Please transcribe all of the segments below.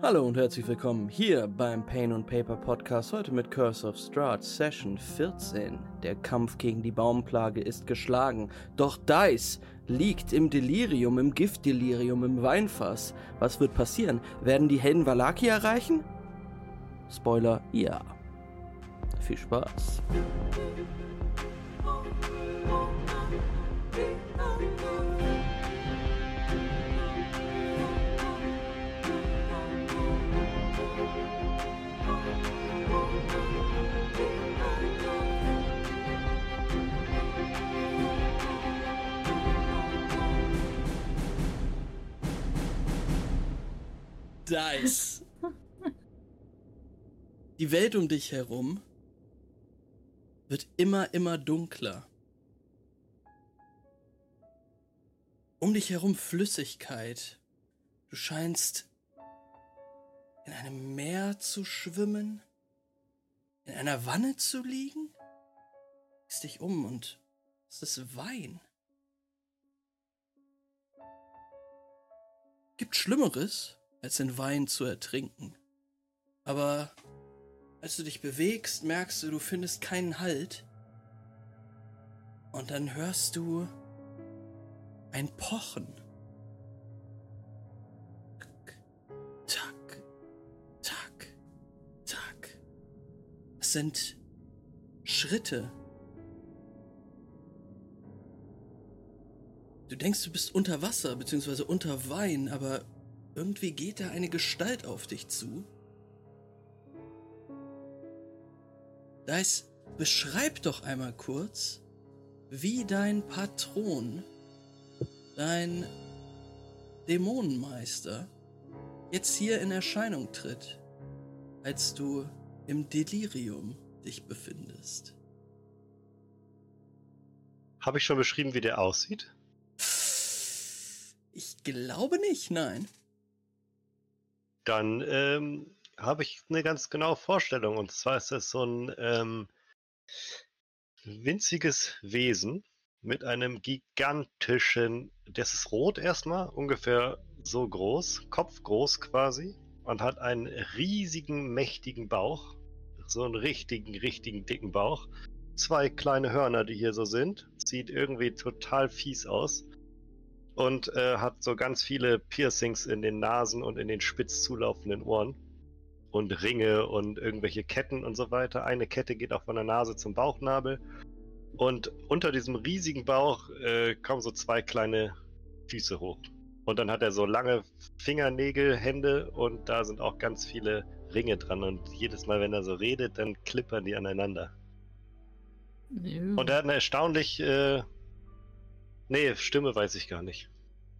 Hallo und herzlich willkommen hier beim Pain & Paper Podcast, heute mit Curse of Strahd, Session 14. Der Kampf gegen die Baumplage ist geschlagen, doch Dice liegt im Delirium, im Giftdelirium, im Weinfass. Was wird passieren? Werden die Helden Vallaki erreichen? Spoiler, ja. Viel Spaß. Dice. Die Welt um dich herum wird immer dunkler. Um dich herum Flüssigkeit. Du scheinst in einem Meer zu schwimmen, in einer Wanne zu liegen. Siehst dich um und es ist Wein. Gibt Schlimmeres, als in Wein zu ertrinken. Aber als du dich bewegst, merkst du, du findest keinen Halt. Und dann hörst du ein Pochen. Tack, tack, tack. Es sind Schritte. Du denkst, du bist unter Wasser, beziehungsweise unter Wein, aber irgendwie geht da eine Gestalt auf dich zu. Dice, beschreib doch einmal kurz, wie dein Patron, dein Dämonenmeister, jetzt hier in Erscheinung tritt, als du im Delirium dich befindest. Habe ich schon beschrieben, wie der aussieht? Ich glaube nicht, nein. Dann habe ich eine ganz genaue Vorstellung. Und zwar ist das so ein winziges Wesen mit einem gigantischen, das ist rot erstmal, ungefähr so groß, kopfgroß quasi, und hat einen riesigen, mächtigen Bauch. So einen richtigen dicken Bauch. 2 kleine Hörner, die hier so sind. Sieht irgendwie total fies aus. Und hat so ganz viele Piercings in den Nasen und in den spitz zulaufenden Ohren. Und Ringe und irgendwelche Ketten und so weiter. Eine Kette geht auch von der Nase zum Bauchnabel. Und unter diesem riesigen Bauch kommen so 2 kleine Füße hoch. Und dann hat er so lange Fingernägel, Hände und da sind auch ganz viele Ringe dran. Und jedes Mal, wenn er so redet, dann klippern die aneinander. Und er hat eine erstaunlich... Stimme weiß ich gar nicht.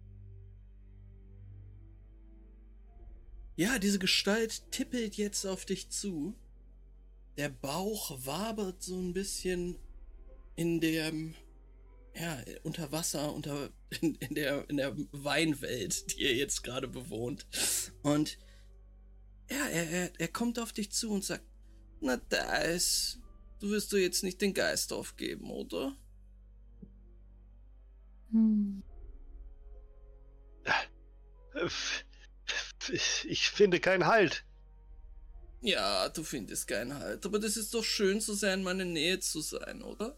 Ja, diese Gestalt tippelt jetzt auf dich zu. Der Bauch wabert so ein bisschen in dem, unter Wasser, in der Weinwelt, die ihr jetzt gerade bewohnt. Und ja, er kommt auf dich zu und sagt, na Dice, du wirst doch jetzt nicht den Geist aufgeben, oder? Ich finde keinen Halt. Ja, du findest keinen Halt, aber das ist doch schön, so sehr in meiner Nähe zu sein, oder?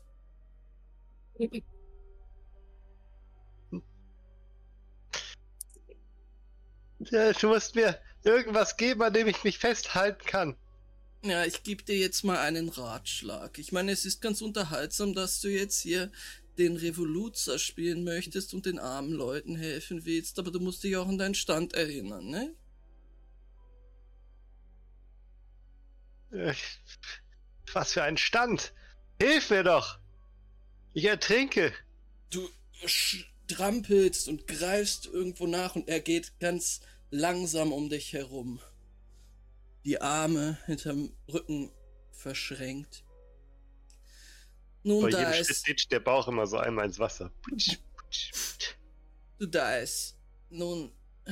Ja, du musst mir irgendwas geben, an dem ich mich festhalten kann. Ja, ich gebe dir jetzt mal einen Ratschlag. Ich meine, es ist ganz unterhaltsam, dass du jetzt hier den Revoluzer spielen möchtest und den armen Leuten helfen willst, aber du musst dich auch an deinen Stand erinnern, ne? Was für ein Stand! Hilf mir doch! Ich ertrinke! Du strampelst und greifst irgendwo nach und er geht ganz langsam um dich herum. Die Arme hinterm Rücken verschränkt. Nun, bei da jedem ist... Schritt ditcht der Bauch immer so einmal ins Wasser. Du Dice. Nun...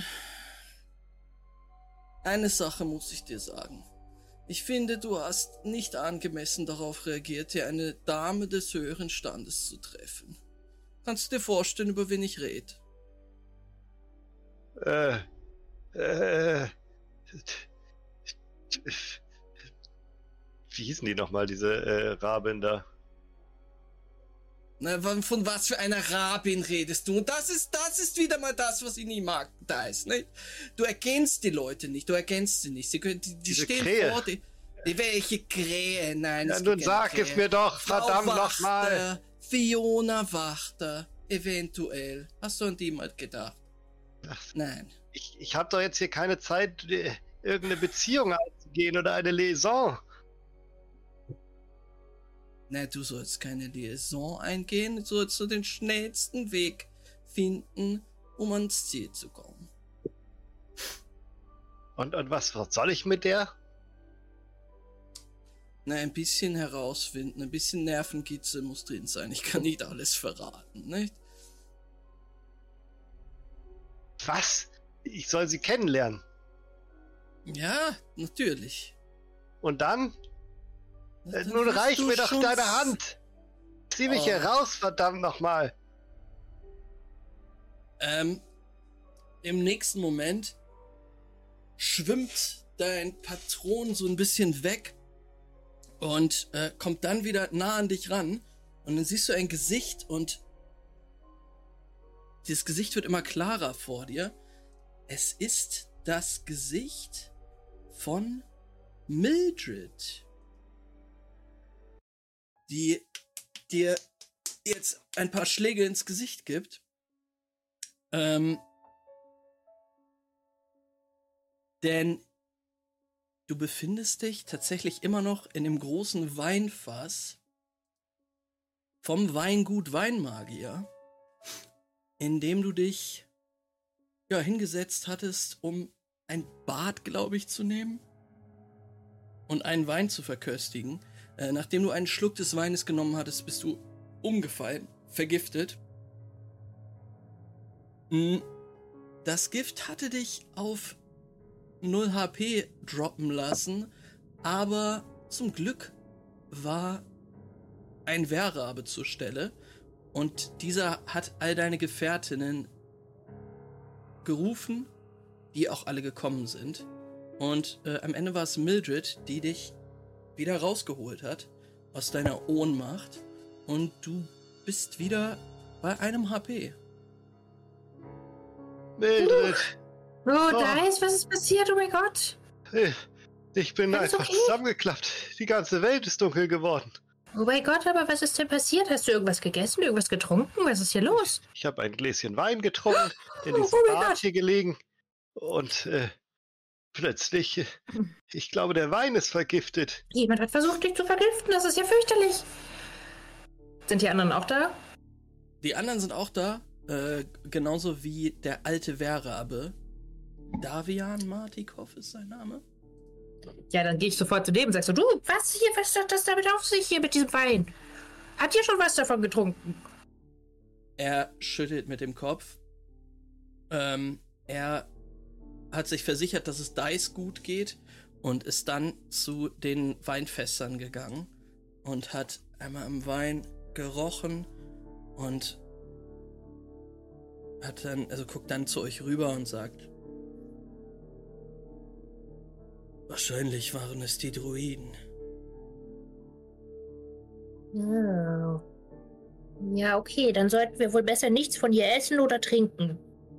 Eine Sache muss ich dir sagen. Ich finde, du hast nicht angemessen darauf reagiert, hier eine Dame des höheren Standes zu treffen. Kannst du dir vorstellen, über wen ich rede? Wie hießen die nochmal, diese Raben da? Na, von was für einer Rabin redest du? Und das ist wieder mal das, was ich nie mag, da ist, ne? Du erkennst die Leute nicht, du erkennst sie nicht. Die stehen Krähe. vor dir. Welche Krähe? Nein, Ja, es nun gibt keine sag Krähe. es mir doch, Frau verdammt Wachter, nochmal. Fiona Wachter, eventuell. Hast du an die mal gedacht? Ach, Nein. ich habe doch jetzt hier keine Zeit, irgendeine Beziehung einzugehen oder eine Liaison. Na, du sollst keine Liaison eingehen, du sollst so den schnellsten Weg finden, um ans Ziel zu kommen. Und was soll ich mit der? Na, ein bisschen herausfinden, ein bisschen Nervenkitzel muss drin sein. Ich kann nicht alles verraten, nicht? Was? Ich soll sie kennenlernen. Ja, natürlich. Und dann? Dann Nun wirst reich du mir doch schon deine Hand. Zieh mich hier raus, verdammt nochmal. Im nächsten Moment schwimmt dein Patron so ein bisschen weg und kommt dann wieder nah an dich ran. Und dann siehst du ein Gesicht und dieses Gesicht wird immer klarer vor dir. Es ist das Gesicht von Mildred, die dir jetzt ein paar Schläge ins Gesicht gibt. Denn du befindest dich tatsächlich immer noch in dem großen Weinfass vom Weingut Weinmagier, in dem du dich hingesetzt hattest, um ein Bad, glaube ich, zu nehmen und einen Wein zu verköstigen. Nachdem du einen Schluck des Weines genommen hattest, bist du umgefallen, vergiftet. Das Gift hatte dich auf 0 HP droppen lassen, aber zum Glück war ein Wehrrabe zur Stelle und dieser hat all deine Gefährtinnen gerufen, die auch alle gekommen sind. Und am Ende war es Mildred, die dich wieder rausgeholt hat aus deiner Ohnmacht und du bist wieder bei einem HP. Mildred. Dice, was ist passiert? Oh mein Gott. Ich bin Alles einfach okay? zusammengeklappt. Die ganze Welt ist dunkel geworden. Oh mein Gott, aber was ist denn passiert? Hast du irgendwas gegessen, irgendwas getrunken? Was ist hier los? Ich habe ein Gläschen Wein getrunken, in diesem Oh mein Bad Gott. hier gelegen. Und plötzlich, ich glaube, der Wein ist vergiftet. Jemand hat versucht, dich zu vergiften. Das ist ja fürchterlich. Sind die anderen auch da? Die anderen sind auch da, genauso wie der alte Wehrrabe. Davian Martikov ist sein Name. Ja, dann gehe ich sofort zu dem und sag so, du, was hat das damit auf sich hier mit diesem Wein? Habt ihr schon was davon getrunken? Er schüttelt mit dem Kopf. Er hat sich versichert, dass es Dice gut geht und ist dann zu den Weinfässern gegangen und hat einmal am Wein gerochen und guckt dann zu euch rüber und sagt: Wahrscheinlich waren es die Druiden. Oh. Ja, okay, dann sollten wir wohl besser nichts von ihr essen oder trinken.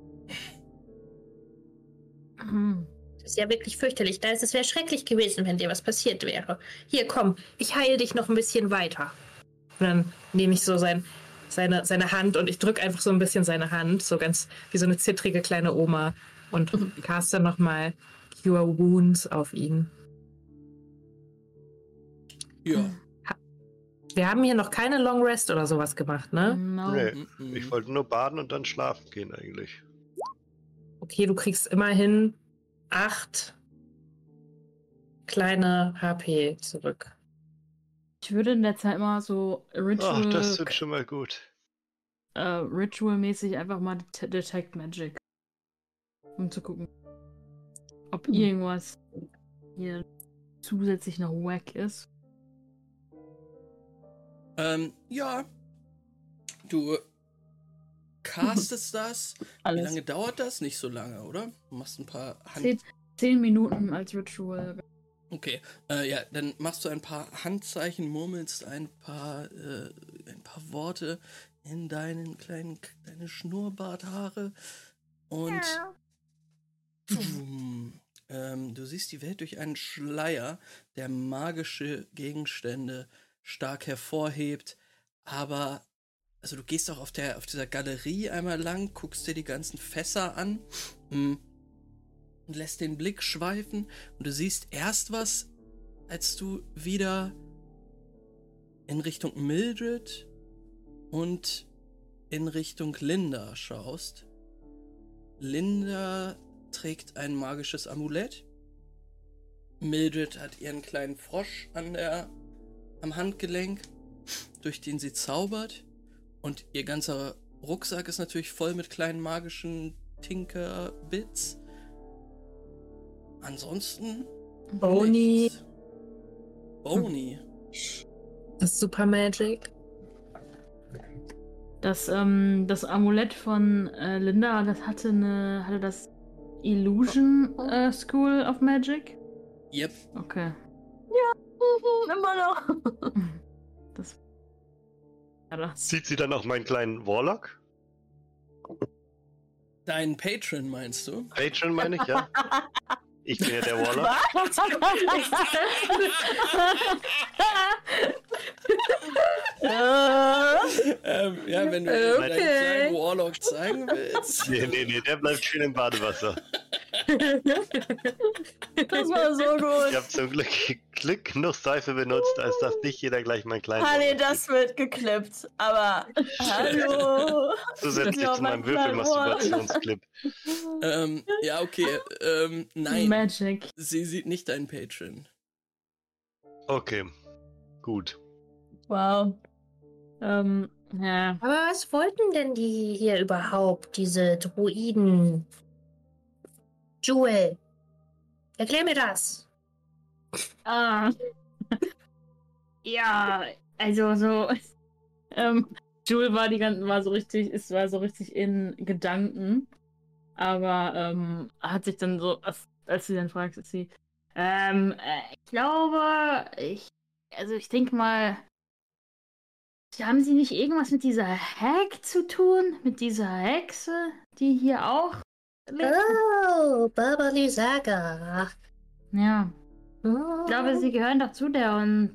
Das ist ja wirklich fürchterlich. Es wäre schrecklich gewesen, wenn dir was passiert wäre. Hier, komm, ich heile dich noch ein bisschen weiter. Und dann nehme ich so seine Hand und ich drücke einfach so ein bisschen seine Hand, so ganz wie so eine zittrige kleine Oma, und caste nochmal Cure Wounds auf ihn. Ja. Wir haben hier noch keine Long Rest oder sowas gemacht, ne? No. Nee, ich wollte nur baden und dann schlafen gehen eigentlich. Okay, du kriegst immerhin 8 kleine HP zurück. Ich würde in der Zeit mal so Ach, das tut schon mal gut. Ritual-mäßig einfach mal Detect Magic. Um zu gucken, ob irgendwas hier zusätzlich noch wack ist. Ja. Du castest das. Alles. Wie lange dauert das? Nicht so lange, oder? Du machst ein paar 10 Minuten als Ritual. Okay, ja, dann machst du ein paar Handzeichen, murmelst ein paar Worte in deine Schnurrbarthaare und du siehst die Welt durch einen Schleier, der magische Gegenstände stark hervorhebt, aber also du gehst auch auf dieser Galerie einmal lang, guckst dir die ganzen Fässer an und lässt den Blick schweifen und du siehst erst was, als du wieder in Richtung Mildred und in Richtung Linda schaust. Linda trägt ein magisches Amulett. Mildred hat ihren kleinen Frosch am Handgelenk, durch den sie zaubert. Und ihr ganzer Rucksack ist natürlich voll mit kleinen magischen Tinker-Bits. Ansonsten Boni. nichts. Boni. Das ist Super Magic. Das Amulett von Linda, das hatte das Illusion School of Magic? Yep. Okay. Immer noch. Das. Ja, das. Sieht sie dann auch meinen kleinen Warlock? Dein Patron meinst du? Patron meine ich, ja. Ich bin ja der Warlock. Ja, wenn du deinen kleinen Warlock zeigen willst. Nee, der bleibt schön im Badewasser. Das war so gut. Ich habe zum Glück genug Seife benutzt, als dass nicht jeder gleich meinen kleinen Nee, Warlock das sieht. wird geklippt. Aber Hallo. Zusätzlich Ja, zu mein meinem kleiner Würfelmasturbationsclip. Ja, okay. Nein, Magic. sie sieht nicht deinen Patron. Okay, gut. wow. Ja. Aber was wollten denn die hier überhaupt, diese Druiden? Jewel, erklär mir das. Ah. Ja, also so. Jewel war so richtig in Gedanken. Aber hat sich dann so, als sie dann fragt, ist sie, ich glaube, ich denke mal, haben Sie nicht irgendwas mit dieser Hack zu tun? Mit dieser Hexe, die hier auch lebt? Oh, Babali Saga. Ja, Oh. ich glaube, Sie gehören doch zu der und,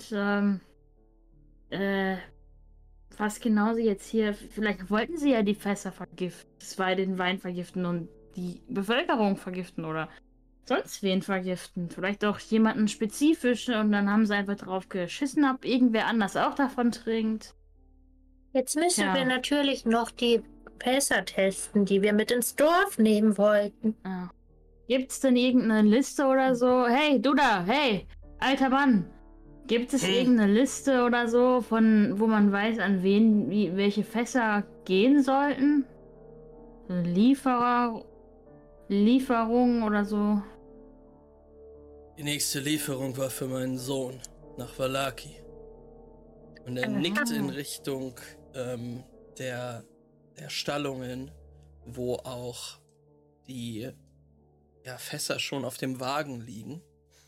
was genau Sie jetzt hier, vielleicht wollten Sie ja die Fässer vergiften, den Wein vergiften und die Bevölkerung vergiften oder sonst wen vergiften. Vielleicht auch jemanden spezifisch und dann haben Sie einfach drauf geschissen, ob irgendwer anders auch davon trinkt. Jetzt müssen Ja. wir natürlich noch die Fässer testen, die wir mit ins Dorf nehmen wollten. Ja. Gibt's denn irgendeine Liste oder so? Hey, du da, hey, alter Mann. Gibt es irgendeine Liste oder so, wo man weiß, an wen welche Fässer gehen sollten? So eine Lieferung oder so? Die nächste Lieferung war für meinen Sohn nach Valaki. Und er nickt in Richtung der Stallungen, wo auch die Fässer schon auf dem Wagen liegen.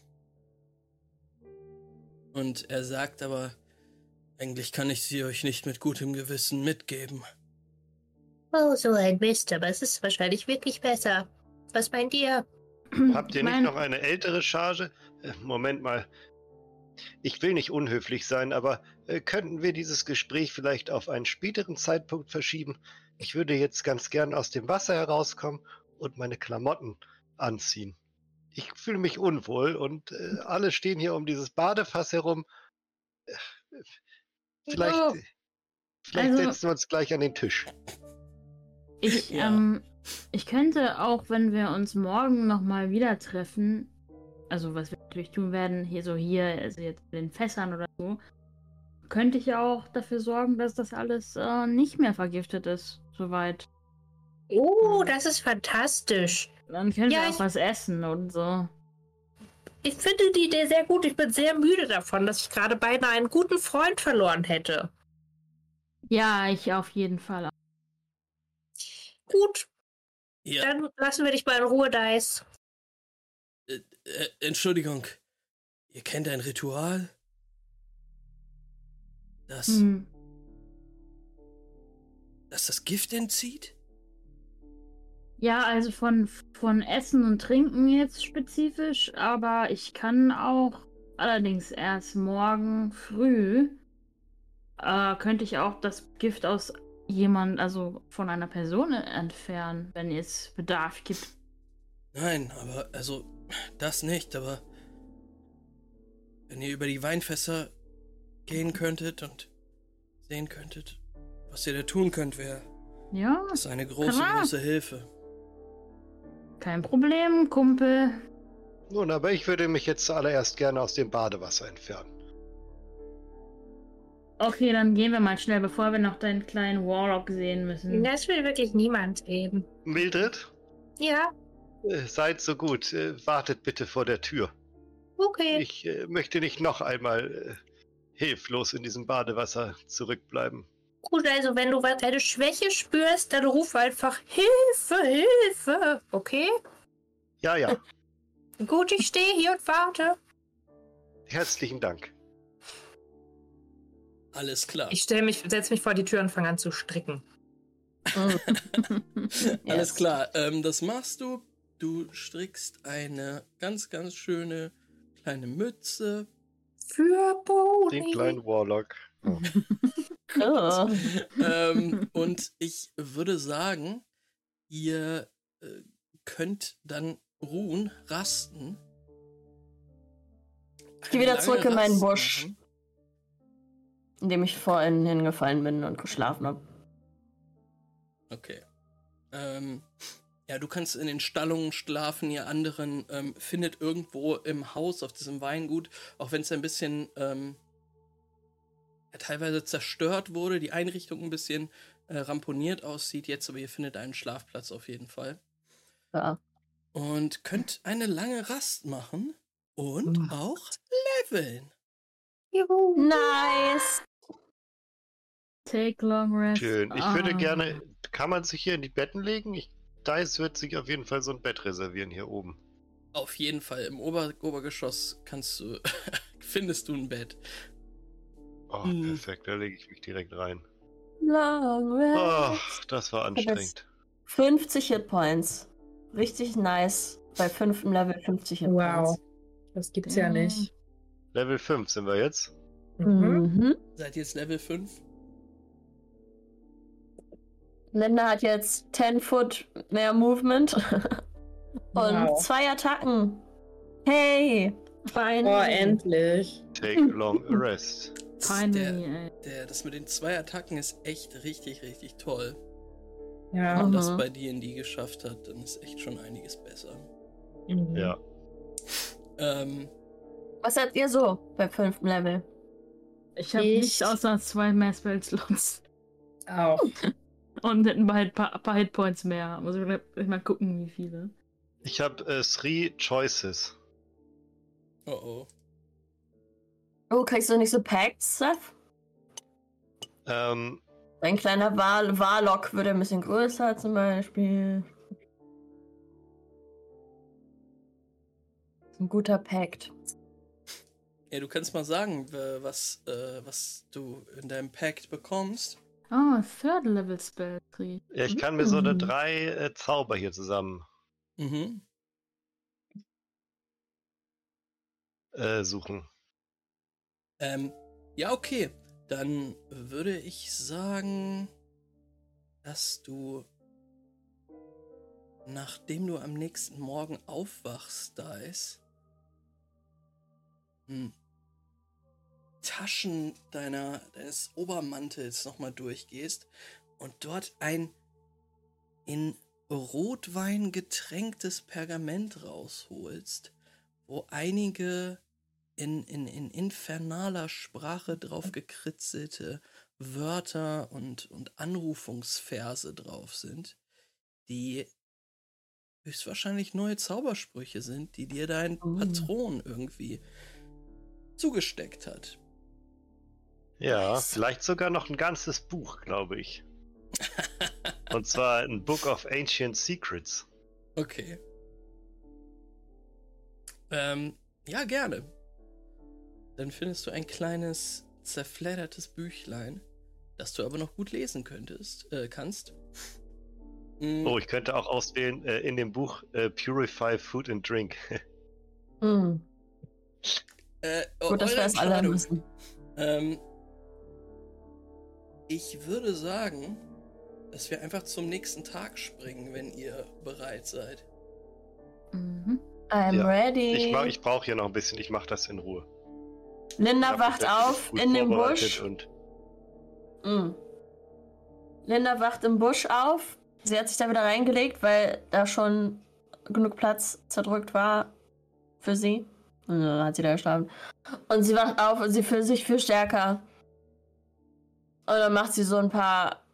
Und er sagt aber, eigentlich kann ich sie euch nicht mit gutem Gewissen mitgeben. Oh, so ein Mist, aber es ist wahrscheinlich wirklich besser. Was meint ihr? Habt ihr nicht noch eine ältere Charge? Moment mal. Ich will nicht unhöflich sein, aber könnten wir dieses Gespräch vielleicht auf einen späteren Zeitpunkt verschieben? Ich würde jetzt ganz gern aus dem Wasser herauskommen und meine Klamotten anziehen. Ich fühle mich unwohl und alle stehen hier um dieses Badefass herum. Vielleicht Also- setzen wir uns gleich an den Tisch. Ich könnte auch, wenn wir uns morgen nochmal wieder treffen, also was wir natürlich tun werden, also jetzt mit den Fässern oder so, könnte ich auch dafür sorgen, dass das alles nicht mehr vergiftet ist, soweit. Oh, das ist fantastisch. Dann können Ja, wir auch was essen und so. Ich finde die Idee sehr gut. Ich bin sehr müde davon, dass ich gerade beinahe einen guten Freund verloren hätte. Ja, ich auf jeden Fall. Gut, Ja, dann lassen wir dich mal in Ruhe, Dice. Entschuldigung. Ihr kennt ein Ritual? Das das Gift entzieht? Ja, also von Essen und Trinken jetzt spezifisch, aber ich kann auch allerdings erst morgen früh könnte ich auch das Gift aus also von einer Person entfernen, wenn es Bedarf gibt. Nein, aber also das nicht, aber wenn ihr über die Weinfässer gehen könntet und sehen könntet, was ihr da tun könnt, wäre Ja, das eine große, klar. große Hilfe. Kein Problem, Kumpel. Nun, aber ich würde mich jetzt zuallererst gerne aus dem Badewasser entfernen. Okay, dann gehen wir mal schnell, bevor wir noch deinen kleinen Warlock sehen müssen. Das will wirklich niemand sehen. Mildred, Ja, seid so gut, wartet bitte vor der Tür. okay. Ich möchte nicht noch einmal hilflos in diesem Badewasser zurückbleiben. Gut, also wenn du eine Schwäche spürst, dann ruf einfach Hilfe, Hilfe. Okay? Ja, ja, Gut, ich stehe hier und warte. herzlichen Dank. Alles klar. Ich setze mich vor die Tür und fange an zu stricken. Alles klar. Das machst du. Du strickst eine ganz, ganz schöne kleine Mütze. Für Boni. Den kleinen Warlock. Oh. Oh. Und ich würde sagen, ihr könnt dann ruhen, rasten. Ich gehe wieder Eine zurück lange in meinen Rast Busch, machen. in dem ich vorhin hingefallen bin und geschlafen habe. Okay. Ja, du kannst in den Stallungen schlafen, ihr anderen findet irgendwo im Haus auf diesem Weingut, auch wenn es ein bisschen teilweise zerstört wurde, die Einrichtung ein bisschen ramponiert aussieht jetzt, aber ihr findet einen Schlafplatz auf jeden Fall. Ja. Und könnt eine lange Rast machen und auch leveln. Juhu. Nice. Take long rest. Schön. Ich würde gerne. Kann man sich hier in die Betten legen? Dice wird sich auf jeden Fall so ein Bett reservieren hier oben. Auf jeden Fall, im Obergeschoss findest du ein Bett. Oh, perfekt. Da lege ich mich direkt rein. Long Oh, rest. das war anstrengend. 50 Hitpoints. Richtig nice. Bei 5. Level 50 Hitpoints. Wow. Das gibt's ja nicht. Level 5 sind wir jetzt. Mhm. Seid ihr jetzt Level 5? Linda hat jetzt 10 Foot mehr Movement. Und Wow. 2 Attacken. Hey. Fein. Oh, endlich. Take long rest. Finally, ey. Das mit den 2 Attacken ist echt richtig, richtig toll. Ja. Wenn man das Mhm. bei D&D geschafft hat, dann ist echt schon einiges besser. Mhm. Ja. Was habt ihr so bei 5. Level? Ich habe Ich- nichts außer 2 mehr Spellslots. Auch. Und ein paar Hitpoints mehr. Muss ich mal gucken, wie viele. Ich habe 3 Choices. Oh oh. Oh, kriegst du nicht so Pacts, Seth? Ähm, Ein kleiner Warlock würde ein bisschen größer zum Beispiel. Ein guter Pact. Ja, du kannst mal sagen, was du in deinem Pact bekommst. Oh, Third Level Spell Tree. ja, ich kann mir so eine Mhm. 3 Zauber hier zusammen Mhm. suchen. Ja, okay. Dann würde ich sagen, dass du, nachdem du am nächsten Morgen aufwachst, Dice, Taschen deines Obermantels nochmal durchgehst und dort ein in Rotwein getränktes Pergament rausholst, wo einige in infernaler Sprache drauf gekritzelte Wörter und Anrufungsverse drauf sind, die höchstwahrscheinlich neue Zaubersprüche sind, die dir dein Patron irgendwie zugesteckt hat. Ja, vielleicht sogar noch ein ganzes Buch, glaube ich. Und zwar ein Book of Ancient Secrets. Okay. Ja, gerne. Dann findest du ein kleines, zerfleddertes Büchlein, das du aber noch gut lesen kannst. Oh, ich könnte auch auswählen in dem Buch Purify Food and Drink. Gut, dass wir es alle müssen. Ich würde sagen, dass wir einfach zum nächsten Tag springen, wenn ihr bereit seid. I'm ready. Ich brauche hier noch ein bisschen, ich mache das in Ruhe. Linda wacht auf in dem Busch. Linda wacht im Busch auf. Sie hat sich da wieder reingelegt, weil da schon genug Platz zerdrückt war für sie. Und dann hat sie da geschlafen. Und sie wacht auf und sie fühlt sich viel stärker. Und dann macht sie so ein paar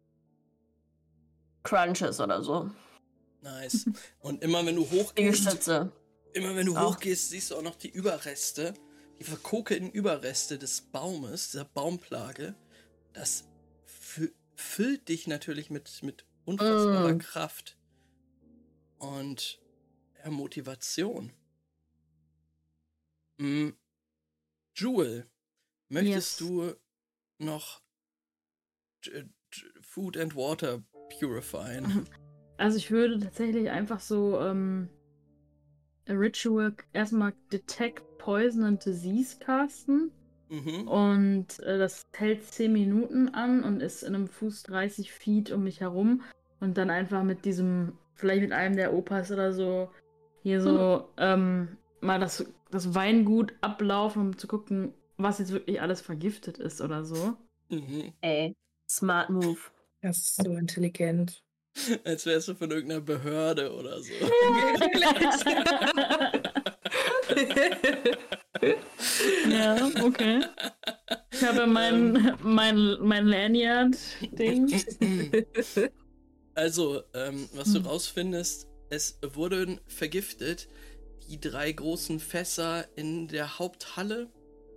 Crunches oder so. Nice. Und immer wenn du hochgehst, siehst du auch noch die Überreste, die verkokelten Überreste des Baumes, dieser Baumplage. Das füllt dich natürlich mit unfassbarer Kraft und Motivation. Jewel, möchtest du noch Food and Water purifyen? Also ich würde tatsächlich einfach so a Ritual erstmal Detect Poison and Disease casten. Und das hält 10 Minuten an und ist in einem Fuß 30 Feet um mich herum. Und dann einfach mit vielleicht mit einem der Opas oder so, hier so mal das Weingut ablaufen, um zu gucken, was jetzt wirklich alles vergiftet ist oder so. Ey, smart move. Das ist so intelligent. Als wärst du von irgendeiner Behörde oder so. Ja, okay. Ich habe mein Lanyard-Ding. Also, was du rausfindest, es wurden vergiftet die 3 großen Fässer in der Haupthalle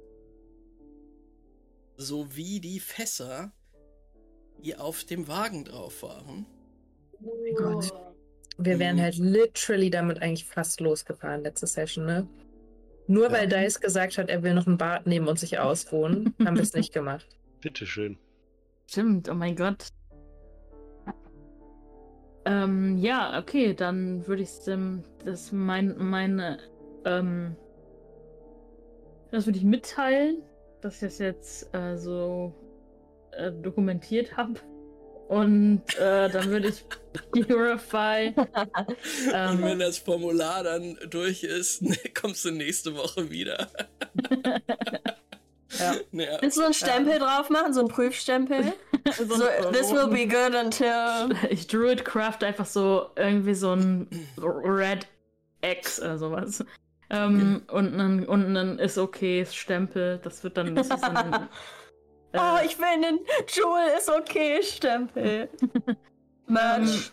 sowie die Fässer, die auf dem Wagen drauf waren. Oh mein Gott. Wir wären halt literally damit eigentlich fast losgefahren letzte Session, ne? Nur weil Dice gesagt hat, er will noch ein Bad nehmen und sich ausruhen, haben wir es nicht gemacht. Bitteschön. Stimmt, oh mein Gott. Ja, okay, dann würde ich das würde ich mitteilen, dass ich das jetzt so dokumentiert habe. Und dann würde ich Purify. Und wenn das Formular dann durch ist, kommst du nächste Woche wieder. Ja. Willst du einen Stempel drauf machen, so einen Prüfstempel? So, this will be good until... Ich Druidcraft einfach so irgendwie so ein Red X oder sowas. Und dann ist okay, Stempel. Das ist dann ich will einen Jewel ist okay Stempel. Merch.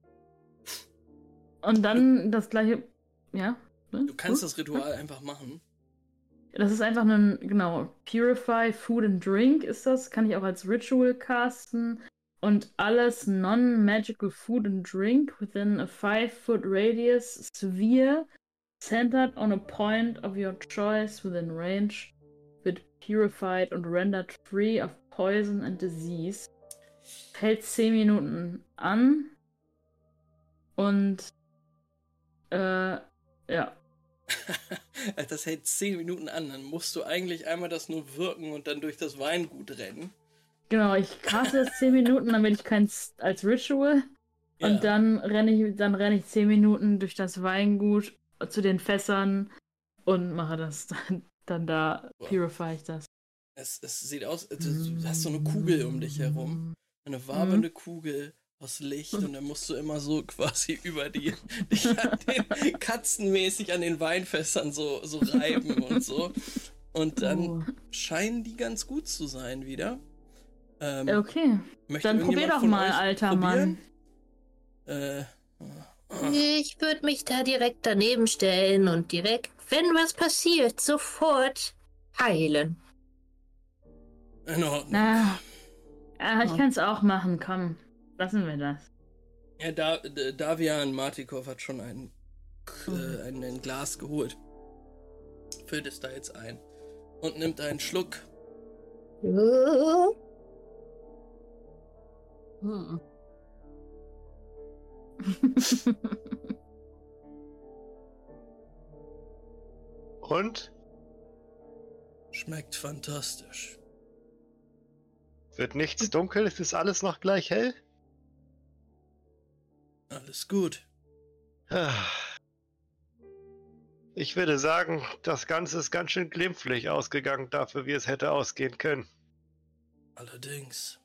Und dann das gleiche. Ja? Du kannst das Ritual einfach machen. Das ist einfach Purify Food and Drink ist das. Kann ich auch als Ritual casten. Und alles non-magical food and drink within a 5-foot radius sphere centered on a point of your choice within range wird purified und rendered free of poison and disease. Hält 10 Minuten an. Und ja. Das hält 10 Minuten an. Dann musst du eigentlich einmal das nur wirken und dann durch das Weingut rennen. Genau, ich caste das 10 Minuten, damit ich keins als Ritual. Ja. Und dann renne ich 10 Minuten durch das Weingut zu den Fässern und mache das dann da, purify ich das. Es sieht aus, du hast so eine Kugel um dich herum. Eine wabernde Kugel aus Licht und dann musst du immer so quasi über dich katzenmäßig an den Weinfässern so reiben und so. Und dann scheinen die ganz gut zu sein wieder. Okay, dann probier doch mal, alter Mann. Ich würde mich da direkt daneben stellen und direkt, wenn was passiert, sofort heilen. In Ordnung. Ich kann es auch machen, komm. Lassen wir das. Ja, Davian Martikov hat schon ein Glas geholt. füllt es da jetzt ein und nimmt einen Schluck. Und? Schmeckt fantastisch. Wird nichts dunkel? Ist alles noch gleich hell? Alles gut. Ich würde sagen, das Ganze ist ganz schön glimpflich ausgegangen dafür, wie es hätte ausgehen können. Allerdings.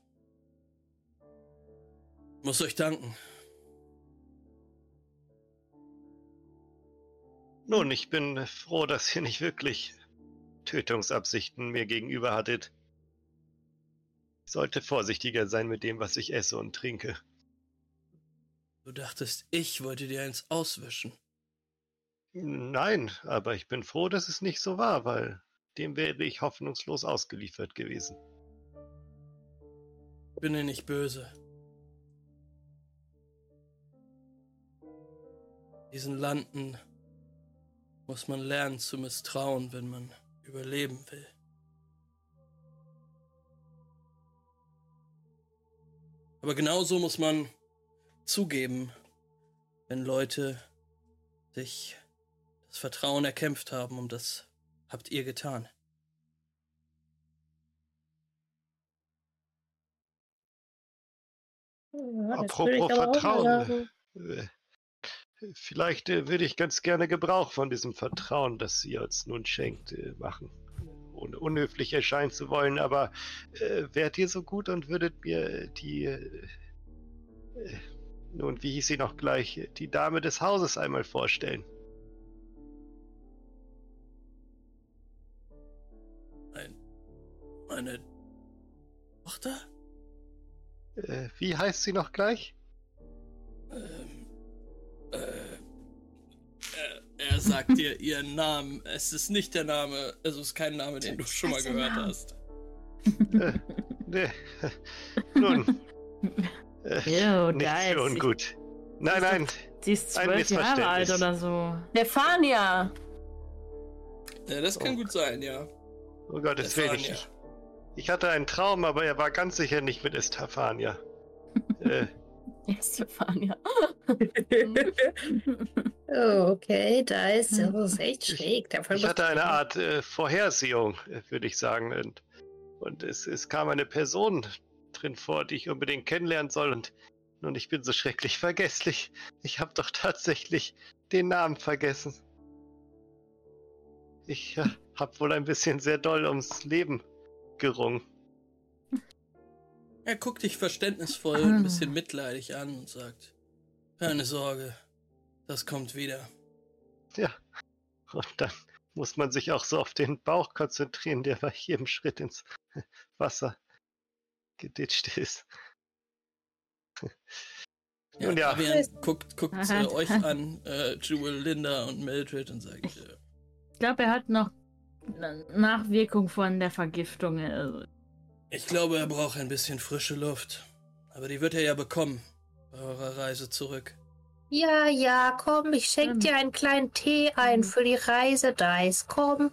Muss euch danken. Nun, ich bin froh, dass ihr nicht wirklich Tötungsabsichten mir gegenüber hattet. Ich sollte vorsichtiger sein mit dem, was ich esse und trinke. Du dachtest, ich wollte dir eins auswischen. Nein, aber ich bin froh, dass es nicht so war, weil dem wäre ich hoffnungslos ausgeliefert gewesen. Bin dir nicht böse. Diesen Landen muss man lernen zu misstrauen, wenn man überleben will. Aber genauso muss man zugeben, wenn Leute sich das Vertrauen erkämpft haben, und das habt ihr getan. Ja, Apropos Vertrauen. Vielleicht würde ich ganz gerne Gebrauch von diesem Vertrauen, das ihr uns nun schenkt, machen. Ohne unhöflich erscheinen zu wollen, aber wärt ihr so gut und würdet mir nun, wie hieß sie noch gleich, die Dame des Hauses einmal vorstellen? Meine Tochter? Wie heißt sie noch gleich? Er sagt dir ihren Namen. Es ist nicht der Name, also es ist kein Name, den du schon mal gehört hast. Nee. Nun. Jo, Nicht geil. so ungut. Nein. Sie ist Ein 12 Jahre alt Missverständnis. oder so. Stefania! Ja, das kann gut sein, ja. Oh Gottes Willen, Estefania. ich hatte einen Traum, aber er war ganz sicher nicht mit Estefania. Ja, Stefania. Oh, okay, das ist echt schräg. Ich hatte eine Art Vorhersehung, würde ich sagen. Und es kam eine Person drin vor, die ich unbedingt kennenlernen soll. Und nun, ich bin so schrecklich vergesslich. Ich habe doch tatsächlich den Namen vergessen. Ich habe wohl ein bisschen sehr doll ums Leben gerungen. Er guckt dich verständnisvoll, ein bisschen mitleidig an und sagt, keine Sorge, das kommt wieder. Ja, und dann muss man sich auch so auf den Bauch konzentrieren, der bei jedem Schritt ins Wasser geditscht ist. Nun ja, Fabian guckt euch an, Jewel, Linda und Mildred und sagt, Ich glaube, er hat noch Nachwirkung von der Vergiftung. Also. ich glaube, er braucht ein bisschen frische Luft. Aber die wird er ja bekommen bei eurer Reise zurück. Ja, komm, ich schenk dir einen kleinen Tee ein für die Reise, Dice, komm.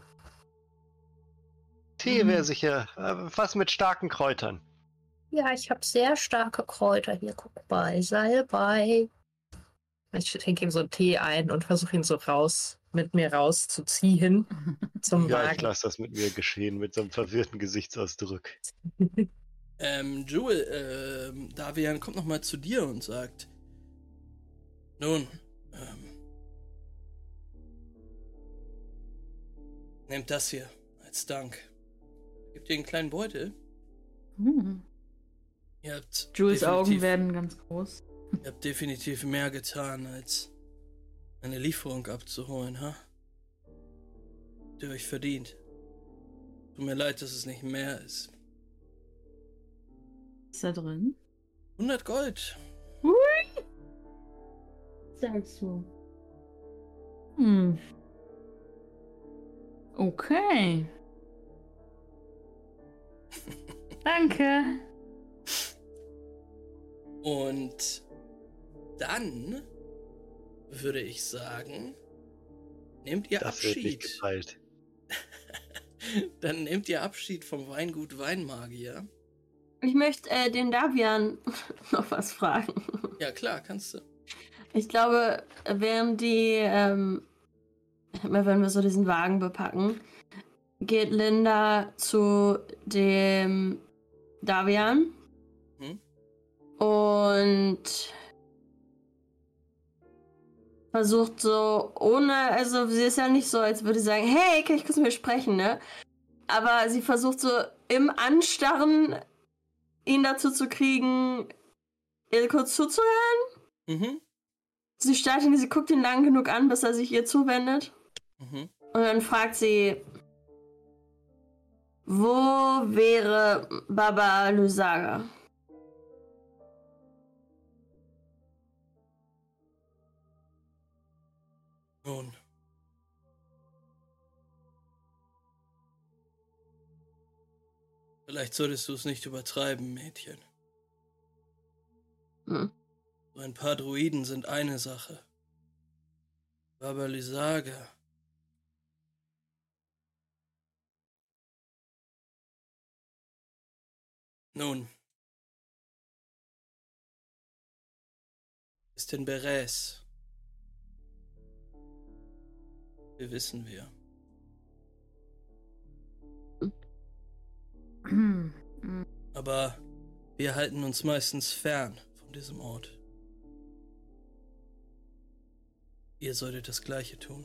Tee wäre sicher was mit starken Kräutern. Ja, ich habe sehr starke Kräuter hier, guck mal, Salbei. Ich schenke ihm so einen Tee ein und versuche ihn so mit mir rauszuziehen zum Ja, ich Wagen. lasse das mit mir geschehen, mit so einem verwirrten Gesichtsausdruck. Jewel, Davian kommt nochmal zu dir und sagt, nun, nehmt das hier als Dank. Gebt ihr einen kleinen Beutel. Ihr habt Jules Augen definitiv- werden ganz groß. Ihr habt definitiv mehr getan, als eine Lieferung abzuholen, ha? Habt ihr euch verdient. Tut mir leid, dass es nicht mehr ist. Ist da drin? 100 Gold. Sagst du. Okay. Danke. Und dann würde ich sagen, nehmt ihr Das wird nicht Abschied. geteilt. Dann nehmt ihr Abschied vom Weingut Weinmagier. Ich möchte den Davian noch was fragen. Ja, klar, kannst du. Ich glaube, während wenn wir so diesen Wagen bepacken, geht Linda zu dem Davian und versucht so, also sie ist ja nicht so, als würde sie sagen, hey, kann ich kurz mit mir sprechen, ne? Aber sie versucht so im Anstarren ihn dazu zu kriegen, ihr kurz zuzuhören. Sie starrt ihn, sie guckt ihn lang genug an, bis er sich ihr zuwendet. Und dann fragt sie, wo wäre Baba Lysaga? Nun. Vielleicht solltest du es nicht übertreiben, Mädchen. So ein paar Druiden sind eine Sache. Baba Lysaga. Nun. Ist in Beres. Wir wissen wir. Aber wir halten uns meistens fern von diesem Ort. Ihr solltet das Gleiche tun.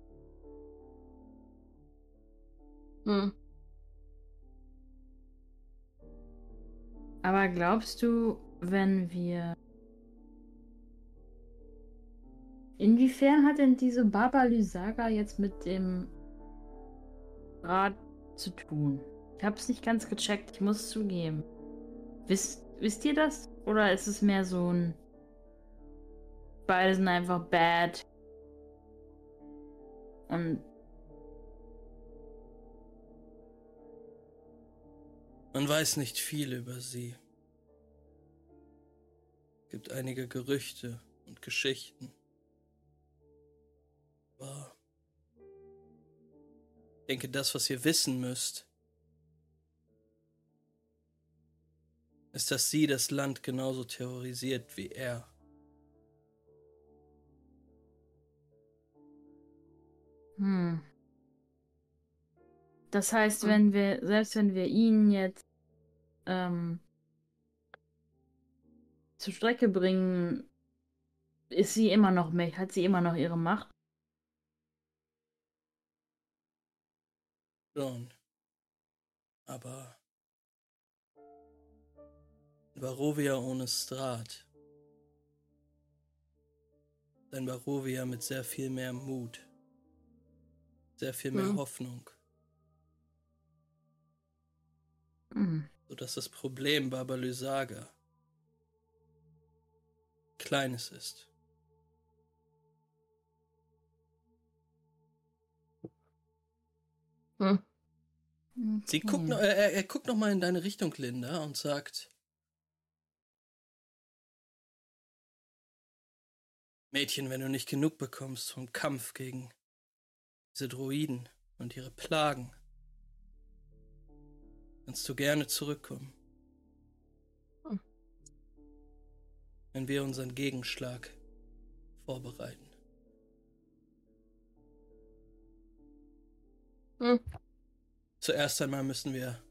Aber glaubst du, wenn wir... Inwiefern hat denn diese Baba Lysaga jetzt mit dem Rat zu tun? Ich hab's nicht ganz gecheckt, ich muss zugeben. Wisst ihr das? Oder ist es mehr so ein... Beide sind einfach bad. Und... Man weiß nicht viel über sie. Es gibt einige Gerüchte und Geschichten. Aber ich denke, das, was ihr wissen müsst, ist, dass sie das Land genauso terrorisiert wie er. Das heißt, selbst wenn wir ihn jetzt zur Strecke bringen, ist sie immer noch hat sie immer noch ihre Macht? Schon. Aber Barovia ohne Strahd. Ein Barovia mit sehr viel mehr Mut. Sehr viel mehr Hoffnung. Sodass das Problem Baba Lysaga kleines ist. Sie guckt er guckt noch mal in deine Richtung, Linda, und sagt: Mädchen, wenn du nicht genug bekommst vom Kampf gegen diese Druiden und ihre Plagen, kannst du gerne zurückkommen. Wenn wir unseren Gegenschlag vorbereiten. Zuerst einmal müssen wir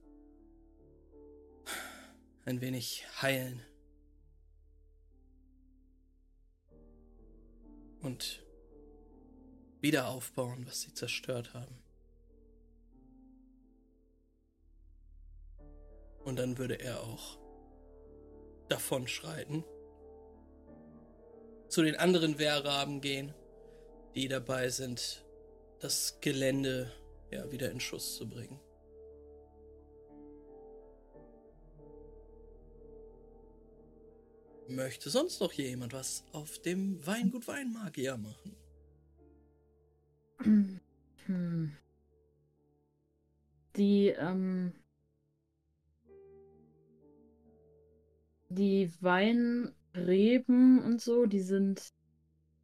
ein wenig heilen. Und wieder aufbauen, was sie zerstört haben. Und dann würde er auch davonschreiten, zu den anderen Wehrraben gehen, die dabei sind, das Gelände wieder in Schuss zu bringen. Möchte sonst noch jemand was auf dem Weingut Weinmagier machen? Die Weinreben und so, sind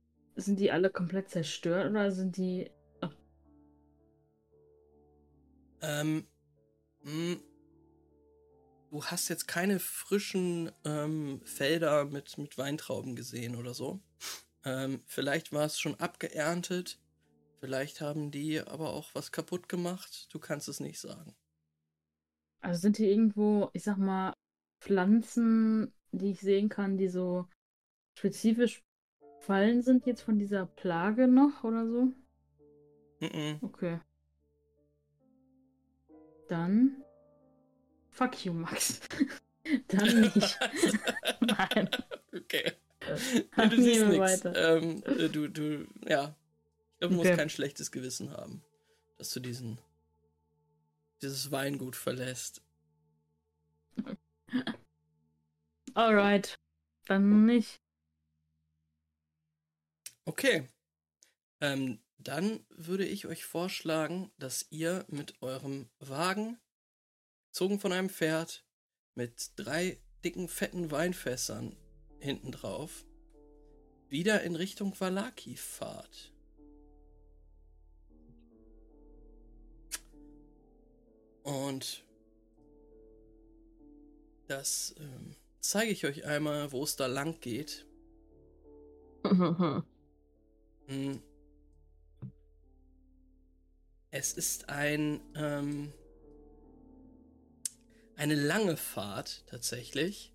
die alle komplett zerstört oder sind die... Du hast jetzt keine frischen Felder mit Weintrauben gesehen oder so. Vielleicht war es schon abgeerntet. Vielleicht haben die aber auch was kaputt gemacht. Du kannst es nicht sagen. Also sind hier irgendwo, ich sag mal, Pflanzen, die ich sehen kann, die so spezifisch fallen sind jetzt von dieser Plage noch oder so? Mhm. Okay. Dann. Fuck you, Max. Dann nicht. Nein. Okay. Dann Nee, du siehst gehen wir nichts. weiter. Ja. Ich glaube, du Okay. musst kein schlechtes Gewissen haben, dass du dieses Weingut verlässt. Alright. Dann nicht. Okay. Dann würde ich euch vorschlagen, dass ihr mit eurem Wagen, gezogen von einem Pferd, mit 3 dicken, fetten Weinfässern hinten drauf, wieder in Richtung Vallaki fahrt. Und das zeige ich euch einmal, wo es da lang geht. Mm. Es ist eine lange Fahrt tatsächlich.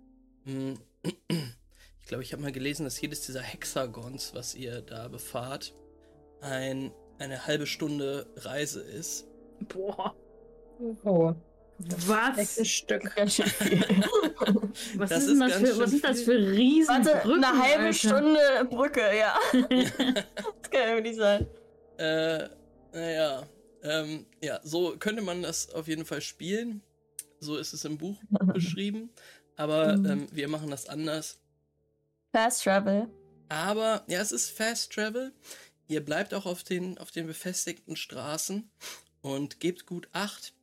Ich glaube, ich habe mal gelesen, dass jedes dieser Hexagons, was ihr da befahrt, eine halbe Stunde Reise ist. Boah. Oh, Was? 6 Stück. Ganz schön viel. Was Das ist ist denn das ganz für, was schön sind das viel. für riesen Warte, Brücken, eine halbe Alter? Stunde Brücke, ja. Das kann ja nicht sein. Naja, ja, so könnte man das auf jeden Fall spielen. So ist es im Buch beschrieben. Aber wir machen das anders. Fast Travel. Aber, ja, es ist Fast Travel. Ihr bleibt auch auf den befestigten Straßen und gebt gut Acht.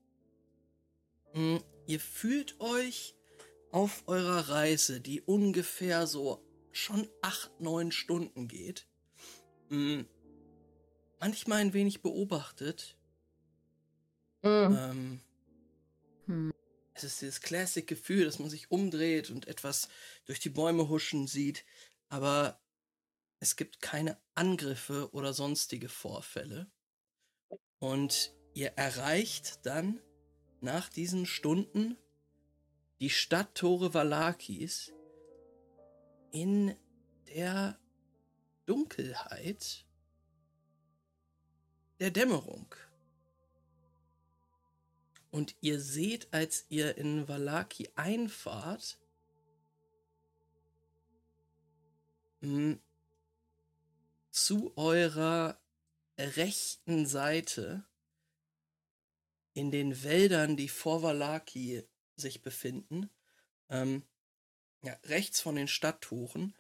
Ihr fühlt euch auf eurer Reise, die ungefähr so schon 8-9 Stunden geht, manchmal ein wenig beobachtet. Mhm. Es ist dieses Classic-Gefühl, dass man sich umdreht und etwas durch die Bäume huschen sieht, aber es gibt keine Angriffe oder sonstige Vorfälle. Und ihr erreicht dann nach diesen Stunden die Stadttore Vallakis in der Dunkelheit der Dämmerung. Und ihr seht, als ihr in Vallaki einfahrt, zu eurer rechten Seite in den Wäldern, die vor Vallaki sich befinden, rechts von den Stadttoren,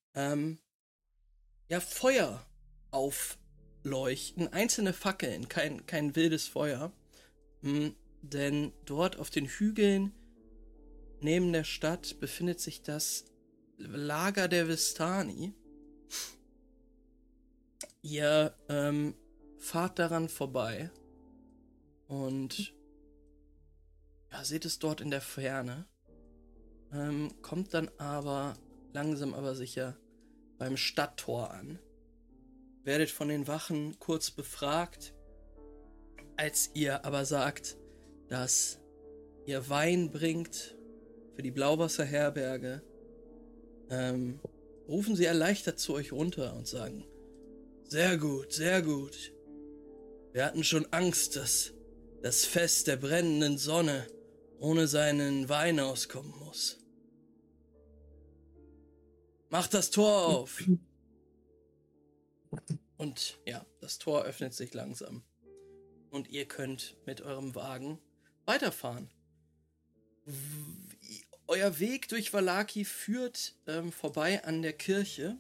Feuer aufleuchten, einzelne Fackeln, kein wildes Feuer, denn dort auf den Hügeln neben der Stadt befindet sich das Lager der Vistani. Ihr fahrt daran vorbei und seht es dort in der Ferne, kommt dann aber langsam aber sicher beim Stadttor an. Werdet von den Wachen kurz befragt, als ihr aber sagt, dass ihr Wein bringt für die Blauwasserherberge, rufen sie erleichtert zu euch runter und sagen: Sehr gut, sehr gut. Wir hatten schon Angst, dass das Fest der brennenden Sonne ohne seinen Wein auskommen muss. Macht das Tor auf! Und ja, das Tor öffnet sich langsam. Und ihr könnt mit eurem Wagen weiterfahren. Euer Weg durch Vallaki führt vorbei an der Kirche.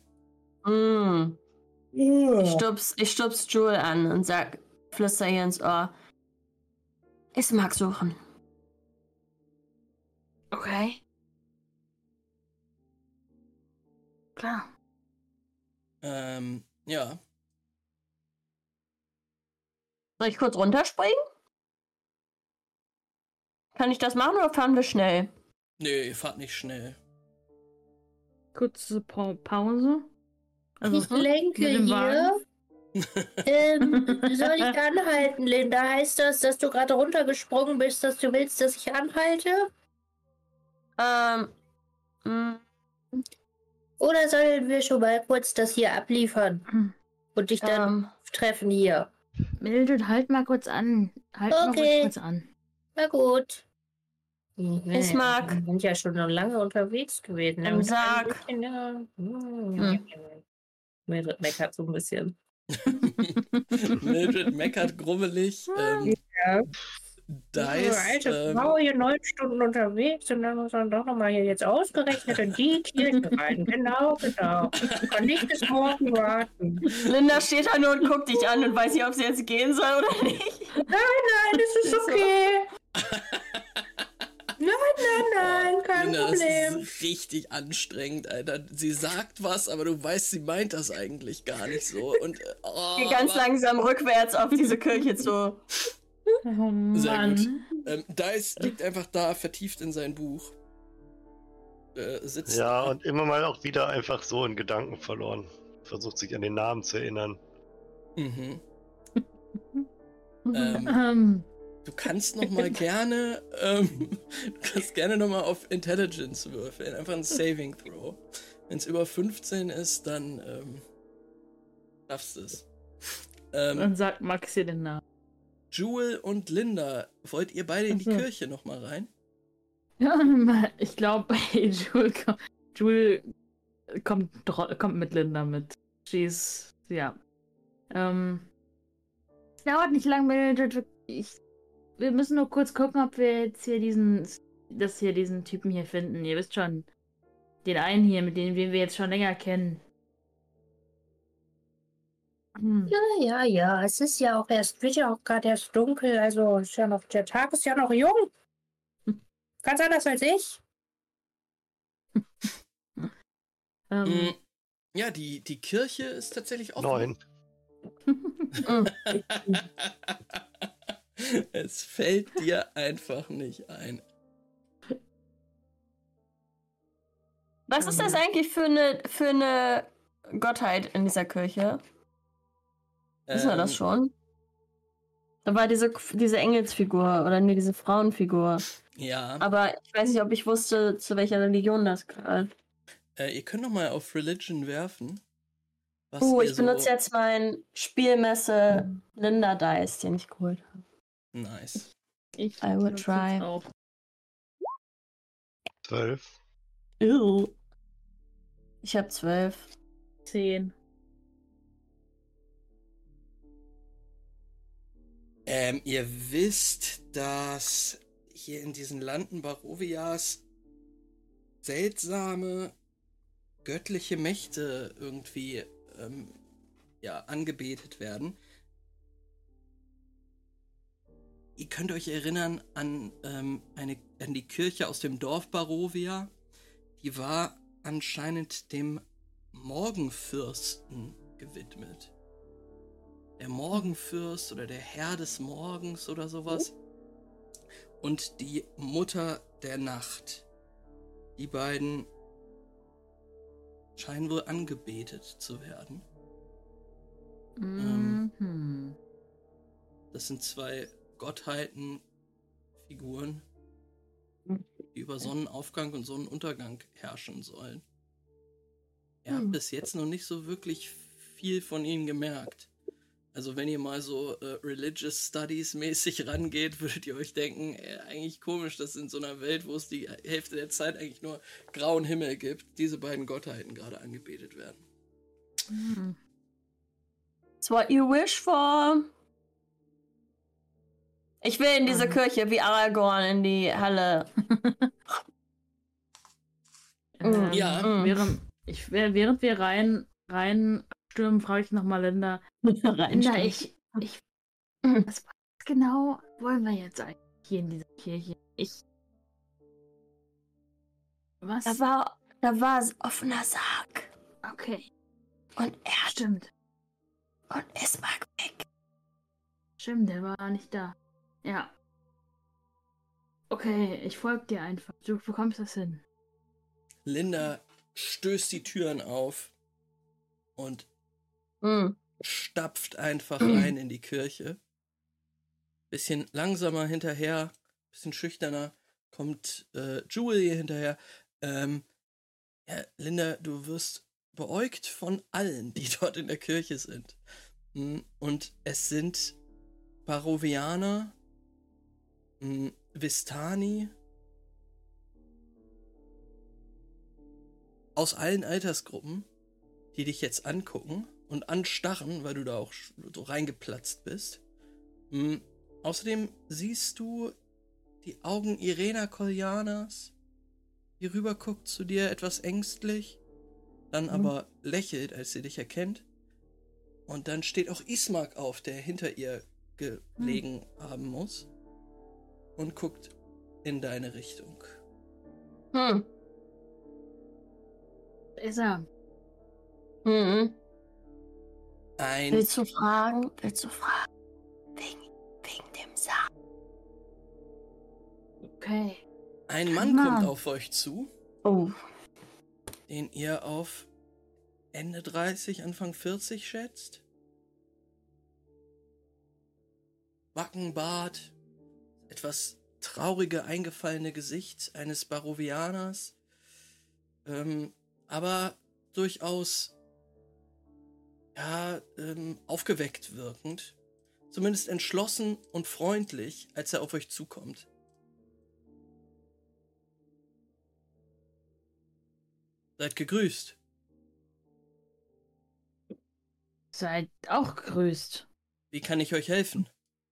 Ich stups Jewel an und flüster ihr ins Ohr. Ich mag suchen. Okay. Klar. Ja. Soll ich kurz runterspringen? Kann ich das machen oder fahren wir schnell? Nö, ihr fahrt nicht schnell. Kurze Pause. Also, Ich lenke mit dem hier. Soll ich anhalten, Linda? Heißt das, dass du gerade runtergesprungen bist, dass du willst, dass ich anhalte? Oder sollen wir schon mal kurz das hier abliefern und dich dann treffen hier? Mildred, halt mal kurz an. Halt mal kurz an. Na gut. Ismark. Wir sind ja schon lange unterwegs gewesen. Im Sarg. Mildred meckert so ein bisschen. Mildred meckert grummelig. Dice, alte Frau hier 9 Stunden unterwegs und dann muss man doch nochmal hier jetzt ausgerechnet in die Kirche rein. Genau. Kann nicht bis morgen warten. Linda steht da nur und guckt dich an und weiß nicht, ob sie jetzt gehen soll oder nicht. Nein, das ist okay. Nein, kein Linda, Problem. das ist richtig anstrengend, Alter. Sie sagt was, aber du weißt, sie meint das eigentlich gar nicht so. Und Geh ganz langsam rückwärts auf diese Kirche zu. Oh sehr Mann. gut. Dice liegt einfach da, vertieft in sein Buch. Sitzt Ja, da. und immer mal auch wieder einfach so in Gedanken verloren. Versucht sich an den Namen zu erinnern. Mhm. Ähm, Du kannst noch mal gerne, du kannst gerne noch mal auf Intelligence würfeln, einfach ein Saving Throw. Wenn es über 15 ist, dann schaffst du es. dann sagt Max hier den Namen. Jewel und Linda, wollt ihr beide in die Ach so. Kirche noch mal rein? Ich glaube, Jewel kommt mit Linda mit. Ja. Es dauert nicht lang, Mildred. Wir müssen nur kurz gucken, ob wir jetzt hier diesen Typen hier finden. Ihr wisst schon, den einen hier, mit dem wir jetzt schon länger kennen. Ja, es ist ja auch wird ja auch gerade erst dunkel, also ist ja noch, der Tag ist ja noch jung. Ganz anders als ich. Ja, die Kirche ist tatsächlich offen. 9. Es fällt dir einfach nicht ein. Was ist das eigentlich für eine Gottheit in dieser Kirche? Wissen wir das schon? Da war diese Engelsfigur oder nee, diese Frauenfigur. Ja. Aber ich weiß nicht, ob ich wusste, zu welcher Religion das gehört. Ihr könnt noch mal auf Religion werfen. Was Ich benutze jetzt mein Spielmesse Linda Dice, den ich geholt habe. Nice. I will try. Auch. 12. Ew. Ich habe 12. 10. Ihr wisst, dass hier in diesen Landen Barovias seltsame göttliche Mächte irgendwie angebetet werden. Ihr könnt euch erinnern an die Kirche aus dem Dorf Barovia. Die war anscheinend dem Morgenfürsten gewidmet. Der Morgenfürst oder der Herr des Morgens oder sowas. Und die Mutter der Nacht. Die beiden scheinen wohl angebetet zu werden. Das sind zwei Gottheitenfiguren, die über Sonnenaufgang und Sonnenuntergang herrschen sollen. Ihr habt bis jetzt noch nicht so wirklich viel von ihnen gemerkt. Also wenn ihr mal so Religious Studies mäßig rangeht, würdet ihr euch denken, eigentlich komisch, dass in so einer Welt, wo es die Hälfte der Zeit eigentlich nur grauen Himmel gibt, diese beiden Gottheiten gerade angebetet werden. It's what you wish for. Ich will in diese Kirche wie Aragorn in die Halle. Ja. Während wir reinstürmen, frage ich nochmal Linda. Linda, was genau wollen wir jetzt eigentlich hier in dieser Kirche? Was? Da war ein offener Sarg. Okay. Und er Stimmt. und Ismark weg. Stimmt, der war nicht da. Ja. Okay, ich folge dir einfach. Du bekommst das hin. Linda stößt die Türen auf und Hm. stapft einfach rein in die Kirche. Bisschen langsamer hinterher, bisschen schüchterner, kommt Julie hinterher. Ja, Linda, du wirst beäugt von allen, die dort in der Kirche sind. Und es sind Barovianer, Vistani, aus allen Altersgruppen, die dich jetzt angucken und anstarren, weil du da auch so reingeplatzt bist. Außerdem siehst du die Augen Irena Koljanas, die rüberguckt zu dir etwas ängstlich, dann aber lächelt, als sie dich erkennt. Und dann steht auch Ismark auf, der hinter ihr gelegen haben muss, und guckt in deine Richtung. Hm. Ist er. Hm. Ein Willst du fragen? Wegen dem Saal. Okay. Ein Mann kommt auf euch zu, Oh. den ihr auf Ende 30, Anfang 40 schätzt. Backenbart, etwas traurige, eingefallene Gesicht eines Barovianers, aber durchaus aufgeweckt wirkend, zumindest entschlossen und freundlich, als er auf euch zukommt. Seid gegrüßt. Seid auch gegrüßt. Wie kann ich euch helfen?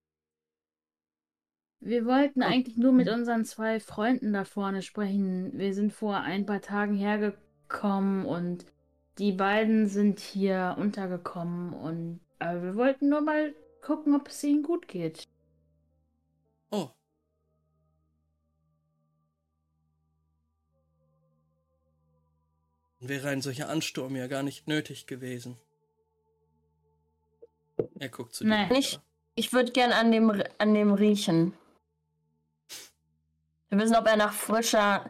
Wir wollten eigentlich nur mit unseren 2 Freunden da vorne sprechen. Wir sind vor ein paar Tagen hergekommen und die beiden sind hier untergekommen aber wir wollten nur mal gucken, ob es ihnen gut geht. Oh. Wäre ein solcher Ansturm ja gar nicht nötig gewesen. Er guckt zu dir. Nee. Ich würde gern an dem riechen. Wir wissen, ob er nach frischer,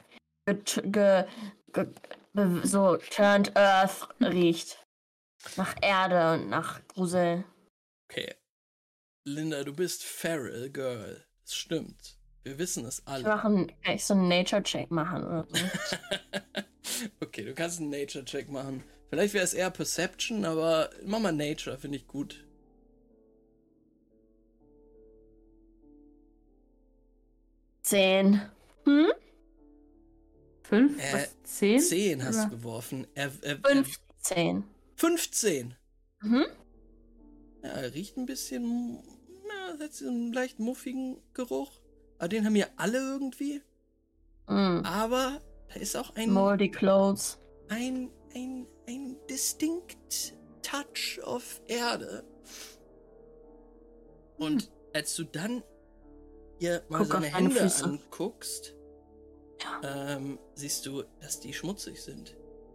so turned earth riecht. Nach Erde und nach Grusel. Okay. Linda, du bist Feral Girl. Das stimmt. Wir wissen es alle. Kann ich so einen Nature-Check machen oder so? Okay, du kannst einen Nature-Check machen. Vielleicht wäre es eher Perception, aber mach mal Nature, finde ich gut. 10. 5? Was? 10? 10 hast Oder? du geworfen. 15. 15. Mhm. Ja, er riecht ein bisschen, hat so einen leicht muffigen Geruch. Aber den haben wir alle irgendwie. Mm. Aber da ist auch Moldy Clothes. ein distinct Touch of Erde. Und als du dann ihr mal Guck seine auf deine Hände Füße. anguckst, Ja. siehst du, dass die schmutzig sind.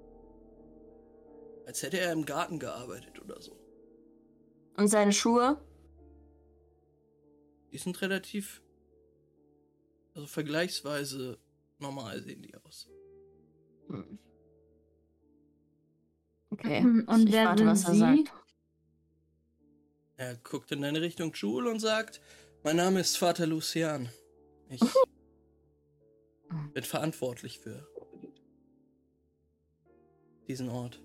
Als hätte er im Garten gearbeitet oder so. Und seine Schuhe? Die sind relativ, also vergleichsweise normal sehen die aus. Hm. Okay. Und ich wer warte, sind was er Sie? sagt. Er guckt in deine Richtung, Jule, und sagt, mein Name ist Vater Lucian. Ich bin verantwortlich für diesen Ort.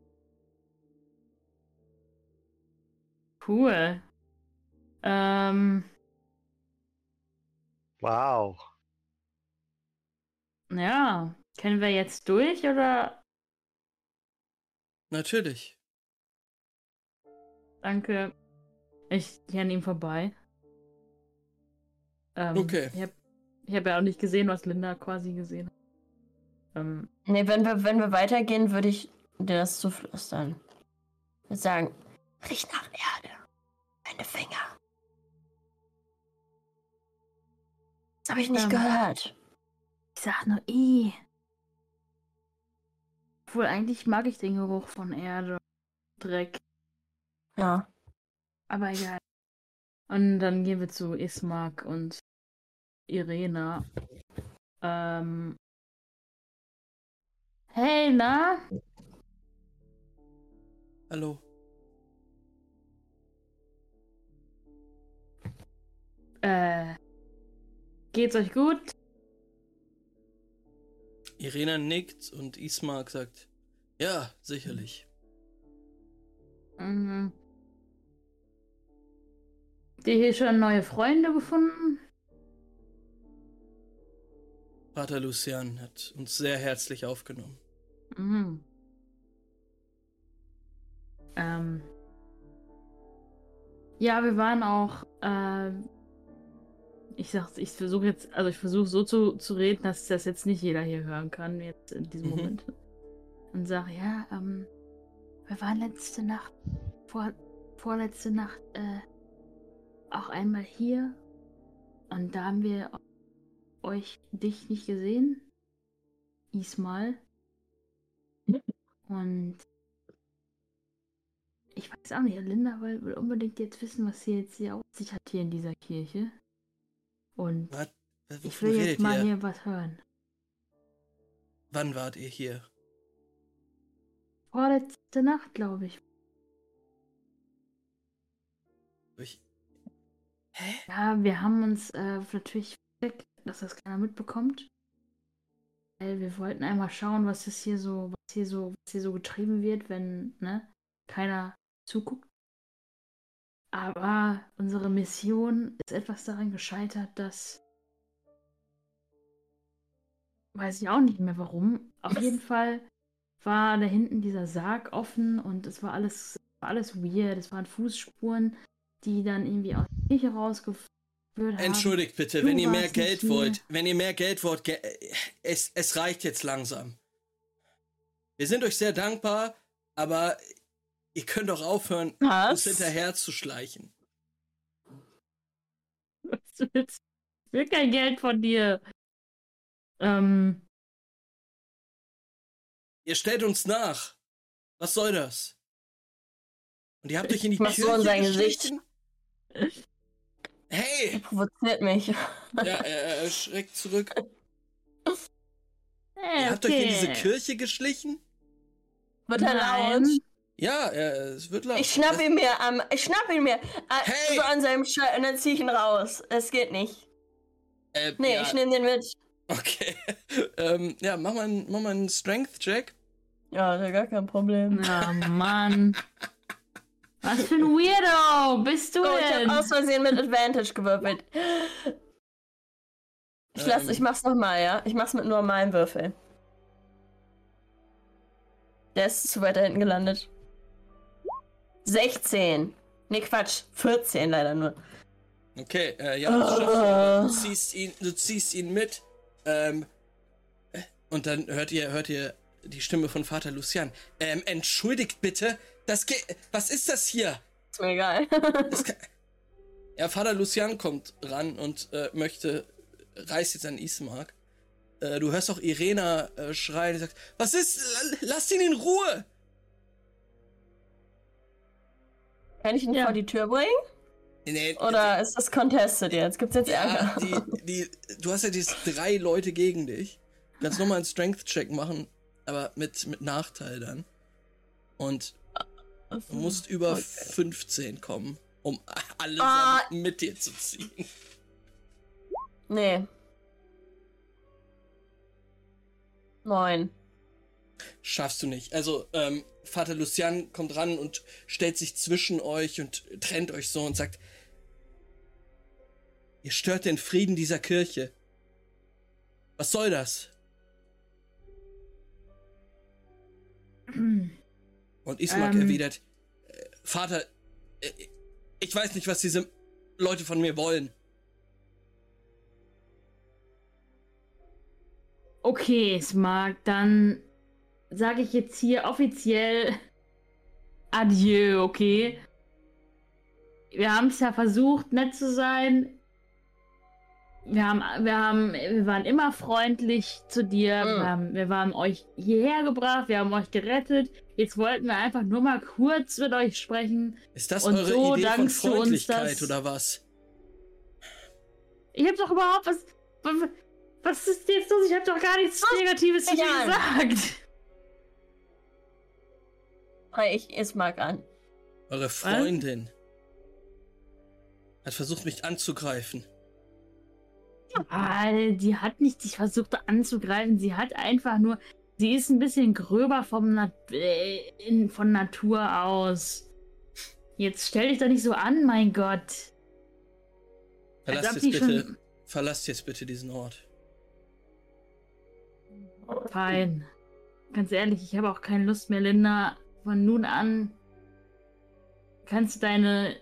Cool. Wow. Ja. Können wir jetzt durch oder? Natürlich. Danke. Ich gehe an ihm vorbei. Okay. Ich hab ja auch nicht gesehen, was Linda quasi gesehen hat. Nee, wenn wir weitergehen, würde ich dir das zuflüstern. Ich würde sagen, riech nach Erde. Meine Finger. Das habe ich nicht gehört. Ich sag nur Obwohl, eigentlich mag ich den Geruch von Erde. Dreck. Ja. Aber egal. Und dann gehen wir zu Ismark und Irena. Hey, na? Hallo. Geht's euch gut? Irena nickt und Ismark sagt, ja, sicherlich. Mhm. Habt ihr hier schon neue Freunde gefunden? Pater Lucian hat uns sehr herzlich aufgenommen. Mhm. Ja, wir waren auch, ich versuche so zu reden, dass das jetzt nicht jeder hier hören kann, jetzt in diesem Moment. Und sage, ja, wir waren vorletzte Nacht, auch einmal hier. Und da haben wir dich nicht gesehen. Ismal. Und ich weiß auch nicht, Linda will unbedingt jetzt wissen, was sie jetzt hier auf sich hat hier in dieser Kirche. Und ich will jetzt mal hier was hören. Wann wart ihr hier? Vorletzte Nacht, glaube ich. Hä? Ja, wir haben uns natürlich versteckt, dass das keiner mitbekommt. Weil wir wollten einmal schauen, was hier so getrieben wird, wenn keiner zuguckt. Aber unsere Mission ist etwas daran gescheitert, dass... Weiß ich auch nicht mehr warum. Auf jeden Fall war da hinten dieser Sarg offen und es war alles weird. Es waren Fußspuren, die dann irgendwie aus der Kirche rausgeführt haben. Entschuldigt bitte, wenn ihr mehr Geld wollt, es reicht jetzt langsam. Wir sind euch sehr dankbar, aber ihr könnt doch aufhören, uns hinterher zu schleichen. Was willst du? Ich will kein Geld von dir. Ihr stellt uns nach. Was soll das? Und ihr habt euch in die Kirche so in sein geschlichen? Gesicht. Hey! Er provoziert mich. Ja, er schreckt zurück. Hey, Ihr habt euch in diese Kirche geschlichen? Wird er laut? Ja, es wird laut. Ich schnapp ihn mir Hey! so an seinem Schal und dann zieh ich ihn raus. Es geht nicht. Nee, ja. ich nehme den mit. Okay. Ja, mach mal einen Strength-Check. Ja, da gar kein Problem. Na, Mann. Was für ein Weirdo bist du Oh, ich denn? hab aus Versehen mit Advantage gewürfelt. Ich mach's nochmal, ja? Ich mach's mit normalen Würfeln. Der ist zu weit da hinten gelandet. 16. Nee, Quatsch. 14 leider nur. Okay, ja, du ziehst ihn mit. Und dann hört ihr die Stimme von Vater Lucian. Entschuldigt bitte, was ist das hier? Ist mir egal. Ja, Vater Lucian kommt ran und reißt jetzt an Ismark. Du hörst auch Irena schreien und sagt, was ist? Lasst ihn in Ruhe! Kann ich ihn vor die Tür bringen? Nee, oder ist das contested jetzt? Gibt's jetzt Ärger? Du hast ja diese 3 Leute gegen dich. Du kannst nochmal einen Strength-Check machen, aber mit Nachteil dann. Und du musst über 15 kommen, um alle mit dir zu ziehen. Nee. 9. Schaffst du nicht. Also, Vater Lucian kommt ran und stellt sich zwischen euch und trennt euch so und sagt, ihr stört den Frieden dieser Kirche. Was soll das? Und Ismark erwidert, Vater, ich weiß nicht, was diese Leute von mir wollen. Okay, Ismark, dann sage ich jetzt hier offiziell Adieu, okay? Wir haben es ja versucht, nett zu sein. Wir waren immer freundlich zu dir. Wir haben euch hierher gebracht, wir haben euch gerettet. Jetzt wollten wir einfach nur mal kurz mit euch sprechen. Ist das und eure so Idee von dankst du uns, Freundlichkeit oder was? Ich hab doch überhaupt was... Was ist jetzt los? Ich habe doch gar nichts Negatives zu dir gesagt. Ich Ismark an. Eure Freundin hat versucht, mich anzugreifen. Die hat nicht dich versucht anzugreifen. Sie hat einfach nur... Sie ist ein bisschen gröber von Natur aus. Jetzt stell dich doch nicht so an, mein Gott. Verlasst jetzt bitte diesen Ort. Fein. Ganz ehrlich, ich habe auch keine Lust mehr, Linda. Von nun an kannst du deine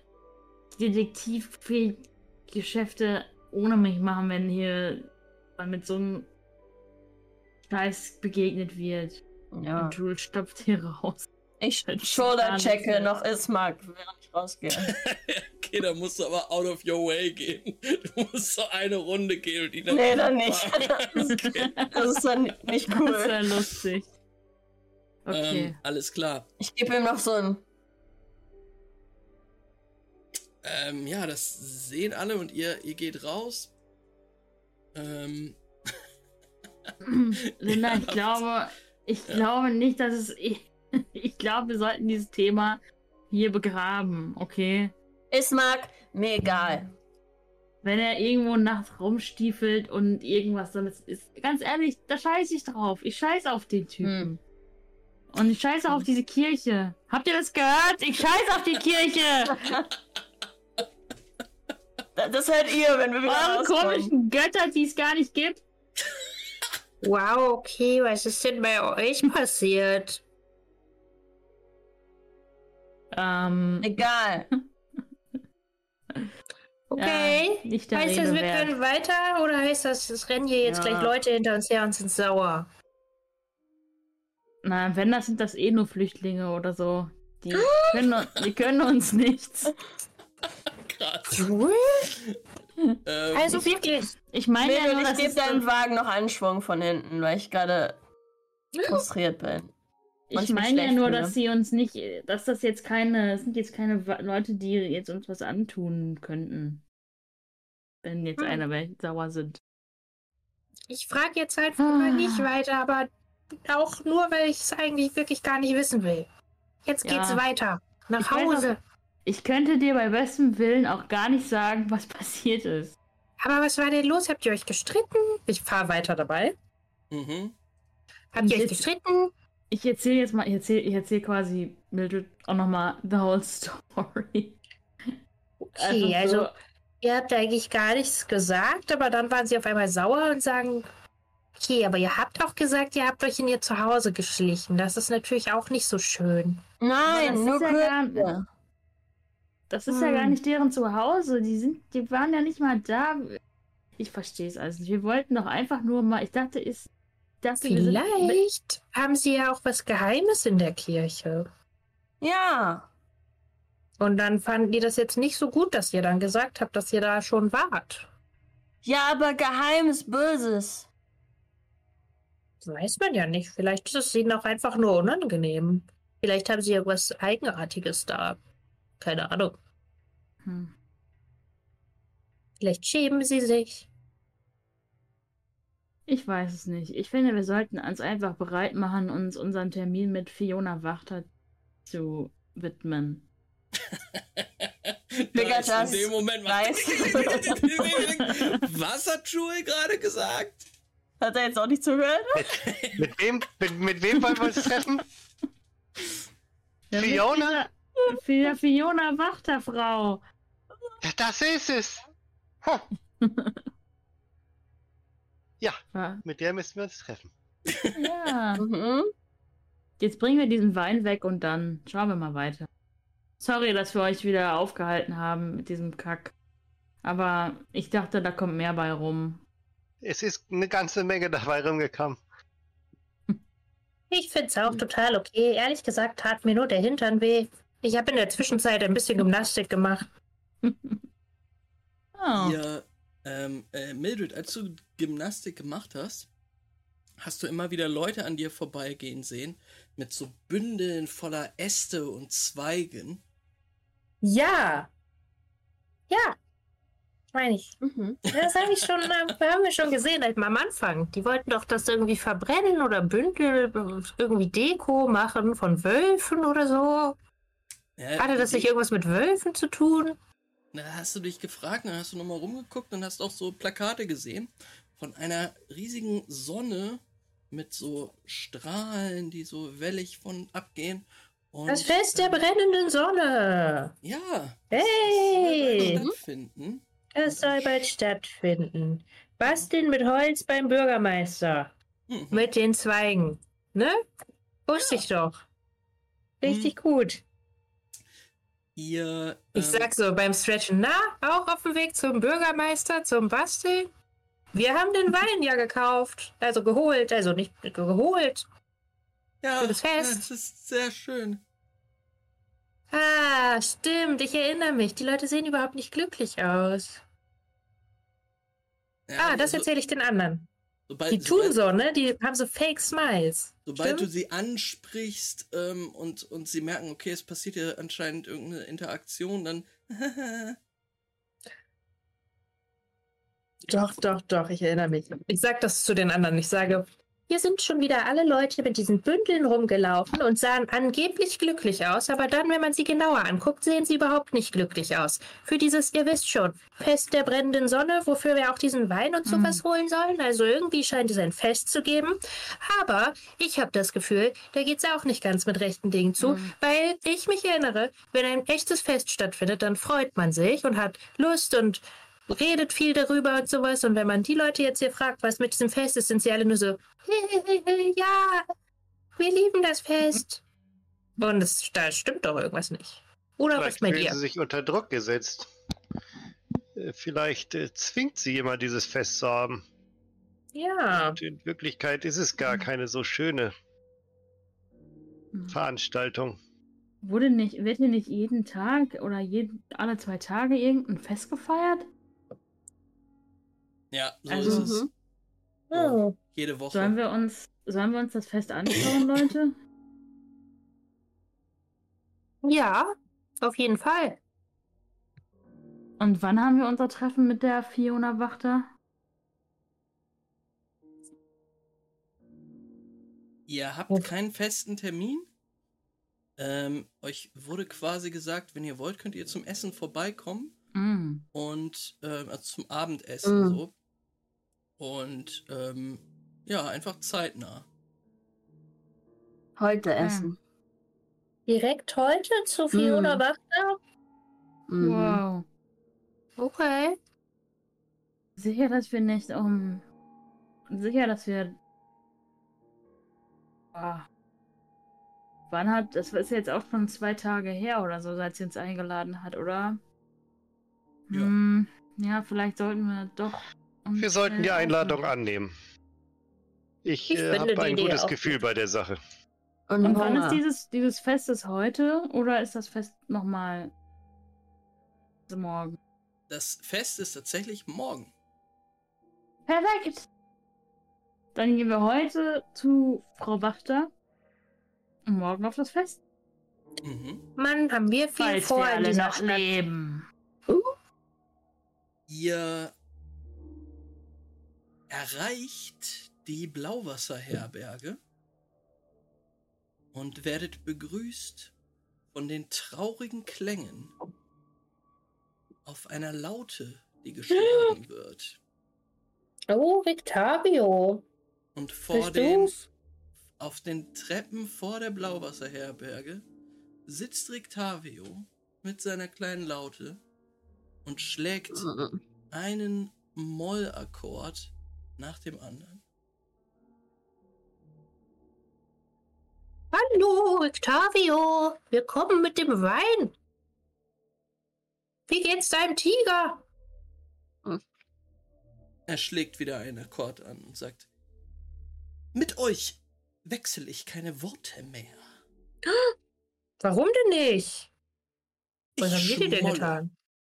Detektivgeschäfte ohne mich machen, wenn hier mit so einem Scheiß begegnet wird. Ja. Und Jules stopft hier raus. Ich Shoulder-checke noch Ismark, während ich rausgehe. Okay, da musst du aber out of your way gehen. Du musst so eine Runde gehen und ihn dann... Nee, dann nicht. Okay. Das ist dann nicht cool. Das ist ja lustig. Okay. Alles klar. Ich gebe ihm noch so ein... Ja, das sehen alle und ihr geht raus. Linda, ich glaube nicht, dass es... Ich glaube, wir sollten dieses Thema hier begraben, okay? Ismark, mir egal. Wenn er irgendwo nachts rumstiefelt und irgendwas damit ist, ganz ehrlich, da scheiße ich drauf. Ich scheiße auf den Typen. Und ich scheiße auf diese Kirche. Habt ihr das gehört? Ich scheiße auf die Kirche! Das hört ihr, wenn wir wieder Eure rauskommen. komischen Götter, die es gar nicht gibt. Wow, okay, was ist denn bei euch passiert? Egal. Okay. Ja, nicht der Heißt das, Rede wir wert. können weiter oder heißt das, es rennen hier jetzt gleich Leute hinter uns her und sind sauer? Na, wenn das sind das eh nur Flüchtlinge oder so. Die können uns nichts. Krass. Also wirklich. Ich meine ja nur, Ich dass gebe es deinem Wagen noch einen Schwung von hinten, weil ich gerade frustriert bin. Und ich mich meine ja schlecht nur, fühle. dass sie uns nicht, dass das jetzt sind jetzt keine Leute, die jetzt uns was antun könnten. Wenn jetzt einer sauer sind. Ich frage jetzt halt mal nicht weiter, aber auch nur, weil ich es eigentlich wirklich gar nicht wissen will. Jetzt geht's weiter. Nach Hause. Ich könnte dir bei bestem Willen auch gar nicht sagen, was passiert ist. Aber was war denn los? Habt ihr euch gestritten? Ich fahre weiter dabei. Mhm. Habt ihr euch gestritten? Ich erzähle jetzt mal, ich erzähle quasi Mildred auch nochmal the whole story. Okay, also ihr habt eigentlich gar nichts gesagt, aber dann waren sie auf einmal sauer und sagen, okay, aber ihr habt auch gesagt, ihr habt euch in ihr Zuhause geschlichen. Das ist natürlich auch nicht so schön. Nein, nur Kürze. Das ist ja gar nicht deren Zuhause. Die waren ja nicht mal da. Ich verstehe es also nicht. Wir wollten doch einfach nur mal. Ich dachte, vielleicht haben sie ja auch was Geheimes in der Kirche. Ja. Und dann fanden die das jetzt nicht so gut, dass ihr dann gesagt habt, dass ihr da schon wart. Ja, aber Geheimes Böses. Das weiß man ja nicht. Vielleicht ist es ihnen auch einfach nur unangenehm. Vielleicht haben sie ja was Eigenartiges da. Keine Ahnung. Vielleicht schämen sie sich. Ich weiß es nicht. Ich finde, wir sollten uns einfach bereit machen, uns unseren Termin mit Fiona Wachter zu widmen. Nice, in dem Moment was hat Jewel gerade gesagt? Hat er jetzt auch nicht zugehört? Mit wem wollen wir uns treffen? Ja, Fiona? Fiona Wachter, Frau. Das ist es. Huh. Ja, mit der müssen wir uns treffen. Ja. Jetzt bringen wir diesen Wein weg und dann schauen wir mal weiter. Sorry, dass wir euch wieder aufgehalten haben mit diesem Kack. Aber ich dachte, da kommt mehr bei rum. Es ist eine ganze Menge dabei rumgekommen. Ich find's auch total okay. Ehrlich gesagt tat mir nur der Hintern weh. Ich habe in der Zwischenzeit ein bisschen Gymnastik gemacht. Ja, Mildred, als du Gymnastik gemacht hast, hast du immer wieder Leute an dir vorbeigehen sehen mit so Bündeln voller Äste und Zweigen. Ja. Ja. Meine ich. Mhm. Das habe ich schon, haben wir schon gesehen am Anfang. Die wollten doch das irgendwie verbrennen oder Bündel, irgendwie Deko machen von Wölfen oder so. Hatte das nicht irgendwas mit Wölfen zu tun? Da hast du dich gefragt, dann hast du nochmal rumgeguckt und hast auch so Plakate gesehen von einer riesigen Sonne mit so Strahlen, die so wellig von abgehen. Und, Das Fest der brennenden Sonne. Ja. Hey! Das soll bald stattfinden. Es soll bald stattfinden. Basteln mit Holz beim Bürgermeister. Mhm. Mit den Zweigen. Ne? Wusste ich doch. Richtig gut. Ihr, Ich sag so beim Stretchen, na, auch auf dem Weg zum Bürgermeister, zum Basteln? Wir haben den Wein ja gekauft. Also geholt, also nicht geholt. ja, für das Fest. Das ist sehr schön. Ah, stimmt, ich erinnere mich. Die Leute sehen überhaupt nicht glücklich aus. Ja, Das erzähle ich den anderen. sobald, Die tun so, ne? Die haben so Fake Smiles. Sobald du Stimmt? sie ansprichst und sie merken, okay, es passiert ja anscheinend irgendeine Interaktion, dann Doch, ich erinnere mich. Ich sag das zu den anderen. Ich sage, hier sind schon wieder alle Leute mit diesen Bündeln rumgelaufen und sahen angeblich glücklich aus, aber dann, wenn man sie genauer anguckt, sehen sie überhaupt nicht glücklich aus. Für dieses, ihr wisst schon, Fest der brennenden Sonne, wofür wir auch diesen Wein und sowas holen sollen. Also irgendwie scheint es ein Fest zu geben. Aber ich habe das Gefühl, da geht es auch nicht ganz mit rechten Dingen zu, weil ich mich erinnere, wenn ein echtes Fest stattfindet, dann freut man sich und hat Lust und redet viel darüber und sowas. Und wenn man die Leute jetzt hier fragt, was mit diesem Fest ist, sind sie alle nur so, ja, wir lieben das Fest. Und da stimmt doch irgendwas nicht. Oder was Vielleicht mit fühlen dir? sie sich unter Druck gesetzt. Vielleicht zwingt sie jemand, dieses Fest zu haben. Ja. Und in Wirklichkeit ist es gar keine so schöne Veranstaltung. Wird hier nicht jeden Tag oder alle 2 Tage irgendein Fest gefeiert? ja, so Also- ist es. Oh. Jede Woche. Sollen wir uns das Fest anschauen, Leute? Ja, auf jeden Fall. Und wann haben wir unser Treffen mit der Fiona Wachter? Ihr habt Uff. keinen festen Termin. Euch wurde quasi gesagt, wenn ihr wollt, könnt ihr zum Essen vorbeikommen. Und also zum Abendessen so. Und ja, einfach zeitnah. Heute essen. Direkt heute zu Fiona Wachter? Mhm. Wow. Okay. Sicher, dass wir nicht Sicher, dass wir... Das ist jetzt auch schon 2 Tage her oder so, seit sie uns eingeladen hat, oder? Ja. Ja, vielleicht sollten wir doch... Wir sollten die Einladung annehmen. Ich Ich finde habe die ein Idee gutes auch Gefühl bei der Sache. Und wann Hunger. ist dieses Fest ist heute oder ist das Fest nochmal morgen? Das Fest ist tatsächlich morgen. Perfekt! Dann gehen wir heute zu Frau Wachter und morgen auf das Fest. Mhm. Mann, haben wir viel Falls vor wir in alle dieser noch Stadt. leben. Ihr erreicht die Blauwasserherberge und werdet begrüßt von den traurigen Klängen auf einer Laute, die geschlagen wird. Oh, Victavio. Und Bist auf den Treppen vor der Blauwasserherberge sitzt Rictavio mit seiner kleinen Laute und schlägt einen Mollakkord nach dem anderen. Hallo, Victavio. Wir kommen mit dem Wein. Wie geht's deinem Tiger? Er schlägt wieder einen Akkord an und sagt: Mit euch wechsle ich keine Worte mehr. Warum denn nicht? Was haben wir dir denn schmolle. getan?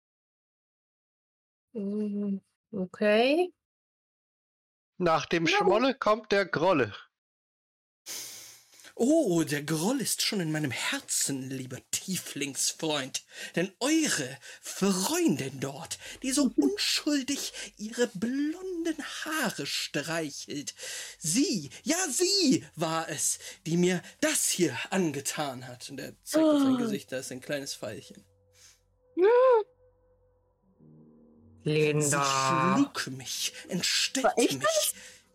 Okay. Nach dem Schmolle kommt der Grolle. Oh, der Groll ist schon in meinem Herzen, lieber Tieflingsfreund. Denn eure Freundin dort, die so unschuldig ihre blonden Haare streichelt, sie war es, die mir das hier angetan hat. Und er zeigt auf sein Gesicht, da ist ein kleines Pfeilchen. Linda. Sie schlug mich, entstellte War ich mich.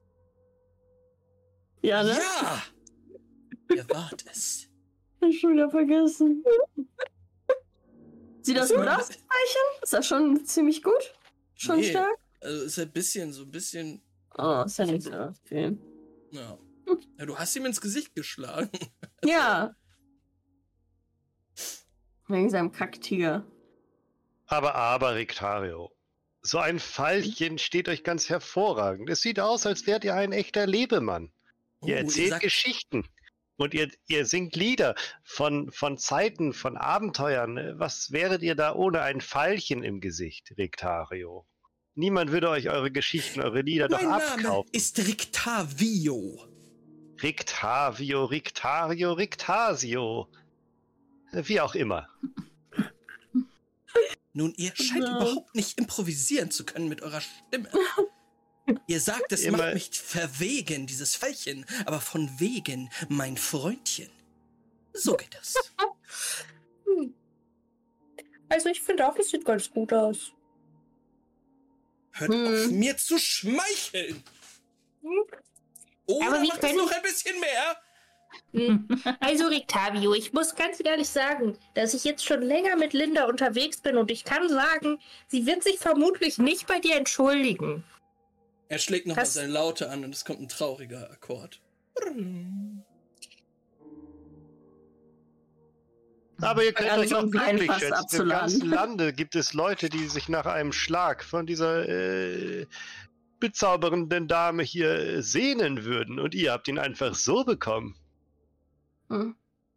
Ja, ne? Ja! Ihr wart es. Hab ich schon wieder vergessen. Sieht das gut aus, das Zeichen? Ist das schon ziemlich gut? Schon Nee, stark? Also ist ein bisschen. Oh, ist ja nicht so viel. Ja. Ja, du hast ihm ins Gesicht geschlagen. Ja. Wegen seinem Kacktiger. Aber, Rictario, so ein Pfeilchen steht euch ganz hervorragend. Es sieht aus, als wärt ihr ein echter Lebemann. Ihr erzählt Geschichten und ihr singt Lieder von Zeiten, von Abenteuern. Was wäret ihr da ohne ein Pfeilchen im Gesicht, Rictario? Niemand würde euch eure Geschichten, eure Lieder doch abkaufen. Mein Name ist Rictavio. Rictavio, Rictario, Rictasio. Wie auch immer. Nun, ihr scheint überhaupt nicht improvisieren zu können mit eurer Stimme. Ihr sagt, es macht mich verwegen, dieses Pfeilchen, aber von wegen mein Freundchen. So geht das. Also ich finde auch, es sieht ganz gut aus. Hört auf, mir zu schmeicheln. Oder Aber wie macht es können- noch ein bisschen mehr? Also Rictavio, ich muss ganz ehrlich sagen, dass ich jetzt schon länger mit Linda unterwegs bin und ich kann sagen, sie wird sich vermutlich nicht bei dir entschuldigen. Er schlägt nochmal Das- seine Laute an und es kommt ein trauriger Akkord. Aber ihr könnt Also euch auch ein glücklich Fass schätzen. Im abzuladen. ganzen Lande gibt es Leute, die sich nach einem Schlag von dieser bezaubernden Dame hier sehnen würden. Und ihr habt ihn einfach so bekommen. Hm.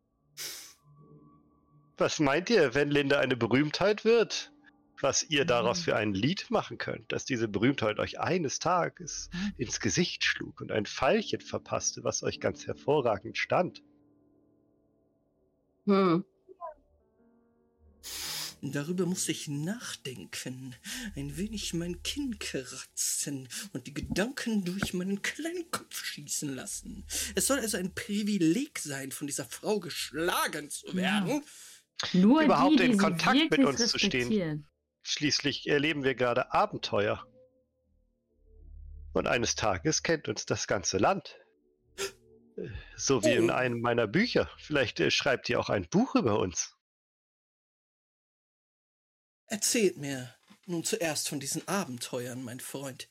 Was meint ihr, wenn Linda eine Berühmtheit wird? Was ihr daraus für ein Lied machen könnt, dass diese Berühmtheit euch eines Tages ins Gesicht schlug und ein Pfeilchen verpasste, was euch ganz hervorragend stand. Hm. Darüber musste ich nachdenken, ein wenig mein Kinn kratzen und die Gedanken durch meinen kleinen Kopf schießen lassen. Es soll also ein Privileg sein, von dieser Frau geschlagen zu werden. Nur Überhaupt die in sie Kontakt mit wirklich uns zu stehen. respektieren. Schließlich erleben wir gerade Abenteuer. Und eines Tages kennt uns das ganze Land. So wie in einem meiner Bücher. Vielleicht schreibt ihr auch ein Buch über uns. Erzählt mir nun zuerst von diesen Abenteuern, mein Freund.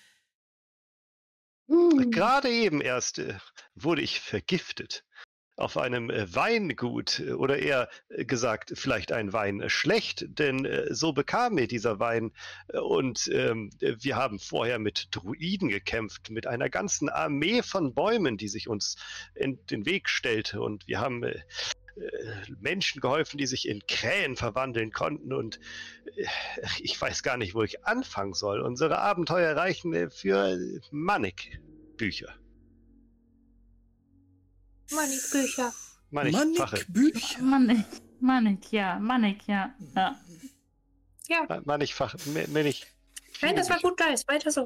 Gerade eben erst wurde ich vergiftet. Auf einem Weingut, oder eher gesagt, vielleicht ein Wein schlecht, denn so bekam mir dieser Wein. Und wir haben vorher mit Druiden gekämpft, mit einer ganzen Armee von Bäumen, die sich uns in den Weg stellte. Und wir haben Menschen geholfen, die sich in Krähen verwandeln konnten. Und ich weiß gar nicht, wo ich anfangen soll. Unsere Abenteuer reichen für Manik-Bücher. Manikbücher. Mannigfache. Bücher. Manik, ja. Ja. Ja, Mannigfache. nein, das war gut, Geist. Weiter so.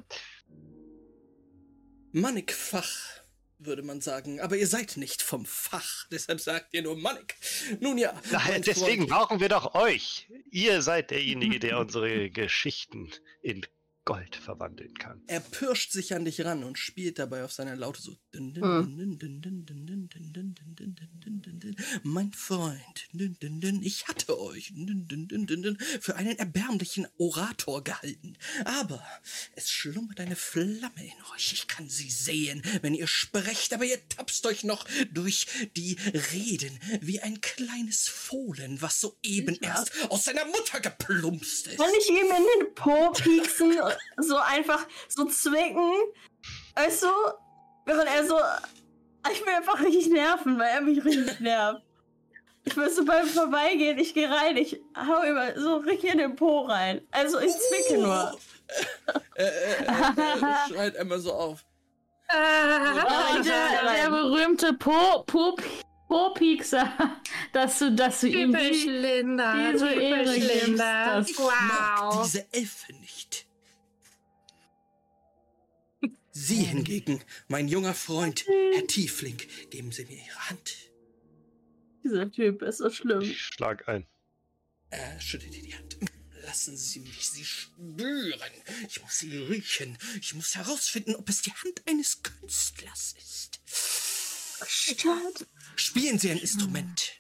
Mannigfach, würde man sagen. Aber ihr seid nicht vom Fach, deshalb sagt ihr nur Mannig. Nun ja. Nein, deswegen brauchen wir doch euch. Ihr seid derjenige, der unsere Geschichten in Gold verwandeln kann. Er pirscht sich an dich ran und spielt dabei auf seiner Laute so. Mein Freund, ich hatte euch für einen erbärmlichen Orator gehalten. Aber es schlummert eine Flamme in euch. Ich kann sie sehen, wenn ihr sprecht, aber ihr tapst euch noch durch die Reden wie ein kleines Fohlen, was soeben erst aus seiner Mutter geplumpst ist. Kann ich ihm in den Po pieksen, so einfach so zwicken? Weißt du, während er so... Ich will einfach richtig nerven, weil er mich richtig nervt. Ich will so beim Vorbeigehen, ich gehe rein, ich hau immer so richtig in den Po rein. Also ich zwicke nur. Er schreit einmal so auf. Der berühmte Po-Piekser, dass du ihm Linda, diese Ehre gibst. Linda. Das- Ich mag Wow. diese Elfe nicht. Sie hingegen, mein junger Freund, Herr Tiefling, geben Sie mir Ihre Hand. Dieser Typ ist so schlimm. Ich schlag ein. Schüttet ihr die Hand. Lassen Sie mich sie spüren. Ich muss sie riechen. Ich muss herausfinden, ob es die Hand eines Künstlers ist. Statt. Spielen Sie ein Instrument.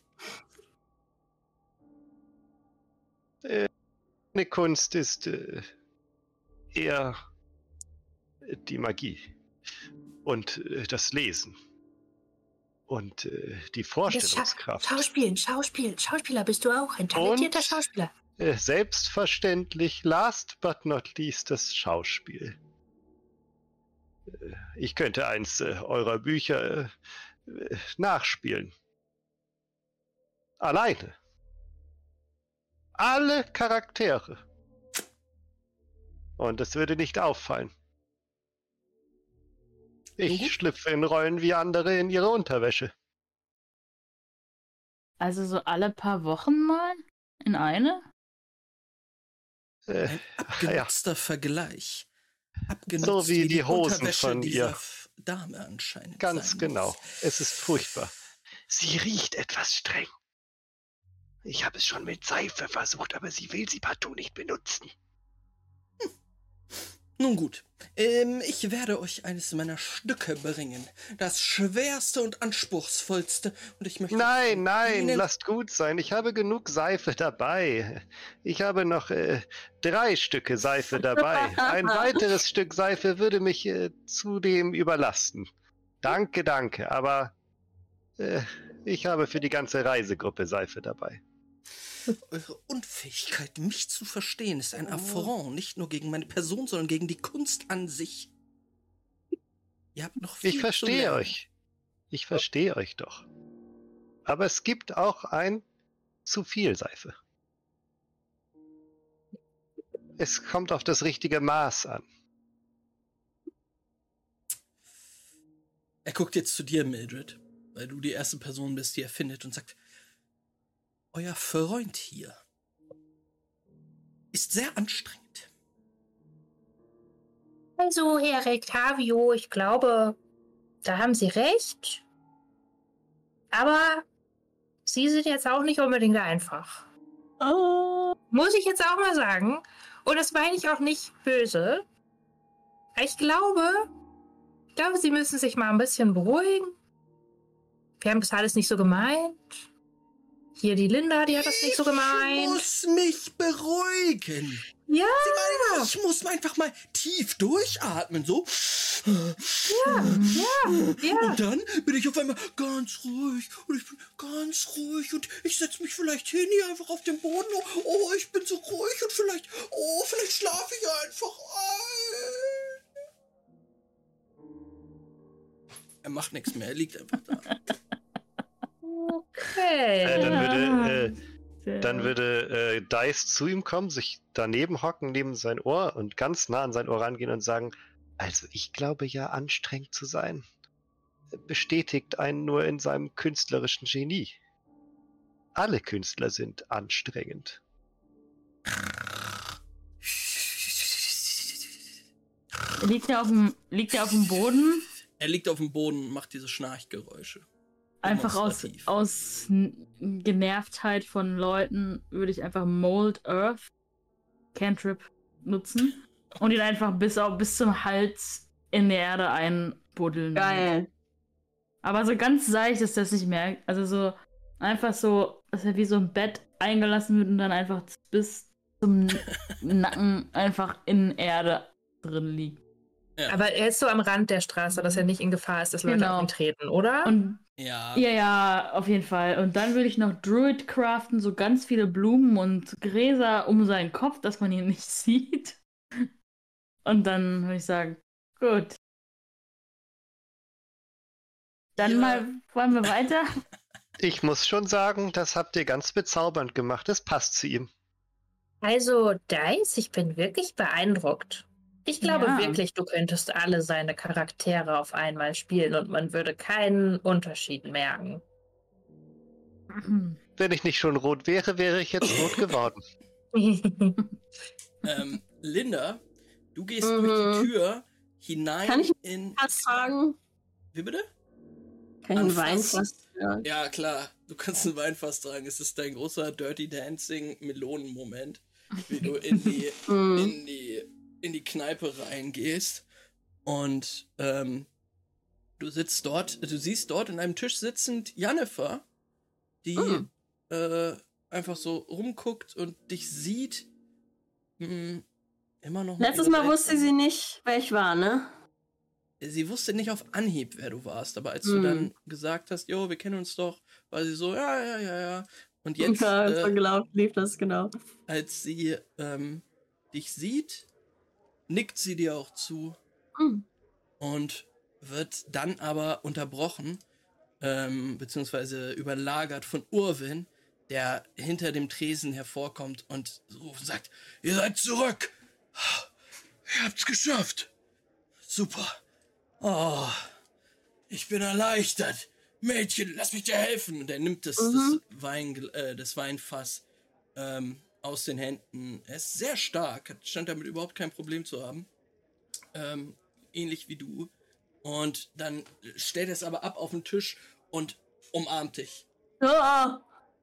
Eine Kunst ist eher die Magie und das Lesen und die Vorstellungskraft. Schauspieler bist du auch. Ein talentierter Und? Schauspieler. Selbstverständlich, last but not least, das Schauspiel. Ich könnte eins eurer Bücher nachspielen. Alleine. Alle Charaktere. Und es würde nicht auffallen. Ich schlüpfe in Rollen wie andere in ihre Unterwäsche. Also so alle paar Wochen mal? In eine? Ein abgenutzter Vergleich. Abgenutzt So wie die Hosen Unterwäsche von dieser ihr. Dame anscheinend. Ganz sein genau. muss. Es ist furchtbar. Sie riecht etwas streng. Ich habe es schon mit Seife versucht, aber sie will sie partout nicht benutzen. Nun gut, ich werde euch eines meiner Stücke bringen. Das schwerste und anspruchsvollste. Und ich möchte... Nein, Ihnen- lasst gut sein. Ich habe genug Seife dabei. Ich habe noch 3 Stücke Seife dabei. Ein weiteres Stück Seife würde mich zudem überlasten. Danke, aber ich habe für die ganze Reisegruppe Seife dabei. Eure Unfähigkeit, mich zu verstehen, ist ein Affront, nicht nur gegen meine Person, sondern gegen die Kunst an sich. Ihr habt noch viel Ich zu verstehe lernen. euch. Ich verstehe euch doch. Aber es gibt auch ein zu viel Seife. Es kommt auf das richtige Maß an. Er guckt jetzt zu dir, Mildred, weil du die erste Person bist, die er findet und sagt, euer Freund hier ist sehr anstrengend. Also, Herr Rectavio, ich glaube, da haben Sie recht. Aber Sie sind jetzt auch nicht unbedingt einfach. Muss ich jetzt auch mal sagen. Und das meine ich auch nicht böse. Ich glaube, Sie müssen sich mal ein bisschen beruhigen. Wir haben das alles nicht so gemeint. Hier die Linda, die hat das nicht so Ich gemeint. muss mich beruhigen. Ja, Ich muss einfach mal tief durchatmen, so. ja. Und dann bin ich auf einmal ganz ruhig. Und ich bin ganz ruhig. Und ich setze mich vielleicht hin hier einfach auf den Boden. Oh, ich bin so ruhig. Und vielleicht schlafe ich einfach ein. Er macht nichts mehr. Er liegt einfach da. Okay. Dann würde Dice zu ihm kommen, sich daneben hocken, neben sein Ohr und ganz nah an sein Ohr rangehen und sagen, also ich glaube ja, anstrengend zu sein bestätigt einen nur in seinem künstlerischen Genie. Alle Künstler sind anstrengend. Liegt er auf dem Boden? Er liegt auf dem Boden und macht diese Schnarchgeräusche. Einfach Demonstrativ. aus Genervtheit von Leuten würde ich einfach Mold Earth Cantrip nutzen und ihn einfach bis zum Hals in der Erde einbuddeln. Geil. Aber so ganz seicht, dass das nicht merkt. Also so einfach so, dass er wie so ein Bett eingelassen wird und dann einfach bis zum Nacken einfach in Erde drin liegt. Ja. Aber er ist so am Rand der Straße, dass er nicht in Gefahr ist, dass Leute Genau. auf ihn treten, oder? Und Ja. ja, auf jeden Fall. Und dann würde ich noch Druid craften, so ganz viele Blumen und Gräser um seinen Kopf, dass man ihn nicht sieht. Und dann würde ich sagen, gut. Dann Ja. mal, wollen wir weiter? Ich muss schon sagen, das habt ihr ganz bezaubernd gemacht. Das passt zu ihm. Also, Dice, ich bin wirklich beeindruckt. Ich glaube Ja. wirklich, du könntest alle seine Charaktere auf einmal spielen und man würde keinen Unterschied merken. Wenn ich nicht schon rot wäre, wäre ich jetzt rot geworden. Linda, du gehst durch die Tür hinein Kann ich in... Was sagen? Wie bitte? Kann ich einen Wein fast hören? Ja, klar. Du kannst einen Weinfass tragen. Es ist dein großer Dirty Dancing Melonen-Moment, wie du in die Kneipe reingehst. Und du siehst dort an einem Tisch sitzend Jennifer, die einfach so rumguckt und dich sieht. Immer noch. Letztes Mal wusste sie nicht, wer ich war, ne? Sie wusste nicht auf Anhieb, wer du warst, aber als du dann gesagt hast, jo, wir kennen uns doch, war sie so, ja. Und jetzt, Ja, so gelaufen lief das, genau. als sie dich sieht, nickt sie dir auch zu und wird dann aber unterbrochen, beziehungsweise überlagert von Urwin, der hinter dem Tresen hervorkommt und so sagt, ihr seid zurück! Ihr habt's geschafft! Super! Oh, ich bin erleichtert. Mädchen, lass mich dir helfen. Und er nimmt das Weinfass aus den Händen. Er ist sehr stark, scheint damit überhaupt kein Problem zu haben. Ähnlich wie du. Und dann stellt er es aber ab auf den Tisch und umarmt dich. Oh.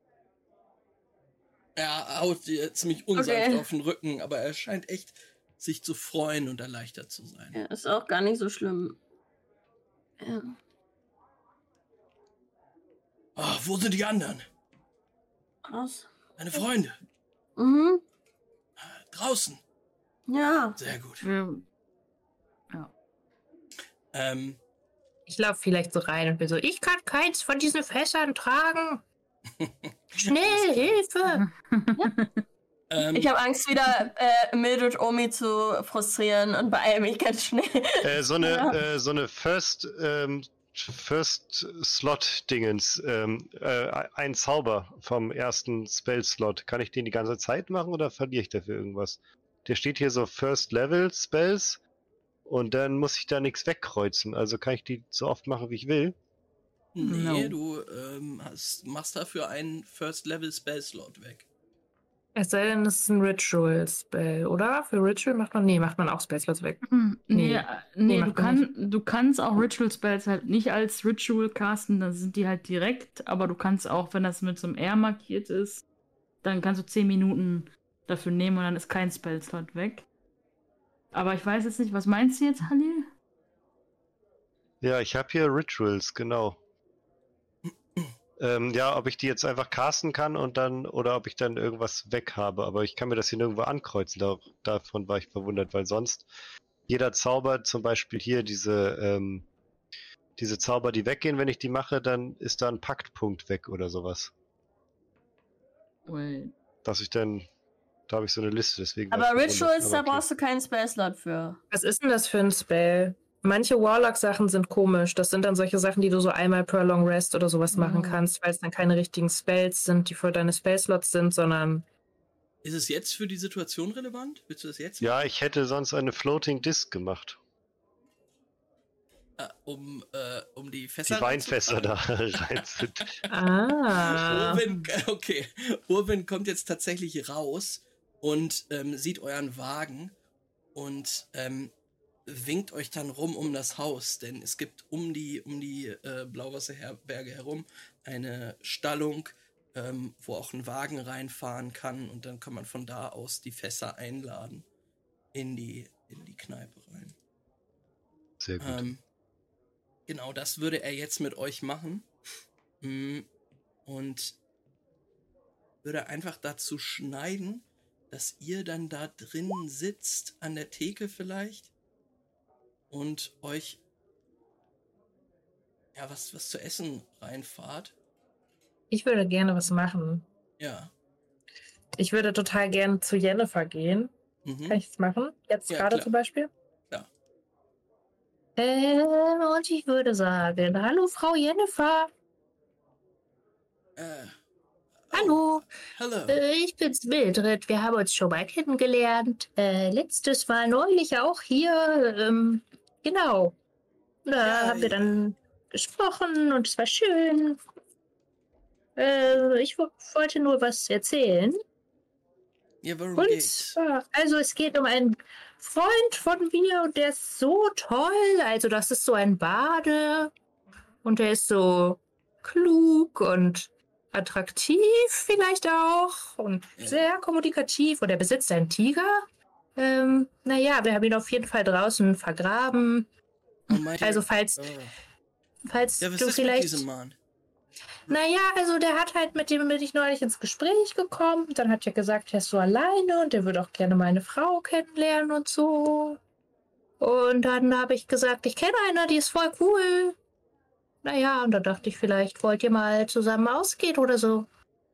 Er haut dir ziemlich unsanft auf den Rücken, aber er scheint echt sich zu freuen und erleichtert zu sein. Ja, ist auch gar nicht so schlimm. Ja. Oh, wo sind die anderen? Krass. Deine Freunde? Mhm. Draußen? Ja. Sehr gut. Ja. Ich laufe vielleicht so rein und bin so, ich kann keins von diesen Fässern tragen. Schnell, Hilfe! Ich habe Angst, wieder Mildred Omi zu frustrieren und beeile mich ganz schnell. So eine First-Slot-Dingens, ein Zauber vom ersten Spell-Slot. Kann ich den die ganze Zeit machen oder verliere ich dafür irgendwas? Der steht hier so First-Level-Spells und dann muss ich da nichts wegkreuzen. Also kann ich die so oft machen, wie ich will. Nee, du machst dafür einen First-Level-Spell-Slot weg. Es sei denn, es ist ein Ritual-Spell, oder? Für Ritual macht man auch Spell-Slots weg. Nee, macht man du kannst auch Ritual-Spells halt nicht als Ritual casten, dann sind die halt direkt, aber du kannst auch, wenn das mit so einem R markiert ist, dann kannst du 10 Minuten dafür nehmen und dann ist kein Spell-Slot weg. Aber ich weiß jetzt nicht, was meinst du jetzt, Halil? Ja, ich habe hier Rituals, genau. Ja, ob ich die jetzt einfach casten kann und dann, oder ob ich dann irgendwas weg habe, aber ich kann mir das hier nirgendwo ankreuzen, davon war ich verwundert, weil sonst jeder Zauber, zum Beispiel hier diese Zauber, die weggehen, wenn ich die mache, dann ist da ein Paktpunkt weg oder sowas. Wait. Dass ich dann, da habe ich so eine Liste, deswegen. Aber war ich Rituals, verwundert, da aber okay. brauchst du keinen Spell-Slot für. Was ist denn das für ein Spell? Manche Warlock-Sachen sind komisch. Das sind dann solche Sachen, die du so einmal per Long Rest oder sowas machen kannst, weil es dann keine richtigen Spells sind, die für deine Spell-Slots sind, sondern... Ist es jetzt für die Situation relevant? Willst du das jetzt Ja, ich hätte sonst eine Floating Disc gemacht. um die Fässer Die Weinfässer da reinzutragen. Urwin kommt jetzt tatsächlich raus und sieht euren Wagen und winkt euch dann rum um das Haus, denn es gibt um die Blauwasserherberge herum eine Stallung, wo auch ein Wagen reinfahren kann und dann kann man von da aus die Fässer einladen in die Kneipe rein. Sehr gut. Genau, das würde er jetzt mit euch machen und würde einfach dazu schneiden, dass ihr dann da drin sitzt, an der Theke vielleicht, und euch was zu essen reinfahrt. Ich würde gerne was machen. Ja. Ich würde total gerne zu Jennifer gehen. Kann ich das machen? Jetzt Ja, gerade klar. zum Beispiel? Ja. Und ich würde sagen, hallo Frau Jennifer. Hallo, Hello. ich bin's Mildred. Wir haben uns schon mal kennengelernt. Letztes Mal neulich auch hier. Genau. Da Ja, haben wir ja. dann gesprochen und es war schön. Ich wollte nur was erzählen. Ja, worum Und geht's? zwar, also es geht um einen Freund von mir und der ist so toll. Also das ist so ein Bade und der ist so klug und attraktiv vielleicht auch und Ja. sehr kommunikativ und er besitzt einen Tiger. Naja, wir haben ihn auf jeden Fall draußen vergraben. Oh, meint ihr- Also falls Oh. du Ja, was ist mit vielleicht... diesem Mann? Naja, also der hat halt mit dem bin ich neulich ins Gespräch gekommen. Dann hat er gesagt, er ist so alleine und er würde auch gerne meine Frau kennenlernen und so. Und dann habe ich gesagt, ich kenne eine, die ist voll cool. Naja, und dann dachte ich, vielleicht wollt ihr mal zusammen ausgehen oder so.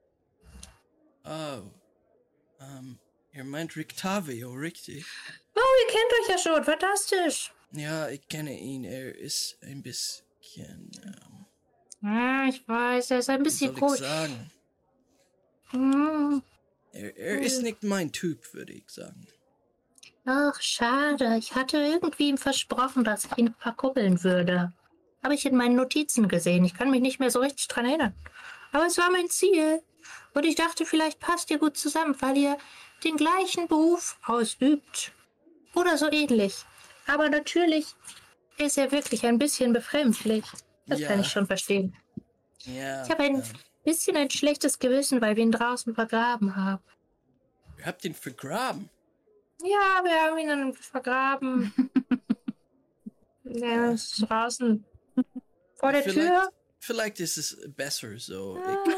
Oh. Ihr meint Rictavio, richtig? Oh, ihr kennt euch ja schon, fantastisch. Ja, ich kenne ihn. Er ist ein bisschen, Ja, ich weiß, er ist ein wie bisschen soll ich komisch. sagen? Hm. Er ist nicht mein Typ, würde ich sagen. Ach, schade. Ich hatte irgendwie ihm versprochen, dass ich ihn verkuppeln würde. Habe ich in meinen Notizen gesehen. Ich kann mich nicht mehr so richtig dran erinnern. Aber es war mein Ziel. Und ich dachte, vielleicht passt ihr gut zusammen, weil ihr den gleichen Beruf ausübt. Oder so ähnlich. Aber natürlich ist er wirklich ein bisschen befremdlich. Das kann Ja. ich schon verstehen. Ja. Ich habe ein bisschen ein schlechtes Gewissen, weil wir ihn draußen vergraben haben. Ihr habt ihn vergraben. Ja, wir haben ihn dann vergraben. Er ist draußen vor der Tür. Vielleicht ist es besser so.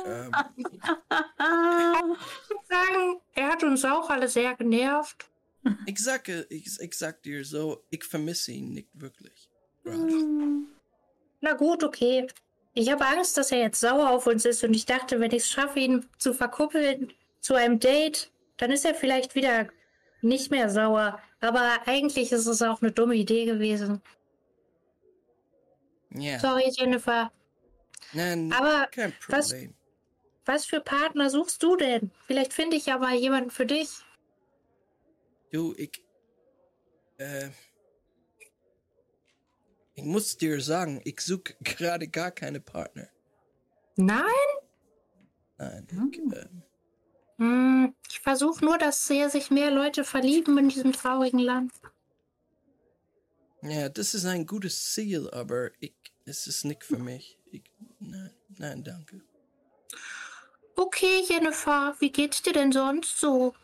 Ich muss sagen, er hat uns auch alle sehr genervt. Ich sag dir so, ich vermisse ihn nicht wirklich. Gerade. Na gut, okay. Ich habe Angst, dass er jetzt sauer auf uns ist und ich dachte, wenn ich es schaffe, ihn zu verkuppeln zu einem Date, dann ist er vielleicht wieder nicht mehr sauer. Aber eigentlich ist es auch eine dumme Idee gewesen. Ja. Sorry, Jennifer. Nein, Aber kein was- Problem. Was für Partner suchst du denn? Vielleicht finde ich ja mal jemanden für dich. Du, ich muss dir sagen, ich suche gerade gar keine Partner. Nein? Nein, Ich versuche nur, dass sich mehr Leute verlieben in diesem traurigen Land. ja, das ist ein gutes Ziel, aber es ist nicht für mich. Nein, danke. Okay, Jennifer, wie geht's dir denn sonst so?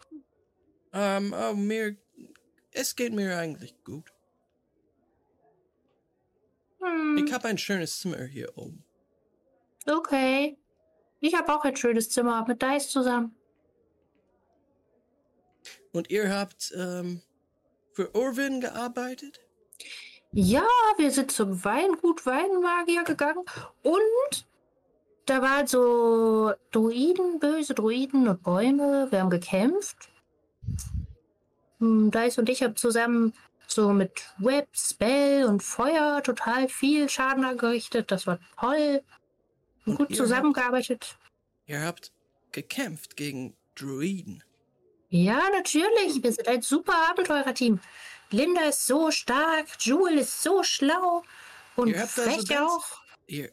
Es geht mir eigentlich gut. Hm, Ich habe ein schönes Zimmer hier oben. okay. Ich habe auch ein schönes Zimmer mit Dice zusammen. Und ihr habt, für Orvin gearbeitet? Ja, wir sind zum Weingut Weinmagier gegangen und da waren so Druiden, böse Druiden und Bäume. Wir haben gekämpft. Dice und ich haben zusammen so mit Web, Spell und Feuer total viel Schaden angerichtet. Das war toll. Und Und gut ihr zusammengearbeitet. Ihr habt gekämpft gegen Druiden. Ja, natürlich. Wir sind ein super Abenteurerteam. Linda ist so stark, Jewel ist so schlau und Ihr habt also frech ganz- auch. Ihr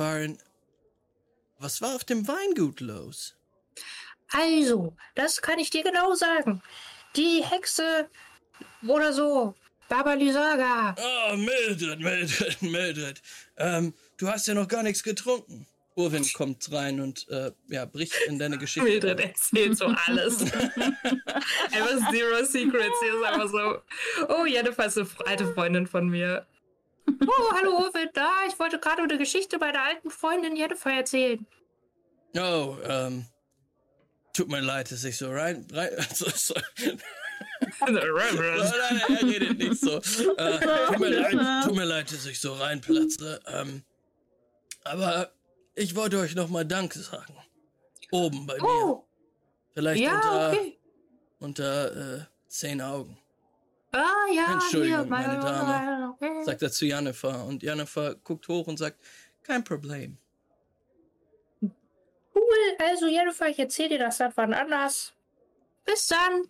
was war auf dem Weingut los? Also, das kann ich dir genau sagen. Die Hexe oder so, Baba Lysaga. Oh, Mildred. Du hast ja noch gar nichts getrunken. Orvin kommt rein und bricht in deine Geschichte. Mildred erzählt so alles. Einfach Zero Secrets. Hier ist einfach so. Oh, Jennifer ist eine alte Freundin von mir. Oh, hallo Orvin. Ich wollte gerade eine Geschichte bei der alten Freundin Jennifer erzählen. Oh, tut mir leid, dass ich so rein so, nein, er redet nicht so. Tut mir leid, dass ich so reinplatze. Aber ich wollte euch noch mal Danke sagen. Oben bei mir. Oh, Vielleicht ja, okay. unter 10 Augen. Ah, ja, Entschuldigung, hier, meine Dame. Okay. Sagt er zu Jennifer. Und Jennifer guckt hoch und sagt, kein Problem. Cool, also Jennifer, ich erzähl dir das dann wann anders. Bis dann.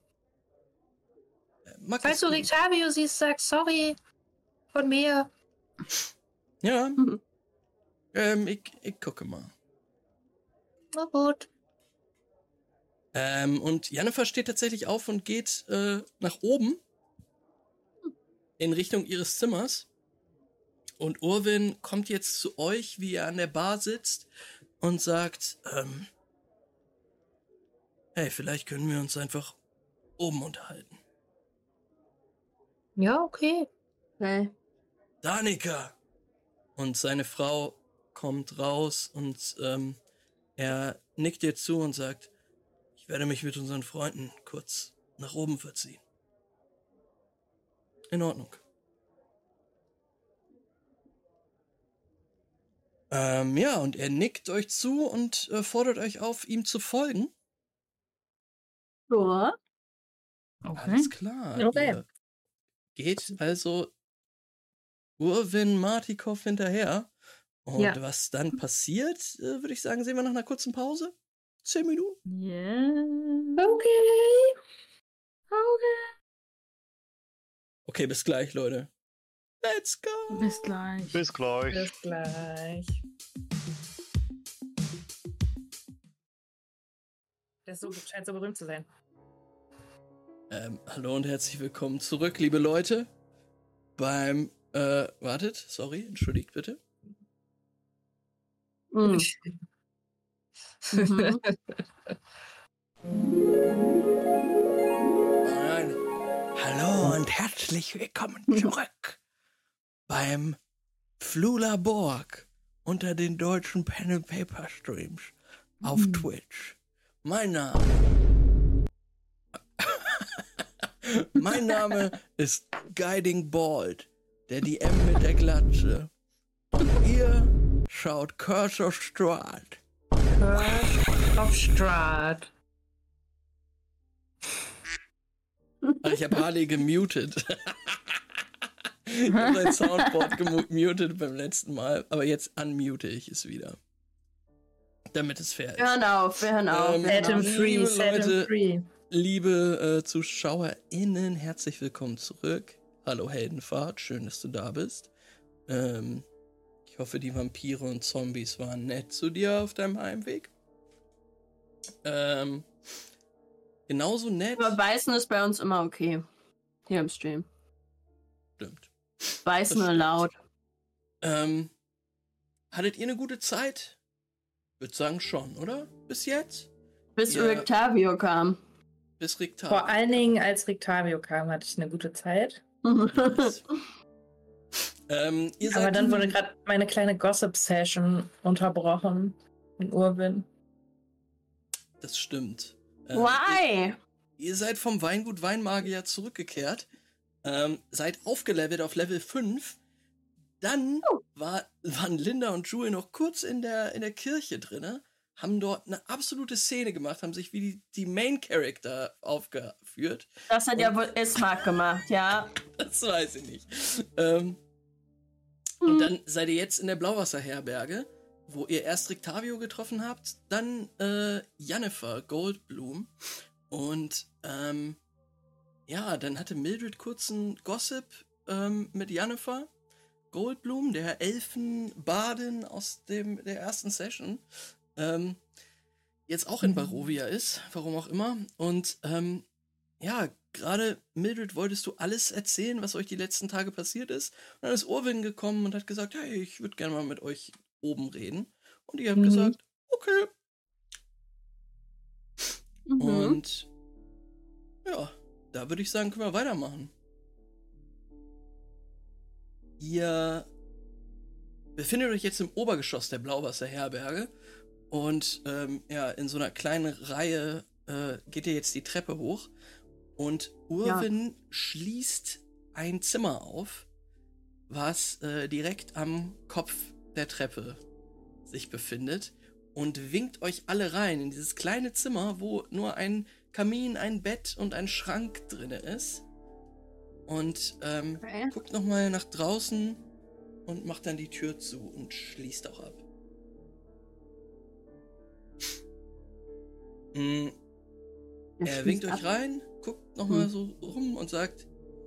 Falls du Rictavio siehst, sag sorry von mir. Ja. Ich gucke mal. Na gut. Und Jennifer steht tatsächlich auf und geht nach oben in Richtung ihres Zimmers. Und Urwin kommt jetzt zu euch, wie er an der Bar sitzt und sagt, hey, vielleicht können wir uns einfach oben unterhalten. Ja, okay. Okay. Danica! Und seine Frau kommt raus und er nickt ihr zu und sagt, ich werde mich mit unseren Freunden kurz nach oben verziehen. In Ordnung. Ja, und er nickt euch zu und fordert euch auf, ihm zu folgen. Ja. Okay. Alles klar. Okay. Ihr geht also Urwin Martikov hinterher. Und Ja. was dann passiert, würde ich sagen, sehen wir nach einer kurzen Pause. 10 Minuten. Yeah. Okay. Okay, bis gleich, Leute. Let's go. Bis gleich. Bis gleich. Bis gleich. Der scheint so berühmt zu sein. Hallo und herzlich willkommen zurück, liebe Leute. Beim, entschuldigt bitte. Mhm. Nein. Hallo und herzlich willkommen zurück beim Flula Borg unter den deutschen Pen and Paper Streams auf Twitch. Mein Name ist Guiding Bald, der DM mit der Glatze. Und ihr schaut Curse of Strahd. Curse of Strahd. Also ich habe Harley gemutet. Ich habe sein Soundboard gemutet beim letzten Mal, aber jetzt unmute ich es wieder. Damit es fair ist. Wir hören auf. Set him free, liebe set him Leute, free. Liebe ZuschauerInnen, herzlich willkommen zurück. Hallo Heldenfahrt, schön, dass du da bist. Ich hoffe, die Vampire und Zombies waren nett zu dir auf deinem Heimweg. Genauso nett. Aber Beißen ist bei uns immer okay. Hier im Stream. Stimmt. Beißen Das nur laut. Hattet ihr eine gute Zeit? Ich würde sagen schon, oder? Bis jetzt? Bis Ja. Rictavio kam. Bis Rictavio. Vor allen Dingen, als Rictavio kam, hatte ich eine gute Zeit. Ihr seid Aber dann wurde gerade meine kleine Gossip-Session unterbrochen in Urwin. Das stimmt. Why? Ihr seid vom Weingut Weinmagier zurückgekehrt. Seid aufgelevelt auf Level 5. Dann waren Linda und Jewel noch kurz in der Kirche drin, haben dort eine absolute Szene gemacht, haben sich wie die Main Character aufgeführt. Das hat ja wohl Ismark gemacht, ja. Das weiß ich nicht. Und dann seid ihr jetzt in der Blauwasserherberge, wo ihr erst Rictavio getroffen habt, dann Jennifer Goldblum. Und ja, dann hatte Mildred kurz einen Gossip mit Jennifer Goldblum, der Elfenbadin aus der ersten Session. Jetzt auch in Barovia ist, warum auch immer. Und ja, gerade Mildred, wolltest du alles erzählen, was euch die letzten Tage passiert ist? Und dann ist Urwin gekommen und hat gesagt, hey, ich würde gerne mal mit euch oben reden. Und ihr habt gesagt, okay. Und ja, da würde ich sagen, können wir weitermachen. Ihr befindet euch jetzt im Obergeschoss der Blauwasserherberge und ja, in so einer kleinen Reihe geht ihr jetzt die Treppe hoch und Urwin schließt ein Zimmer auf, was direkt am Kopf der Treppe sich befindet und winkt euch alle rein in dieses kleine Zimmer, wo nur ein Kamin, ein Bett und ein Schrank drin ist. Und guckt nochmal nach draußen und macht dann die Tür zu und schließt auch ab. Mm, Er winkt euch rein, guckt nochmal so rum und sagt: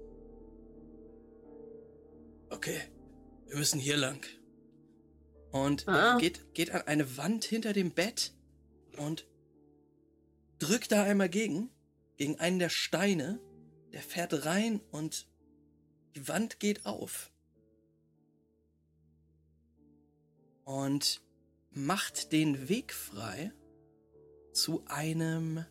Okay, wir müssen hier lang. Und er geht an eine Wand hinter dem Bett und drückt da einmal gegen einen der Steine. Der fährt rein und die Wand geht auf. Und macht den Weg frei zu einer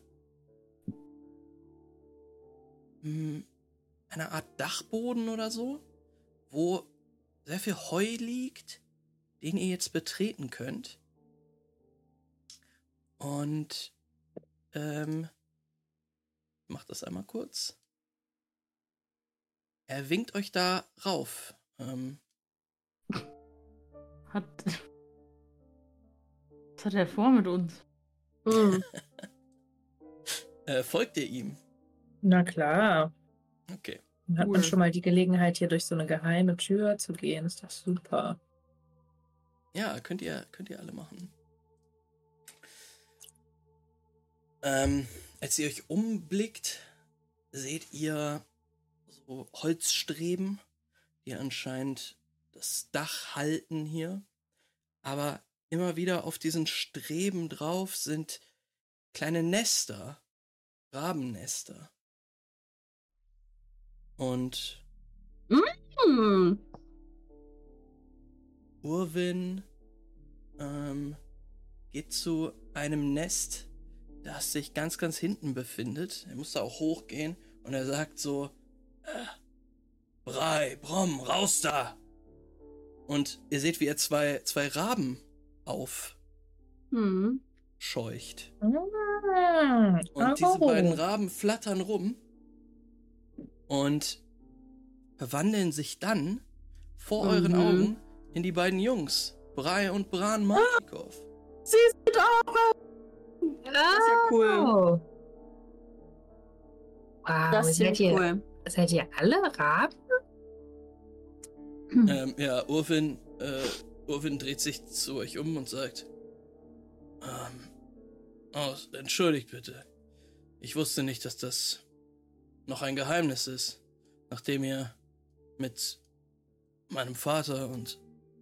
Art Dachboden oder so, wo sehr viel Heu liegt, den ihr jetzt betreten könnt. Und macht das einmal kurz. Er winkt euch da rauf. Was hat er vor mit uns? Folgt ihr ihm? Na klar. Okay. Dann hat man schon mal die Gelegenheit, hier durch so eine geheime Tür zu gehen. Ist doch super. Ja, könnt ihr alle machen. Als ihr euch umblickt, seht ihr so Holzstreben, die anscheinend das Dach halten hier. Aber immer wieder auf diesen Streben drauf sind kleine Nester, Rabennester. Und Urwin geht zu einem Nest, das sich ganz, ganz hinten befindet. Er muss da auch hochgehen und er sagt so: Brei, Brom, raus da! Und ihr seht, wie er zwei Raben aufscheucht. Und diese beiden Raben flattern rum und verwandeln sich dann vor euren Augen in die beiden Jungs, Brei und Bran Markikov. Sie sind auch. Das ist ja cool. Wow, Das ist ziemlich cool. Seid ihr alle Raben? Ja, Urwin dreht sich zu euch um und sagt: entschuldigt bitte. Ich wusste nicht, dass das noch ein Geheimnis ist, nachdem ihr mit meinem Vater und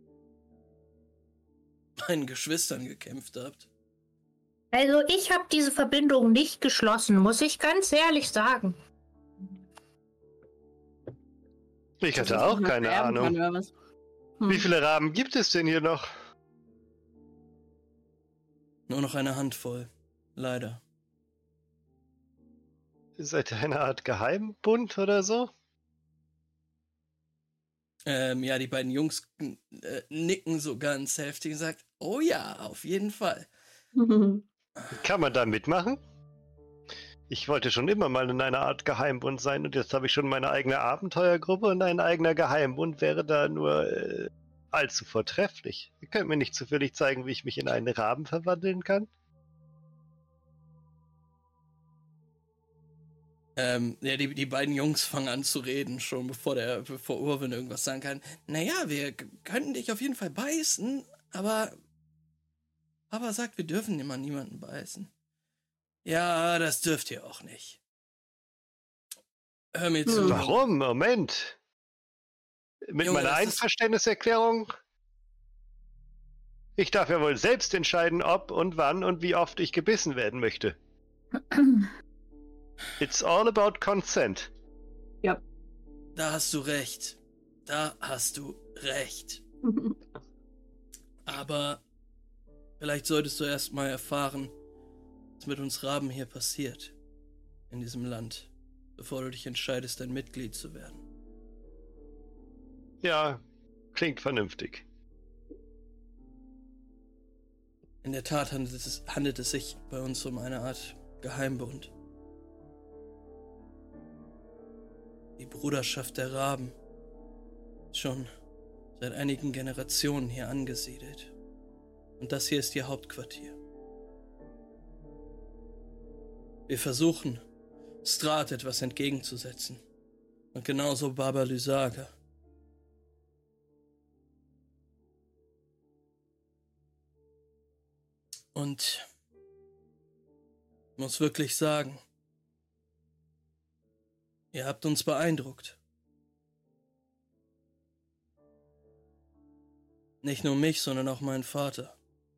meinen Geschwistern gekämpft habt. Also ich habe diese Verbindung nicht geschlossen, muss ich ganz ehrlich sagen. Ich hatte auch keine Ahnung. Wie viele Raben gibt es denn hier noch? Nur noch eine Handvoll. Leider. Seid ihr eine Art Geheimbund oder so? Ja, die beiden Jungs nicken so ganz heftig und sagt: Oh ja, auf jeden Fall. Kann man da mitmachen? Ich wollte schon immer mal in einer Art Geheimbund sein und jetzt habe ich schon meine eigene Abenteuergruppe und ein eigener Geheimbund wäre da nur allzu vortrefflich. Ihr könnt mir nicht zufällig zeigen, wie ich mich in einen Raben verwandeln kann? Ja, die beiden Jungs fangen an zu reden, schon bevor Urwin irgendwas sagen kann. Naja, wir könnten dich auf jeden Fall beißen, aber Papa sagt, wir dürfen immer niemanden beißen. Ja, das dürft ihr auch nicht. Hör mir zu. Warum? Moment. Mit Junge, meiner Einverständniserklärung? Ich darf ja wohl selbst entscheiden, ob und wann und wie oft ich gebissen werden möchte. It's all about consent. Ja. Da hast du recht. Aber vielleicht solltest du erst mal erfahren, was mit uns Raben hier passiert. In diesem Land. Bevor du dich entscheidest, ein Mitglied zu werden. Ja, klingt vernünftig. In der Tat handelt es sich bei uns um eine Art Geheimbund. Die Bruderschaft der Raben ist schon seit einigen Generationen hier angesiedelt. Und das hier ist ihr Hauptquartier. Wir versuchen, Strat etwas entgegenzusetzen. Und genauso Baba Lysaga. Und Muss wirklich sagen, ihr habt uns beeindruckt. Nicht nur mich, sondern auch meinen Vater.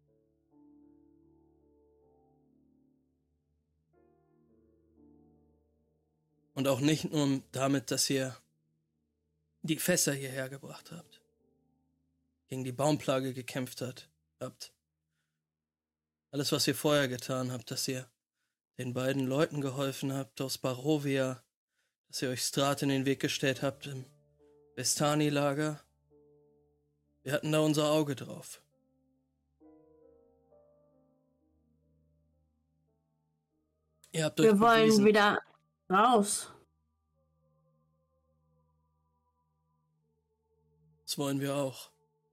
Und auch nicht nur damit, dass ihr die Fässer hierher gebracht habt, gegen die Baumplage gekämpft habt. Alles, was ihr vorher getan habt, dass ihr den beiden Leuten geholfen habt aus Barovia, dass ihr euch Strat in den Weg gestellt habt im Vestani-Lager. Wir hatten da unser Auge drauf. Ihr habt euch Wir wollen bewiesen. wieder raus. Das wollen wir auch.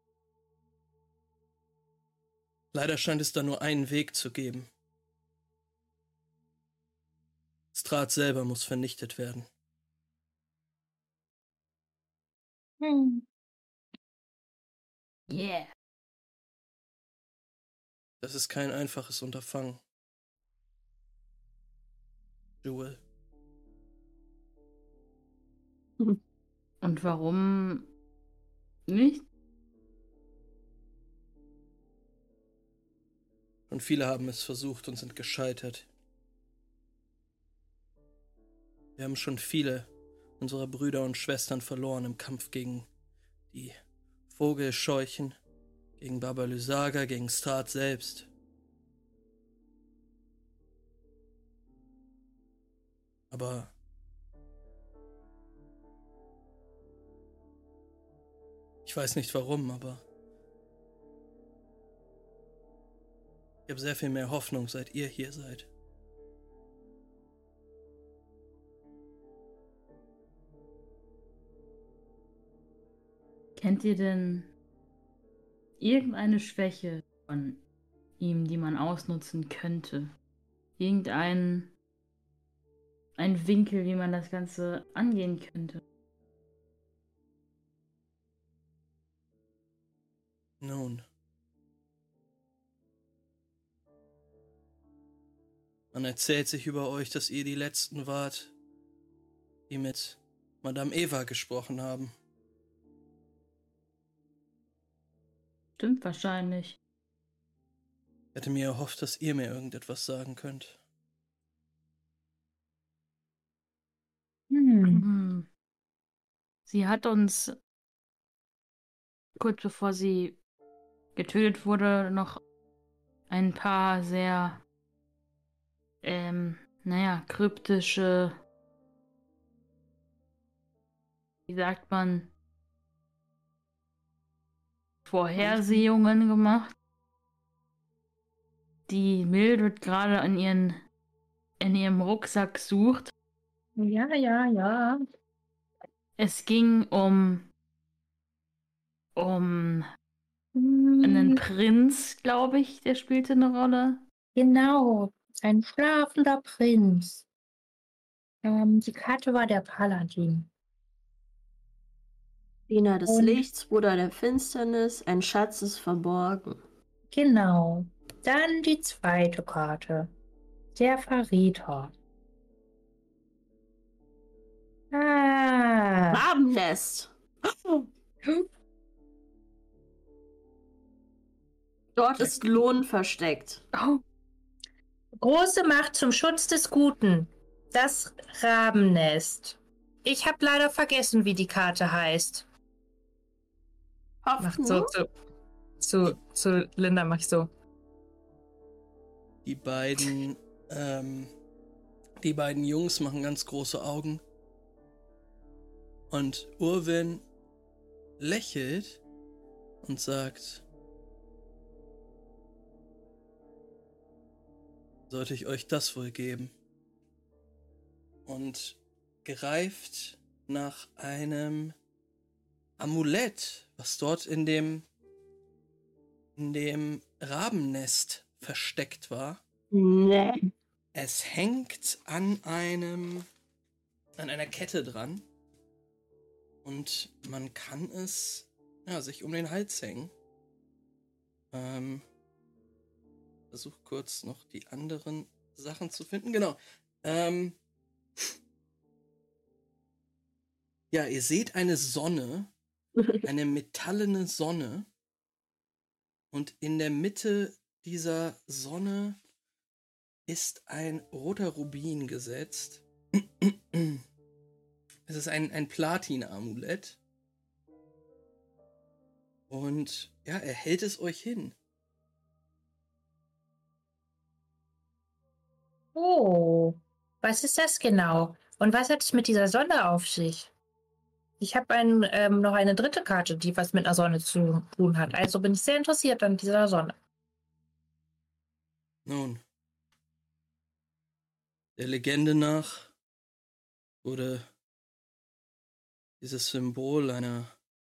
Leider scheint es da nur einen Weg zu geben. Strat selber muss vernichtet werden. Yeah. Das ist kein einfaches Unterfangen. Jewel. Und warum nicht? Und viele haben es versucht und sind gescheitert. Wir haben schon viele unserer Brüder und Schwestern verloren im Kampf gegen die Vogelscheuchen, gegen Baba Lysaga, gegen Strat selbst. Aber ich weiß nicht warum, aber ich habe sehr viel mehr Hoffnung, seit ihr hier seid. Kennt ihr denn irgendeine Schwäche von ihm, die man ausnutzen könnte? Ein Winkel, wie man das Ganze angehen könnte? Nun. Man erzählt sich über euch, dass ihr die Letzten wart, die mit Madame Eva gesprochen haben. Stimmt wahrscheinlich. Ich hätte mir erhofft, dass ihr mir irgendetwas sagen könnt. Sie hat uns kurz bevor sie getötet wurde, noch ein paar sehr, kryptische, wie sagt man, Vorhersehungen gemacht, die Mildred gerade in ihrem Rucksack sucht. Ja. Es ging um einen Prinz, glaube ich, der spielte eine Rolle. Genau, ein schlafender Prinz. Die Karte war der Paladin. Diener des Und- Lichts, Bruder der Finsternis, ein Schatz ist verborgen. Genau. Dann die zweite Karte. Der Verräter. Rabennest. Dort ist Lohn versteckt. Oh, Große Macht zum Schutz des Guten. Das Rabennest. Ich habe leider vergessen, wie die Karte heißt. Macht so zu Linda mach ich so. Die beiden Jungs machen ganz große Augen. Und Urwin lächelt und sagt: Sollte ich euch das wohl geben? Und greift nach einem Amulett, was dort in dem Rabennest versteckt war. Nee. Es hängt an einer Kette dran und man kann es sich um den Hals hängen. Versuch kurz noch die anderen Sachen zu finden. Genau. Ja, ihr seht eine Sonne, eine metallene Sonne. Und in der Mitte dieser Sonne ist ein roter Rubin gesetzt. Es ist ein Platin-Amulett. Und ja, er hält es euch hin. Oh, was ist das genau? Und was hat es mit dieser Sonne auf sich? Ich habe noch eine dritte Karte, die was mit einer Sonne zu tun hat. Also bin ich sehr interessiert an dieser Sonne. Nun, der Legende nach wurde dieses Symbol einem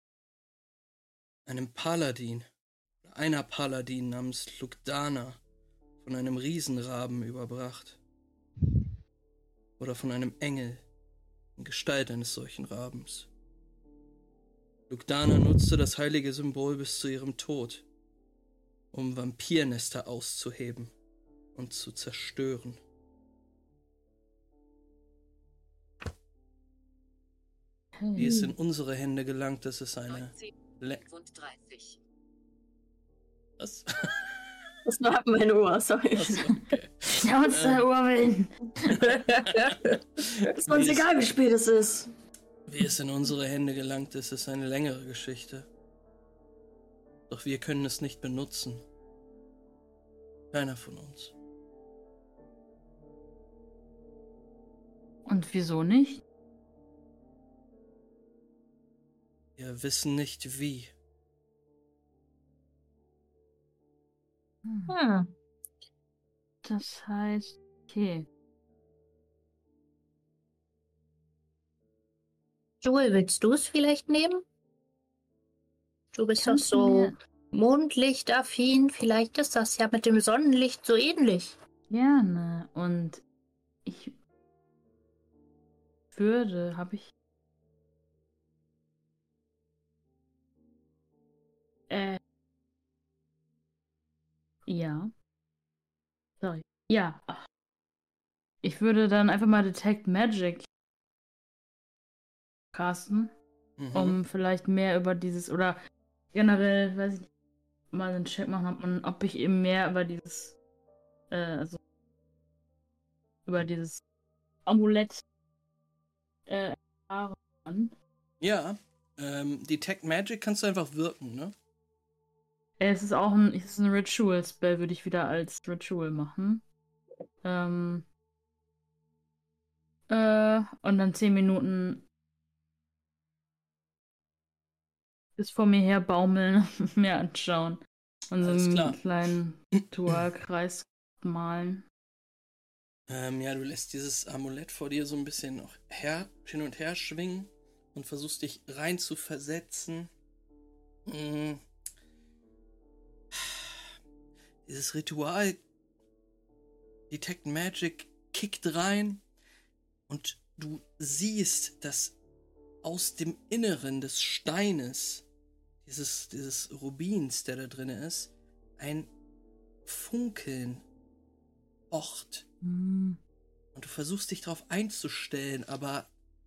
Paladin, einer Paladin namens Lugdana von einem Riesenraben überbracht. Oder von einem Engel in Gestalt eines solchen Rabens. Lugdana nutzte das heilige Symbol bis zu ihrem Tod, um Vampirnester auszuheben und zu zerstören. Wie es in unsere Hände gelangt, das ist eine... 35. Was? Das war meine Uhr, sorry. Achso, okay. Ja, uns der Urwillen. Ist uns egal, wie spät es ist. Wie es in unsere Hände gelangt ist, ist eine längere Geschichte. Doch wir können es nicht benutzen. Keiner von uns. Und wieso nicht? Wir wissen nicht wie. Hm. Das heißt, okay. Joel, willst du es vielleicht nehmen? Du bist doch Kannst du so mir- mondlichtaffin. Vielleicht ist das ja mit dem Sonnenlicht so ähnlich. Gerne. Und ich habe ich. Ja. Sorry. Ja. Ach. Ich würde dann einfach mal Detect Magic casten, um vielleicht mehr über dieses, oder generell, weiß ich nicht, mal einen Check machen, ob ich eben mehr über dieses, also über dieses Amulett erfahren kann. Ja, Detect Magic kannst du einfach wirken, ne? Es ist auch es ist ein Ritual-Spell, würde ich wieder als Ritual machen. Und dann 10 Minuten bis vor mir her baumeln, mir anschauen. Und so Alles klar. einen kleinen Ritualkreis malen. Ja, du lässt dieses Amulett vor dir so ein bisschen noch hin und her schwingen und versuchst dich rein zu versetzen. Dieses Ritual Detect Magic kickt rein und du siehst, dass aus dem Inneren des Steines, dieses Rubins, der da drin ist, ein Funkeln pocht. Und du versuchst dich darauf einzustellen, aber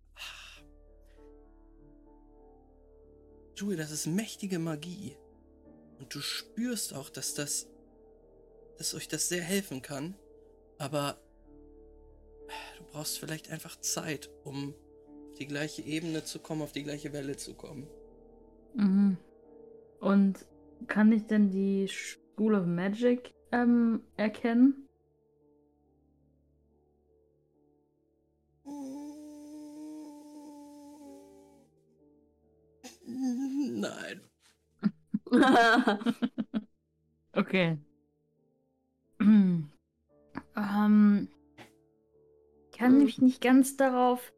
Julie, das ist mächtige Magie. Und du spürst auch, dass euch das sehr helfen kann. Aber du brauchst vielleicht einfach Zeit, um auf die gleiche Ebene zu kommen, auf die gleiche Welle zu kommen. Mhm. Und kann ich denn die School of Magic erkennen? Nein. Okay. Kann mich nicht ganz darauf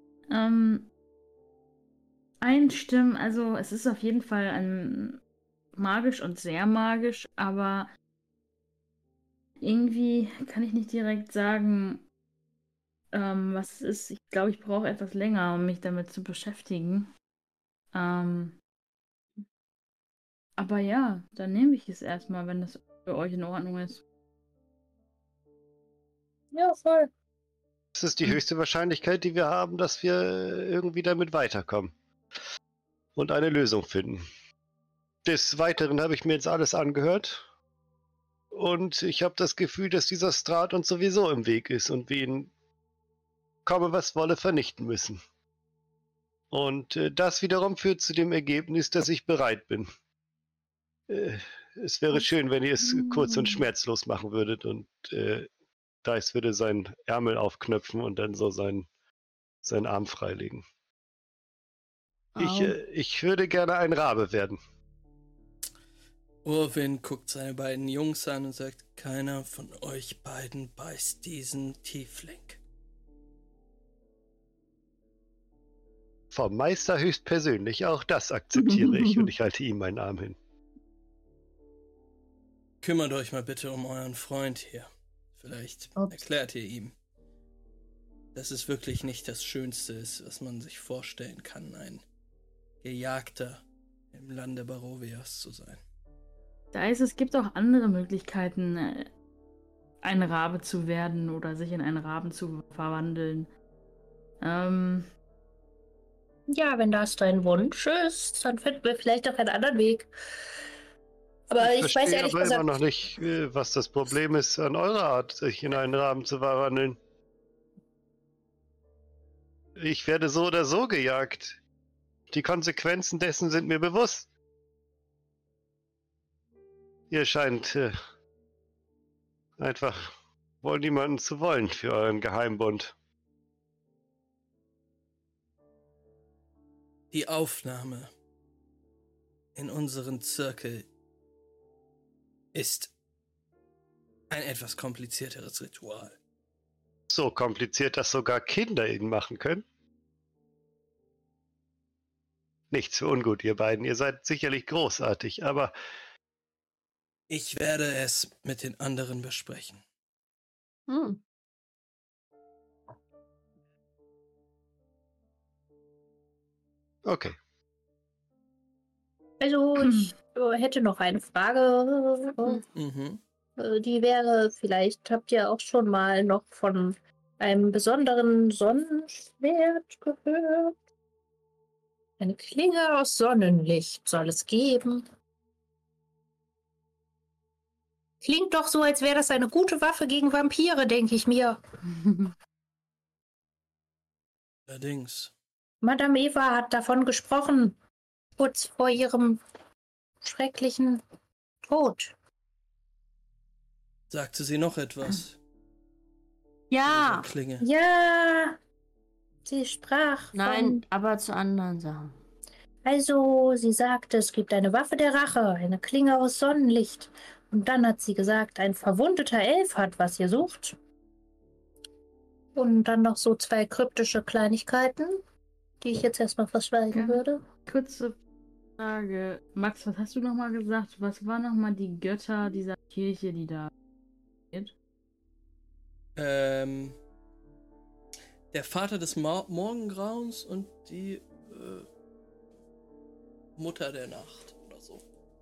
einstimmen. Also es ist auf jeden Fall magisch und sehr magisch, aber irgendwie kann ich nicht direkt sagen, was es ist. Ich glaube, ich brauche etwas länger, um mich damit zu beschäftigen. Aber ja, dann nehme ich es erstmal, wenn das für euch in Ordnung ist. Ja, voll. Das ist die höchste Wahrscheinlichkeit, die wir haben, dass wir irgendwie damit weiterkommen und eine Lösung finden. Des Weiteren habe ich mir jetzt alles angehört und ich habe das Gefühl, dass dieser Strat uns sowieso im Weg ist und wir ihn, komme was wolle, vernichten müssen. Und das wiederum führt zu dem Ergebnis, dass ich bereit bin. Es wäre schön, wenn ihr es kurz und schmerzlos machen würdet und Dice würde seinen Ärmel aufknöpfen und dann so seinen Arm freilegen. Ich würde gerne ein Rabe werden. Urwin guckt seine beiden Jungs an und sagt, keiner von euch beiden beißt diesen Tiefling. Vom Meister höchstpersönlich, auch das akzeptiere ich und ich halte ihm meinen Arm hin. Kümmert euch mal bitte um euren Freund hier. Vielleicht erklärt ihr ihm, dass es wirklich nicht das Schönste ist, was man sich vorstellen kann, ein Gejagter im Lande Barovias zu sein. Es gibt auch andere Möglichkeiten, ein Rabe zu werden oder sich in einen Raben zu verwandeln. Ja, wenn das dein Wunsch ist, dann finden wir vielleicht auch einen anderen Weg. Aber ich weiß ehrlich aber gesagt immer noch nicht, was das Problem ist an eurer Art, sich in einen Raben zu verwandeln. Ich werde so oder so gejagt. Die Konsequenzen dessen sind mir bewusst. Ihr scheint einfach wohl niemanden zu wollen für euren Geheimbund. Die Aufnahme in unseren Zirkel ist ein etwas komplizierteres Ritual. So kompliziert, dass sogar Kinder ihn machen können? Nichts für ungut, ihr beiden. Ihr seid sicherlich großartig, aber... Ich werde es mit den anderen besprechen. Okay. Also, ich hätte noch eine Frage. Die wäre, vielleicht habt ihr auch schon mal noch von einem besonderen Sonnenschwert gehört? Eine Klinge aus Sonnenlicht soll es geben. Klingt doch so, als wäre das eine gute Waffe gegen Vampire, denke ich mir. Allerdings. Madame Eva hat davon gesprochen, kurz vor ihrem schrecklichen Tod. Sagte sie noch etwas? Ja. Diese Klinge. Ja, sie sprach. Nein, aber zu anderen Sachen. Also, sie sagte, es gibt eine Waffe der Rache, eine Klinge aus Sonnenlicht. Und dann hat sie gesagt, ein verwundeter Elf hat, was ihr sucht. Und dann noch so 2 kryptische Kleinigkeiten, die ich jetzt erstmal verschweigen würde. Kurze Frage. Max, was hast du nochmal gesagt? Was waren nochmal die Götter dieser Kirche, die da sind? Der Vater des Morgengrauens und die Mutter der Nacht oder so.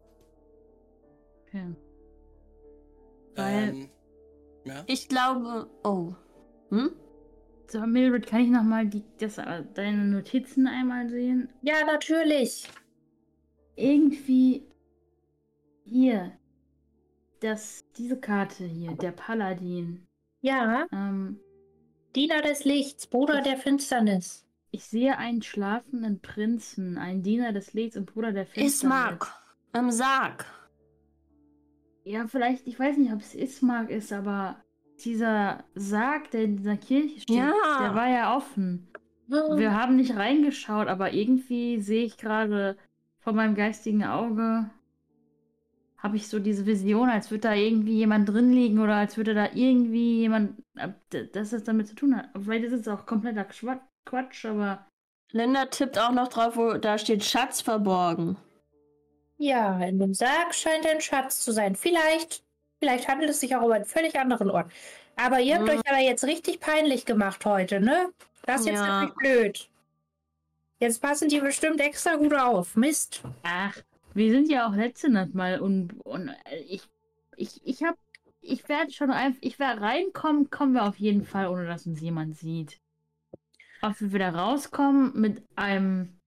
Okay. Weil, ja. Ich glaube... Oh. so, Mildred, kann ich nochmal deine Notizen einmal sehen? Ja, natürlich. Irgendwie hier, diese Karte hier, der Paladin. Ja, Diener des Lichts, Bruder der Finsternis. Ich sehe einen schlafenden Prinzen, einen Diener des Lichts und Bruder der Finsternis. Ismark. Im Sarg. Ja, vielleicht, ich weiß nicht, ob es Ismark ist, aber dieser Sarg, der in dieser Kirche steht, der war ja offen. Wir haben nicht reingeschaut, aber irgendwie sehe ich gerade vor meinem geistigen Auge, habe ich so diese Vision, als würde da irgendwie jemand drin liegen oder als würde da irgendwie jemand, dass es damit zu tun hat. Vielleicht ist es auch kompletter Quatsch, aber... Linda tippt auch noch drauf, wo da steht Schatz verborgen. Ja, in dem Sarg scheint ein Schatz zu sein. Vielleicht handelt es sich auch um einen völlig anderen Ort. Aber ihr habt euch aber jetzt richtig peinlich gemacht heute, ne? Das ist jetzt wirklich blöd. Jetzt passen die bestimmt extra gut auf. Mist. Ach, wir sind ja auch letzte Nacht mal und ich habe ich werde schon einfach, ich werde reinkommen, kommen wir auf jeden Fall, ohne dass uns jemand sieht. Ob wir wieder rauskommen mit einem,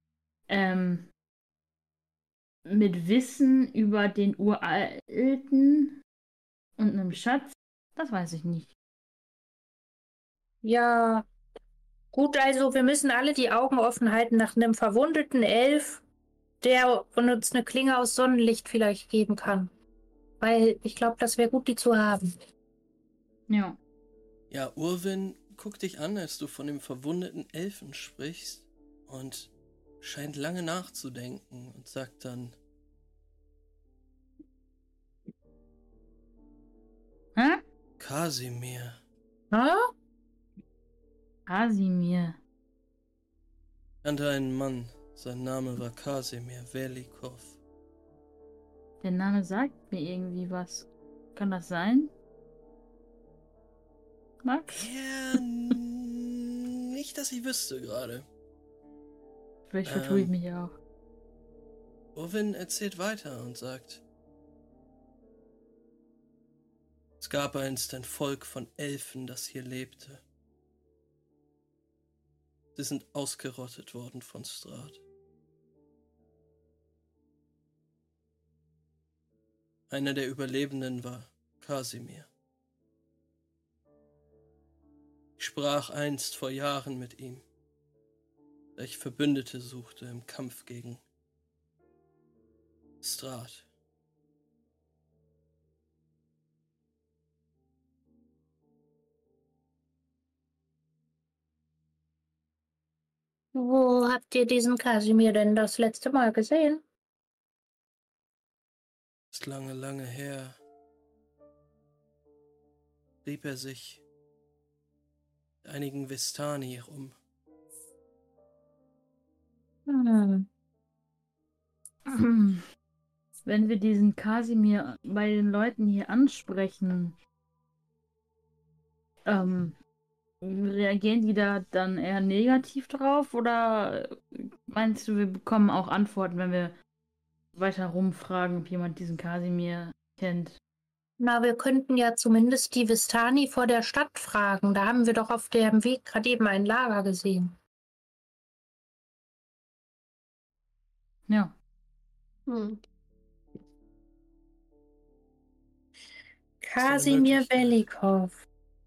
mit Wissen über den Uralten und einem Schatz, das weiß ich nicht. Ja, gut, also wir müssen alle die Augen offen halten nach einem verwundeten Elf, der uns eine Klinge aus Sonnenlicht vielleicht geben kann. Weil ich glaube, das wäre gut, die zu haben. Ja. Ja, Urwin guckt dich an, als du von dem verwundeten Elfen sprichst und scheint lange nachzudenken und sagt dann: Hä? Kasimir. Ha? Kasimir. Ich kannte einen Mann, sein Name war Kasimir Velikov. Der Name sagt mir irgendwie was. Kann das sein? Max? Ja, nicht, dass ich wüsste gerade. Vielleicht vertue ich mich auch. Urwin erzählt weiter und sagt: Es gab einst ein Volk von Elfen, das hier lebte. Sie sind ausgerottet worden von Strahd. Einer der Überlebenden war Kasimir. Ich sprach einst vor Jahren mit ihm, da ich Verbündete suchte im Kampf gegen Strahd. Wo habt ihr diesen Kasimir denn das letzte Mal gesehen? Ist lange, lange her. Trieb er sich mit einigen Vistani rum. Hm. Wenn wir diesen Kasimir bei den Leuten hier ansprechen, reagieren die da dann eher negativ drauf oder meinst du, wir bekommen auch Antworten, wenn wir weiter rumfragen, ob jemand diesen Kasimir kennt? Na, wir könnten ja zumindest die Vistani vor der Stadt fragen. Da haben wir doch auf dem Weg gerade eben ein Lager gesehen. Ja. Hm. Kasimir Möglichkeit. Velikov.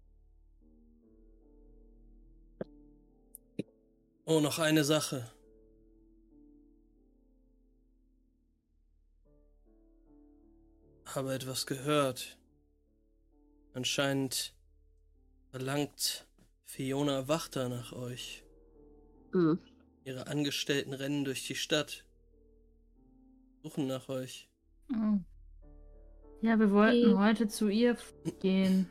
Oh, noch eine Sache. Habe etwas gehört. Anscheinend verlangt Fiona Wachter nach euch. Hm. Ihre Angestellten rennen durch die Stadt. Suchen nach euch. Oh. Ja, wir wollten Die- heute zu ihr gehen.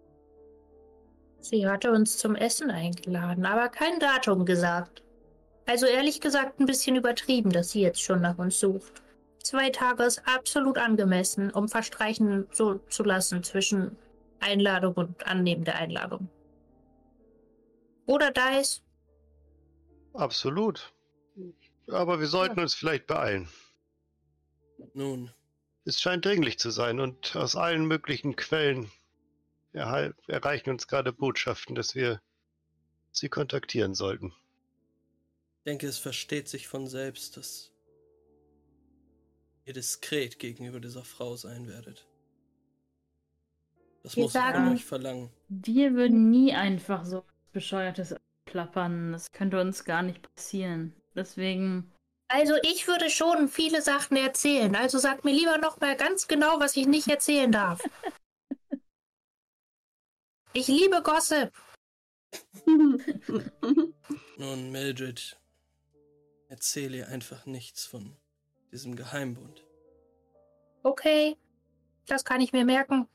Sie hatte uns zum Essen eingeladen, aber kein Datum gesagt. Also ehrlich gesagt ein bisschen übertrieben, dass sie jetzt schon nach uns sucht. 2 Tage ist absolut angemessen, um verstreichen so zu lassen zwischen Einladung und Annehmen der Einladung. Oder Dice? Absolut. Aber wir sollten uns vielleicht beeilen. Nun, Es scheint dringlich zu sein und aus allen möglichen Quellen erreichen uns gerade Botschaften, dass wir sie kontaktieren sollten. ich denke, es versteht sich von selbst, dass ihr diskret gegenüber dieser Frau sein werdet. Das Wir muss ich von sagen- euch verlangen. Wir würden nie einfach so was Bescheuertes plappern. Das könnte uns gar nicht passieren. Deswegen, Also ich würde schon viele Sachen erzählen. Also sag mir lieber noch mal ganz genau, was ich nicht erzählen darf. Ich liebe Gossip. Nun, Mildred, erzähle ihr einfach nichts von diesem Geheimbund. Okay, das kann ich mir merken.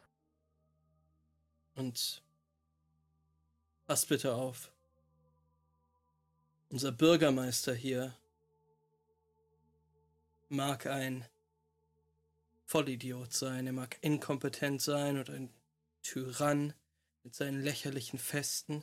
Und pass bitte auf. Unser Bürgermeister hier mag ein Vollidiot sein, er mag inkompetent sein oder ein Tyrann mit seinen lächerlichen Festen,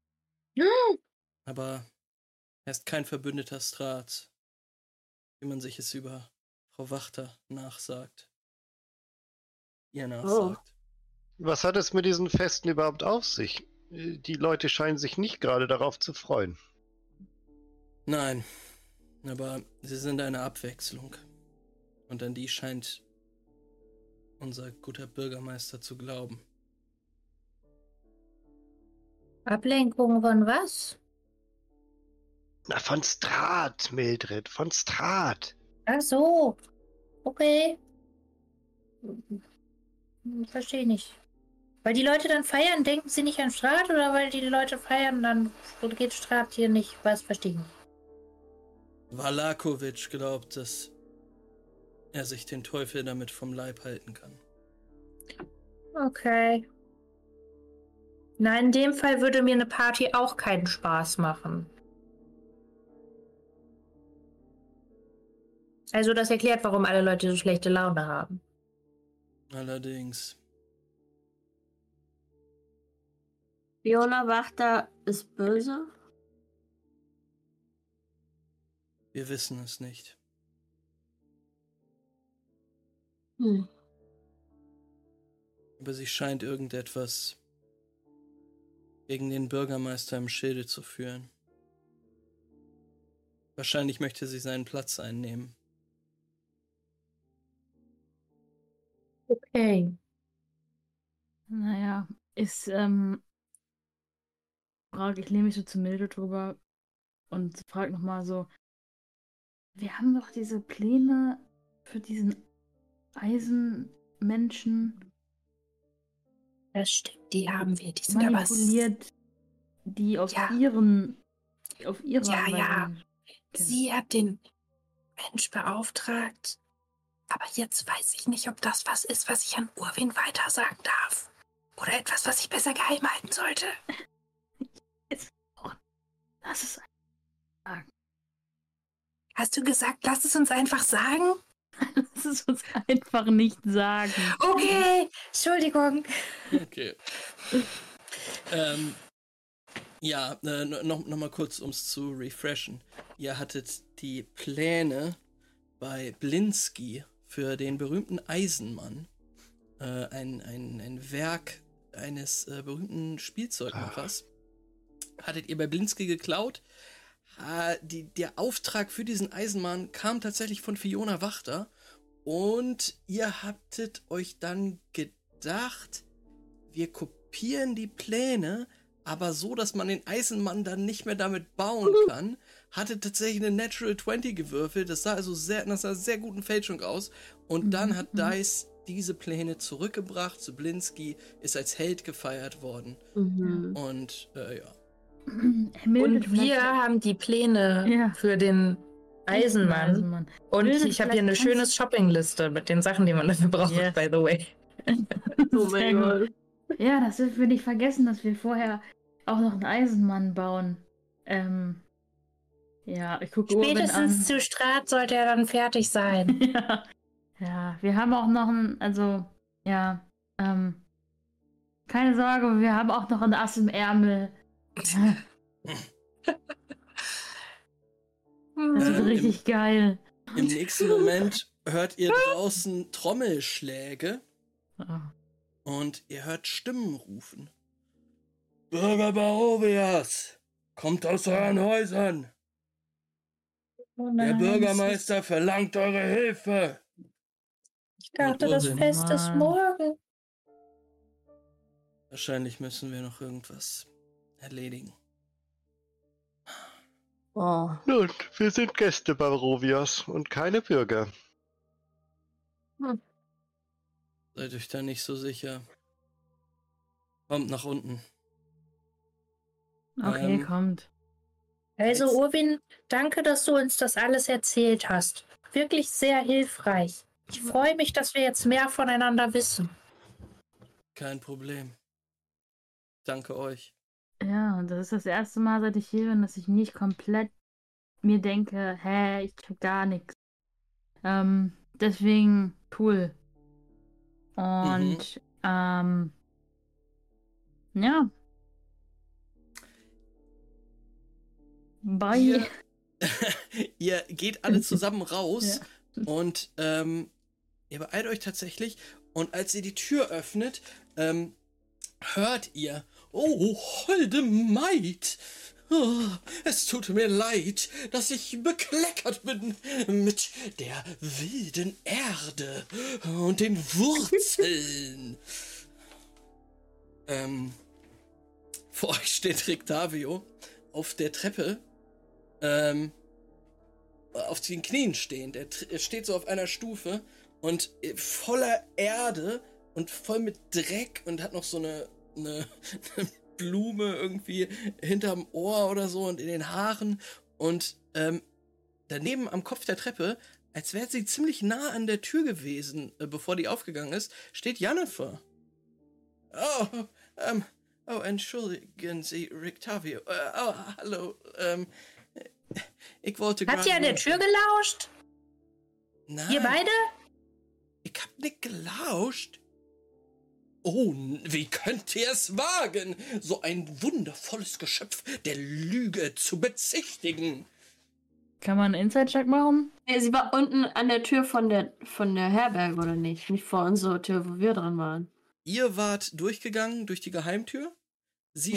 aber er ist kein verbündeter Strahd, wie man sich es über Frau Wachter nachsagt. Ihr nachsagt. Was hat es mit diesen Festen überhaupt auf sich? Die Leute scheinen sich nicht gerade darauf zu freuen. Nein, aber sie sind eine Abwechslung. Und an die scheint unser guter Bürgermeister zu glauben. Ablenkung von was? Na, von Strahd, Mildred, von Strahd. Ach so. Okay. Verstehe nicht. Weil die Leute dann feiern, denken sie nicht an Strahd oder weil die Leute feiern, dann geht Strahd hier nicht? Was verstehe ich nicht. Valakovic glaubt, dass er sich den Teufel damit vom Leib halten kann. Okay. Nein, in dem Fall würde mir eine Party auch keinen Spaß machen. Also das erklärt, warum alle Leute so schlechte Laune haben. Allerdings. Fiona Wachter ist böse? Wir wissen es nicht. Aber sie scheint irgendetwas gegen den Bürgermeister im Schilde zu führen. Wahrscheinlich möchte sie seinen Platz einnehmen. Okay. Naja, ich lehne mich so zu Milde drüber und frage nochmal so, wir haben doch diese Pläne für diesen Eisenmenschen Das stimmt, die haben wir. Die sind aber manipuliert, die auf Ja. ihre Ja. Weise- Sie hat den Mensch beauftragt. Aber jetzt weiß ich nicht, ob das was ist, was ich an Urwin weitersagen darf. Oder etwas, was ich besser geheim halten sollte. Lass es Hast du gesagt, lass es uns einfach sagen? Lass es uns einfach nicht sagen. Okay, Entschuldigung. Okay. Ja, noch mal kurz, um es zu refreshen. Ihr hattet die Pläne bei Blinsky für den berühmten Eisenmann. Ein Werk eines berühmten Spielzeugmachers. Hattet ihr bei Blinsky geklaut. Der Auftrag für diesen Eisenmann kam tatsächlich von Fiona Wachter. Und ihr habtet euch dann gedacht, wir kopieren die Pläne, aber so, dass man den Eisenmann dann nicht mehr damit bauen kann. Hatte tatsächlich eine Natural 20 gewürfelt. Das sah also nach einer sehr guten Fälschung aus. Und dann hat Dice diese Pläne zurückgebracht zu Blinsky, ist als Held gefeiert worden. Und ja. Und wir haben die Pläne für den Eisenmann. Und Mildred, ich habe hier eine vielleicht schöne Shoppingliste mit den Sachen, die man dafür braucht, Yes. by the way. Oh mein Gott. Ja, das dürfen wir nicht vergessen, dass wir vorher auch noch einen Eisenmann bauen. Ja, ich gucke Urban an. Spätestens zu Strat sollte er dann fertig sein. Ja, wir haben auch noch keine Sorge, wir haben auch noch ein Ass im Ärmel. Das wird richtig geil. Im nächsten Moment hört ihr draußen Trommelschläge und ihr hört Stimmen rufen. Bürger Barovias, kommt aus euren Häusern. Oh Der nein, Bürgermeister verlangt eure Hilfe. Ich dachte, das Urwin. Fest ist morgen. Wahrscheinlich müssen wir noch irgendwas erledigen. Oh. Nun, wir sind Gäste Barovias und keine Bürger. Seid euch da nicht so sicher. Kommt nach unten. Okay, kommt. Also, Urwin, danke, dass du uns das alles erzählt hast. Wirklich sehr hilfreich. Ich freue mich, dass wir jetzt mehr voneinander wissen. Kein Problem. Danke euch. Ja, und das ist das erste Mal, seit ich hier bin, dass ich nicht komplett mir denke, ich check gar nichts. Deswegen cool. Und ja. Bye. Ihr geht alle zusammen raus und ihr beeilt euch tatsächlich Und als sie die Tür öffnet, hört ihr, oh, holde Maid, oh, es tut mir leid, dass ich bekleckert bin mit der wilden Erde und den Wurzeln. Vor euch steht Rictavio auf der Treppe, auf den Knien stehend. Er steht so auf einer Stufe und voller Erde und voll mit Dreck und hat noch so eine Blume irgendwie hinterm Ohr oder so und in den Haaren. Und daneben am Kopf der Treppe, als wäre sie ziemlich nah an der Tür gewesen, bevor die aufgegangen ist, steht Jennifer. Oh, entschuldigen Sie, Rictavio. Hallo. Ich wollte gerade... Habt ihr an der Tür gelauscht? Nein. Ihr beide? Ich hab nicht gelauscht. Oh, wie könnt ihr es wagen, so ein wundervolles Geschöpf der Lüge zu bezichtigen? Kann man einen Inside-Check machen? Nee, sie war unten an der Tür von der Herberge, oder nicht? Nicht vor unserer Tür, wo wir drin waren. Ihr wart durchgegangen durch die Geheimtür. Sie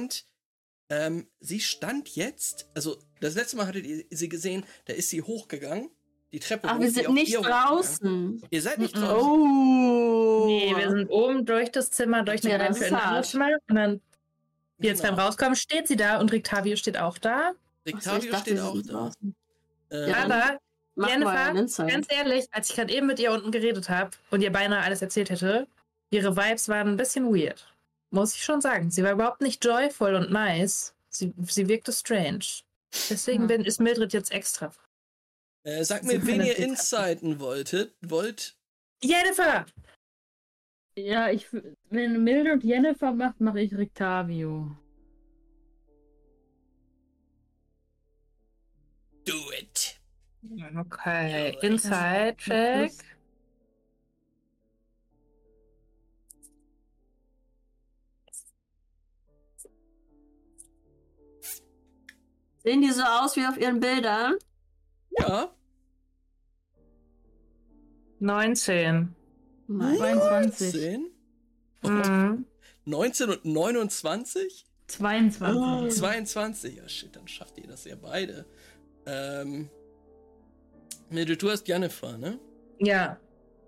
stand jetzt, also das letzte Mal hattet ihr sie gesehen, da ist sie hochgegangen. Die Treppe Ach, wir sind nicht draußen. Ihr seid nicht draußen. Oh. Nee, wir sind oben durch das Zimmer, durch die Geheimtür in das anderes Zimmer. Und dann, jetzt beim Rauskommen, steht sie da und Rictavio steht auch da. Rictavio steht auch da. Aber, Jennifer, ganz ehrlich, als ich gerade eben mit ihr unten geredet habe und ihr beinahe alles erzählt hätte, ihre Vibes waren ein bisschen weird. Muss ich schon sagen. Sie war überhaupt nicht joyful und nice. Sie wirkte strange. Deswegen ist Mildred jetzt extra. Sag mir, wen ihr insighten wollt. Jennifer! Ja, wenn Mildred Jennifer macht, mache ich Rictavio. Do it. Okay, Inside-Check. Sehen die so aus wie auf ihren Bildern? Ja. 19. 22. 19 und 29? 22. 22. Ja, shit, dann schafft ihr das ja beide. Mildred, du hast Jennifer, ne? Ja.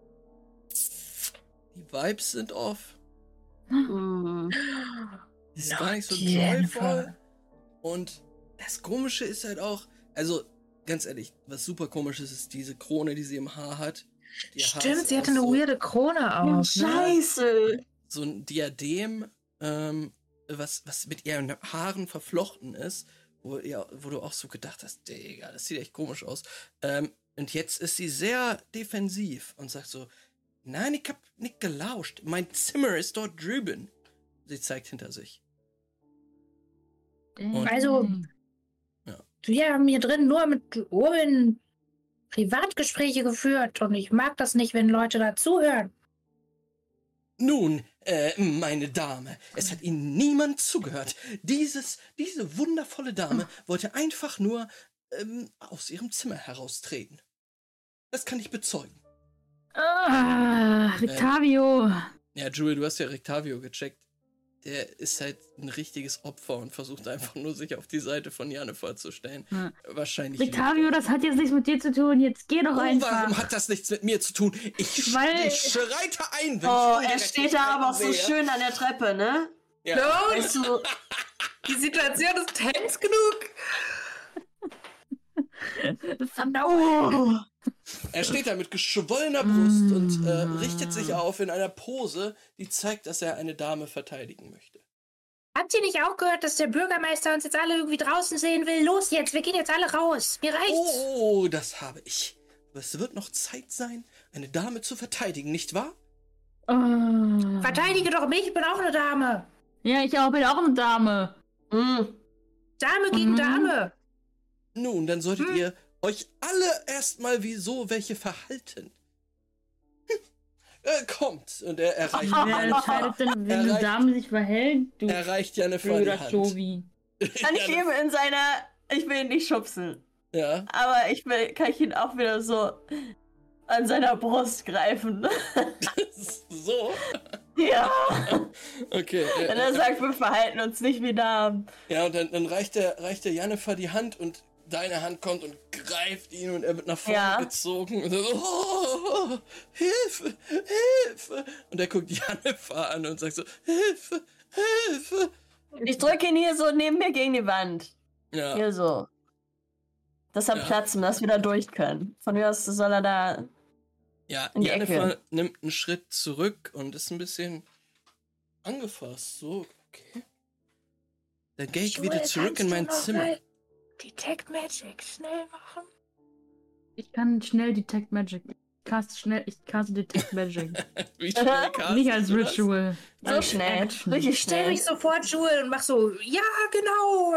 Die Vibes sind off. Ist gar nicht so Jennifer. joyful. Und das Komische ist halt auch, also ganz ehrlich, was super komisch ist diese Krone, die sie im Haar hat. Stimmt, sie hatte eine weirde Krone auf. Scheiße. So ein Diadem, was mit ihren Haaren verflochten ist, wo du auch so gedacht hast, Digga, das sieht echt komisch aus. Und jetzt ist sie sehr defensiv und sagt so, nein, ich hab nicht gelauscht. Mein Zimmer ist dort drüben. Sie zeigt hinter sich. Also, wir haben hier drin nur mit Ohren Privatgespräche geführt und ich mag das nicht, wenn Leute dazuhören. Nun, meine Dame, es hat Ihnen niemand zugehört. Diese wundervolle Dame wollte einfach nur aus ihrem Zimmer heraustreten. Das kann ich bezeugen. Rictavio. Ja, Jewel, du hast ja Rictavio gecheckt. Der ist halt ein richtiges Opfer und versucht einfach nur, sich auf die Seite von Jennifer zu stellen. Ja. Wahrscheinlich. Rictavio, das hat jetzt nichts mit dir zu tun. Jetzt geh doch einfach. Warum hat das nichts mit mir zu tun? Ich schreite ein, wenn er steht da aber auch so schön an der Treppe, ne? Ja. Weißt du, Die Situation ist tense genug. Er steht da mit geschwollener Brust und richtet sich auf in einer Pose, die zeigt, dass er eine Dame verteidigen möchte. Habt ihr nicht auch gehört, dass der Bürgermeister uns jetzt alle irgendwie draußen sehen will? Los jetzt, wir gehen jetzt alle raus. Mir reicht's. Oh, das habe ich. Aber es wird noch Zeit sein, eine Dame zu verteidigen, nicht wahr? Verteidige doch mich, ich bin auch eine Dame. Ja, ich bin auch eine Dame. Dame gegen Dame. Nun, dann solltet ihr euch alle erstmal wie so welche verhalten. Kommt. Und er erreicht... Wer entscheidet denn, wenn eine Dame sich verhält? Du erreicht Jennifer die Hand. Tobi. kann ich ihm in seiner... Ich will ihn nicht schubsen. Ja. Aber kann ich ihn auch wieder so an seiner Brust greifen. So? Ja. Okay. Wenn er sagt, wir verhalten uns nicht wie Damen. Ja, und dann reicht der Jennifer die Hand und deine Hand kommt und greift ihn und er wird nach vorne gezogen und so, oh, Hilfe, Hilfe. Und er guckt Jennifer an und sagt so, Hilfe, Hilfe. Ich drücke ihn hier so neben mir gegen die Wand. Ja. Hier so. Dass er platzen, dass wir da durch können. Von mir aus soll er da Ja, in die Jennifer Ecke. nimmt einen Schritt zurück und ist ein bisschen angefasst. So, okay. Dann gehe ich wieder zurück in mein Zimmer. Detect Magic, schnell machen. Ich kann schnell Detect Magic. Ich caste Detect Magic. Wie schnell Nicht als castest du das? Ritual. So Als schnell. Action. Richtig Stell schnell. mich sofort, Jewel, und mach so, ja, genau.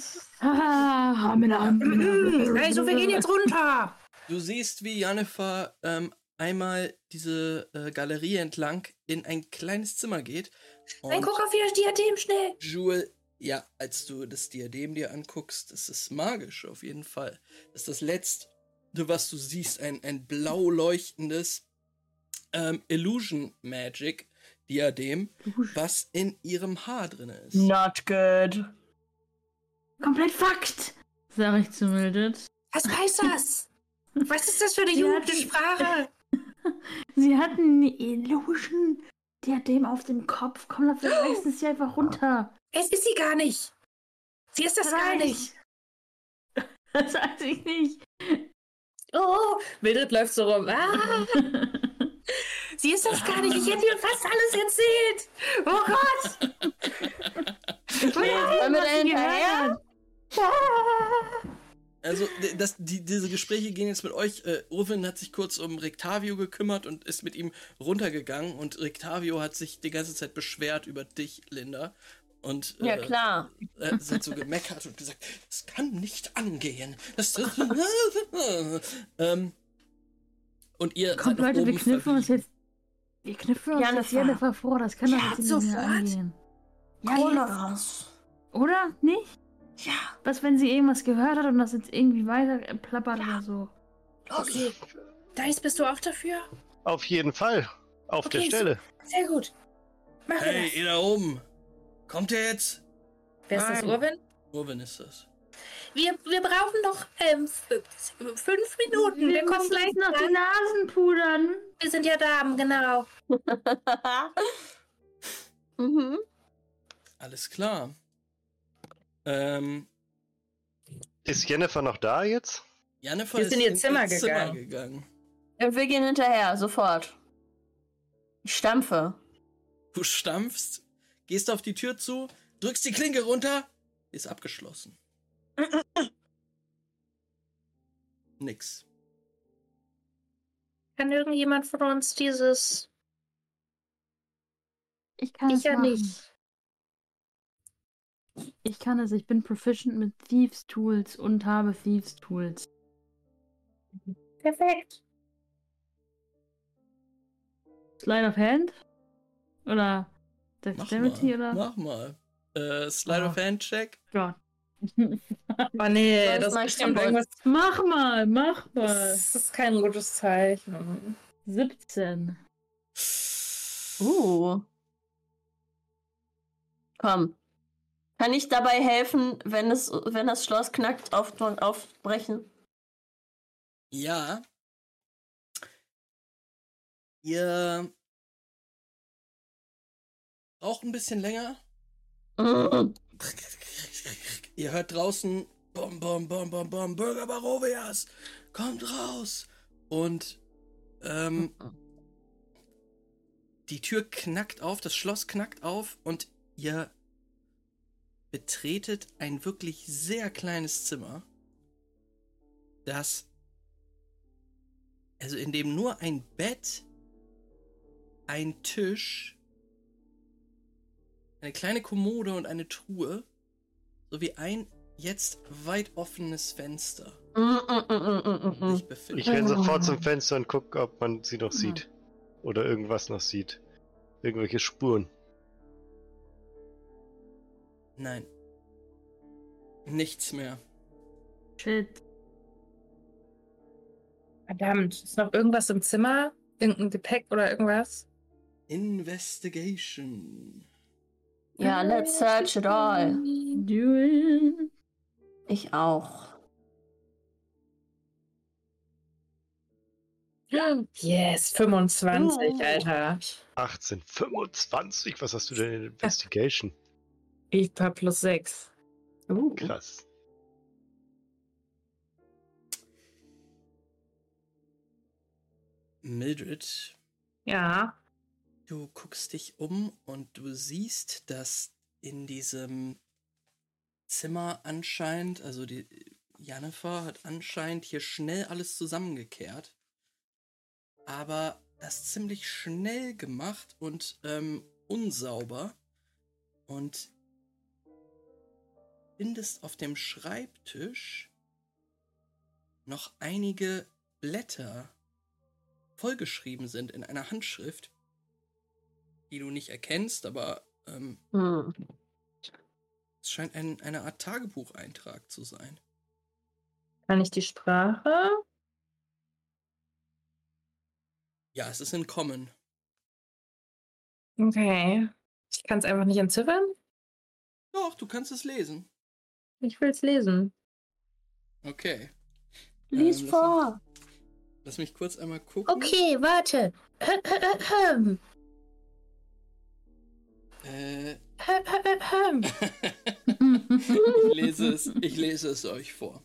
Also, wir gehen jetzt runter. Du siehst, wie Jennifer einmal diese Galerie entlang in ein kleines Zimmer geht. Dann Und guck auf ihr Diadem schnell. Jewel, ja, als du das Diadem dir anguckst, das ist magisch auf jeden Fall. Das ist das Letzte, was du siehst, ein blau leuchtendes Illusion Magic Diadem, was in ihrem Haar drin ist. Not good. Komplett Fakt, sag ich zu Mildred. Was heißt das? Was ist das für eine Sie jugendliche Sprache? Sie hatten eine Illusion Diadem auf dem Kopf. Komm, lass reißen sie einfach runter. Es ist sie gar nicht. Sie ist das gar nicht. Das weiß ich nicht. Oh, Mildred läuft so rum. Ah, sie ist das gar nicht. Ich hätte ihr fast alles erzählt. Oh Gott. Ich wollte ja Wollen wir da was sie hinterher? gehört Also, diese Gespräche gehen jetzt mit euch. Urwin hat sich kurz um Rictavio gekümmert und ist mit ihm runtergegangen. Und Rictavio hat sich die ganze Zeit beschwert über dich, Linda. Und Ja, klar. er hat so gemeckert und gesagt, das kann nicht angehen. Und ihr Kommt, seid noch Leute, wir oben knüpfen uns verblieben. jetzt. Wir knüpfen uns Jennifer. jetzt Jennifer vor. Das kann doch Ja, jetzt nicht sofort. mehr angehen. Ja, Kronos. oder? Nicht? Ja. Was, wenn sie irgendwas gehört hat und das jetzt irgendwie weiter plappert oder so? Okay. Dice, bist du auch dafür? Auf jeden Fall. Auf der Okay, Stelle. Sehr gut. Machen wir Hey, das. ihr da oben. Kommt ihr jetzt? Wer ist das, Urwin? Urwin ist das. Wir brauchen noch 5 Minuten. Wir kommen gleich uns noch die dran. Nasen pudern. Wir sind ja Damen, genau. Mhm. Alles klar. Ist Jennifer noch da jetzt? Jennifer Wir ist sind in ihr in Zimmer ihr Zimmer gegangen. gegangen. Und wir gehen hinterher, sofort. Ich stampfe. Du stampfst, gehst auf die Tür zu, drückst die Klinke runter, ist abgeschlossen. Nix. Kann irgendjemand von uns dieses... Ich kann es Ich ja machen. nicht. Ich kann es. Ich bin proficient mit Thieves Tools und habe Thieves Tools. Perfekt. Slide of Hand? Oder Mach Dexterity mal. oder? Mach mal. Slide of Hand Check. Gott. Oh nee, Das das mach ist ich bestimmt schon irgendwas... Mach mal. Das ist kein gutes Zeichen. 17. Komm. Kann ich dabei helfen, wenn das Schloss knackt, aufbrechen? Ja. Ihr braucht ein bisschen länger. Mhm. Ihr hört draußen Bom, bom, bom, bom, bom, Bürger Barovias, kommt raus. Und die Tür knackt auf, das Schloss knackt auf und ihr betretet ein wirklich sehr kleines Zimmer, in dem nur ein Bett, ein Tisch, eine kleine Kommode und eine Truhe sowie ein jetzt weit offenes Fenster sich befinden. Ich renne sofort zum Fenster und gucke, ob man sie noch sieht. Oder irgendwas noch sieht. Irgendwelche Spuren. Nein. Nichts mehr. Shit. Verdammt, ist noch irgendwas im Zimmer? Irgendein Gepäck oder irgendwas? Investigation. Ja, let's search it all. Do it. Ich auch. Yes, 25, Alter. 18, 25? Was hast du denn in Investigation? Ich war +6. Krass. Mildred, Ja. du guckst dich um und du siehst, dass in diesem Zimmer anscheinend, also die Jennifer hat anscheinend hier schnell alles zusammengekehrt, aber das ziemlich schnell gemacht und unsauber, und findest auf dem Schreibtisch noch einige Blätter vollgeschrieben sind in einer Handschrift, die du nicht erkennst, aber es scheint eine Art Tagebucheintrag zu sein. Kann ich die Sprache? Ja, es ist in Common. Okay. Ich kann es einfach nicht entziffern? Doch, du kannst es lesen. Ich will es lesen. Okay. Lies vor. Lass mich kurz einmal gucken. Okay, warte. Ich lese es euch vor.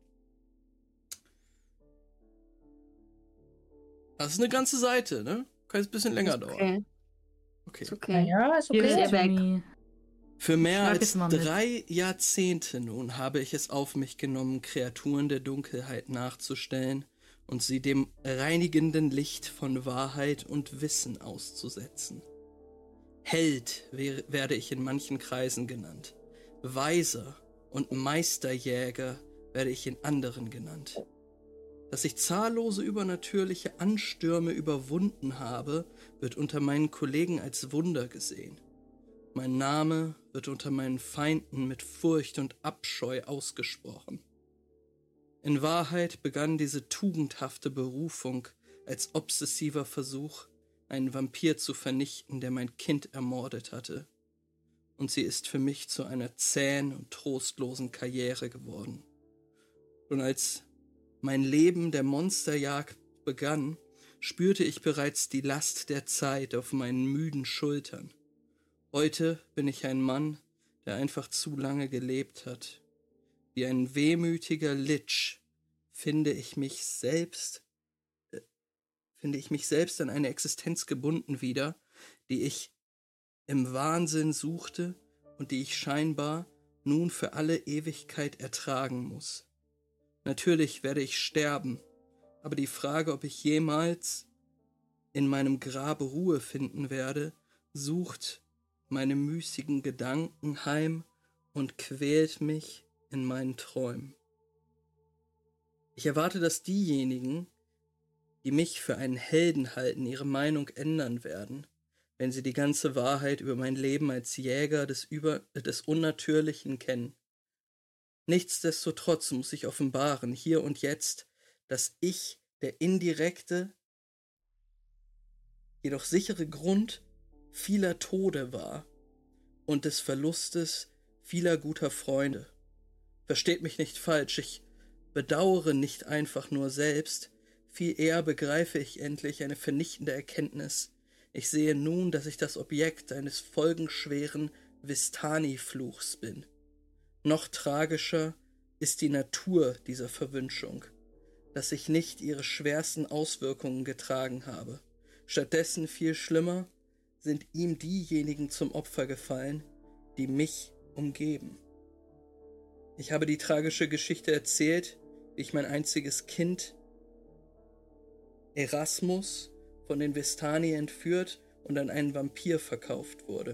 Das ist eine ganze Seite, ne? Kann jetzt ein bisschen länger dauern. Okay. Ist okay. Ja, ist Hier okay. ist Geh weg. Jimmy. Für mehr Schlag als es mal mit. 3 Jahrzehnte nun habe ich es auf mich genommen, Kreaturen der Dunkelheit nachzustellen und sie dem reinigenden Licht von Wahrheit und Wissen auszusetzen. Held werde ich in manchen Kreisen genannt. Weiser und Meisterjäger werde ich in anderen genannt. Dass ich zahllose übernatürliche Anstürme überwunden habe, wird unter meinen Kollegen als Wunder gesehen. Mein Name wird unter meinen Feinden mit Furcht und Abscheu ausgesprochen. In Wahrheit begann diese tugendhafte Berufung als obsessiver Versuch, einen Vampir zu vernichten, der mein Kind ermordet hatte. Und sie ist für mich zu einer zähen und trostlosen Karriere geworden. Und als mein Leben der Monsterjagd begann, spürte ich bereits die Last der Zeit auf meinen müden Schultern. Heute bin ich ein Mann, der einfach zu lange gelebt hat. Wie ein wehmütiger Lich finde ich mich selbst an eine Existenz gebunden wieder, die ich im Wahnsinn suchte und die ich scheinbar nun für alle Ewigkeit ertragen muss. Natürlich werde ich sterben, aber die Frage, ob ich jemals in meinem Grabe Ruhe finden werde, sucht meine müßigen Gedanken heim und quält mich in meinen Träumen. Ich erwarte, dass diejenigen, die mich für einen Helden halten, ihre Meinung ändern werden, wenn sie die ganze Wahrheit über mein Leben als Jäger des Unnatürlichen kennen. Nichtsdestotrotz muss ich offenbaren, hier und jetzt, dass ich der indirekte, jedoch sichere Grund vieler Tode war und des Verlustes vieler guter Freunde. Versteht mich nicht falsch, ich bedauere nicht einfach nur selbst, viel eher begreife ich endlich eine vernichtende Erkenntnis. Ich sehe nun, dass ich das Objekt eines folgenschweren Vistani-Fluchs bin. Noch tragischer ist die Natur dieser Verwünschung, dass ich nicht ihre schwersten Auswirkungen getragen habe. Stattdessen viel schlimmer sind ihm diejenigen zum Opfer gefallen, die mich umgeben. Ich habe die tragische Geschichte erzählt, wie ich mein einziges Kind, Erasmus, von den Vistani entführt und an einen Vampir verkauft wurde.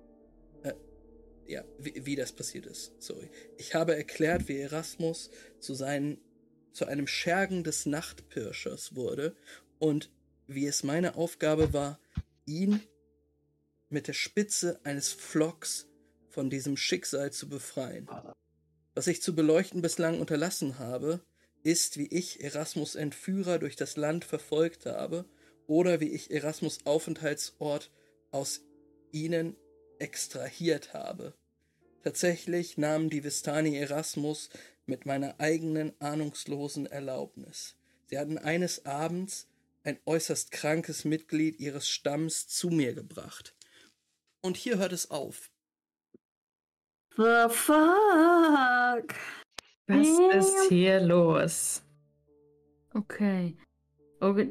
Wie das passiert ist, sorry. Ich habe erklärt, wie Erasmus zu einem Schergen des Nachtpirschers wurde und wie es meine Aufgabe war, ihn mit der Spitze eines Pflocks von diesem Schicksal zu befreien. Was ich zu beleuchten bislang unterlassen habe, ist, wie ich Erasmus Entführer durch das Land verfolgt habe oder wie ich Erasmus Aufenthaltsort aus ihnen extrahiert habe. Tatsächlich nahmen die Vistani Erasmus mit meiner eigenen ahnungslosen Erlaubnis. Sie hatten eines Abends ein äußerst krankes Mitglied ihres Stamms zu mir gebracht. Und hier hört es auf. The fuck? Was ist hier los? Okay. Okay,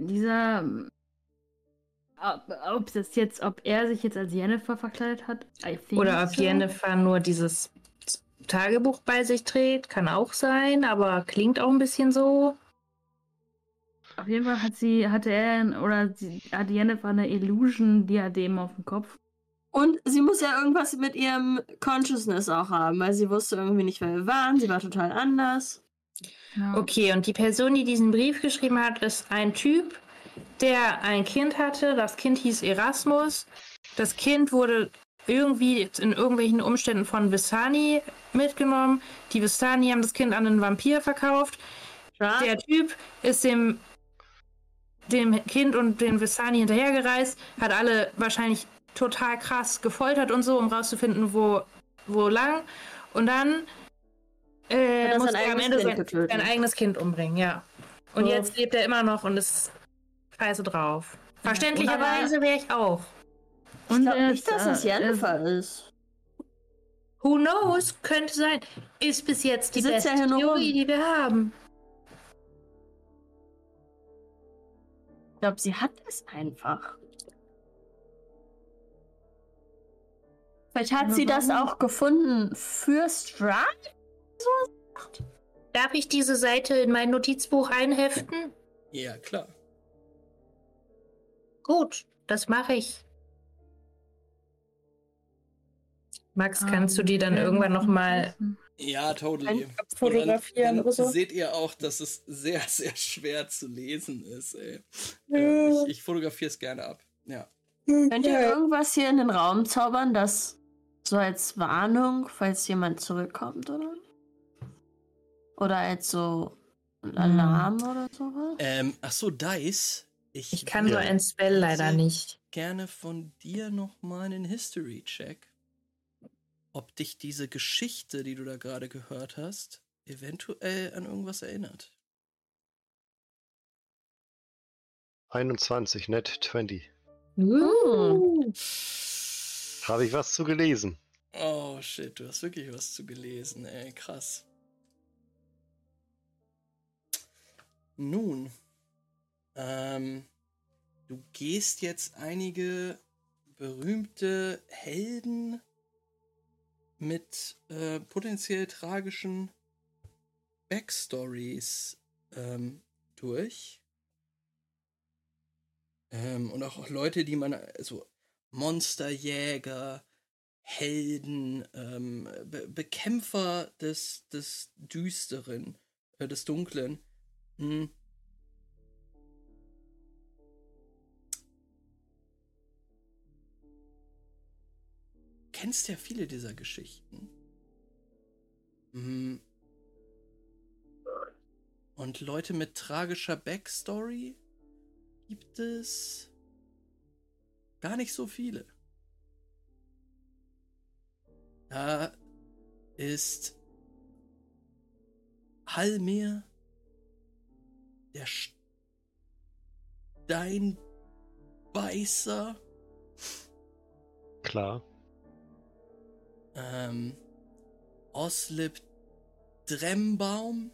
ob er sich jetzt als Jennifer verkleidet hat? I think Oder ob so. Jennifer nur dieses Tagebuch bei sich trägt, kann auch sein, aber klingt auch ein bisschen so. Auf jeden Fall hatte Jennifer eine Illusion-Diadem auf dem Kopf. Und sie muss ja irgendwas mit ihrem Consciousness auch haben, weil sie wusste irgendwie nicht, wer wir waren. Sie war total anders. Ja. Okay, und die Person, die diesen Brief geschrieben hat, ist ein Typ, der ein Kind hatte. Das Kind hieß Erasmus. Das Kind wurde irgendwie in irgendwelchen Umständen von Vistani mitgenommen. Die Vistani haben das Kind an einen Vampir verkauft. Ja? Der Typ ist dem Kind und den Vistani hinterhergereist, hat alle wahrscheinlich total krass gefoltert und so, um rauszufinden, wo lang. Und dann muss er am Ende sein eigenes Kind umbringen, ja. Und jetzt lebt er immer noch und ist scheiße drauf. Verständlicherweise wäre ich auch. Ich glaube nicht, dass es Jennifer ist. Who knows? Könnte sein. Ist bis jetzt die sitzt beste ja hier nur Theorie, rum. die wir haben. Ich glaube, sie hat es einfach. Vielleicht hat sie das auch gefunden für Strahd? Darf ich diese Seite in mein Notizbuch einheften? Ja, klar. Gut, das mache ich. Max, kannst du die dann irgendwann nochmal Ja, totally. fotografieren dann oder so? seht ihr auch, dass es sehr, sehr schwer zu lesen ist, ey. Ich fotografiere es gerne ab. Ja. Könnt ihr irgendwas hier in den Raum zaubern, das so als Warnung, falls jemand zurückkommt, oder? Oder als so ein Alarm oder sowas? Ach so, Dice. Ich kann so ein Spell leider nicht. Gerne von dir nochmal einen History-Check. Ob dich diese Geschichte, die du da gerade gehört hast, eventuell an irgendwas erinnert. 21, net 20. Habe ich was zu gelesen? Oh shit, du hast wirklich was zu gelesen, ey, krass. Nun, du gehst jetzt einige berühmte Helden mit potenziell tragischen Backstories durch. Und auch Leute, die man, also Monsterjäger, Helden, Bekämpfer des Düsteren, des Dunklen. Kennst ja viele dieser Geschichten. Und Leute mit tragischer Backstory gibt es gar nicht so viele. Da ist Halmir, der Steinbeißer. Klar. Oslip Drembaum.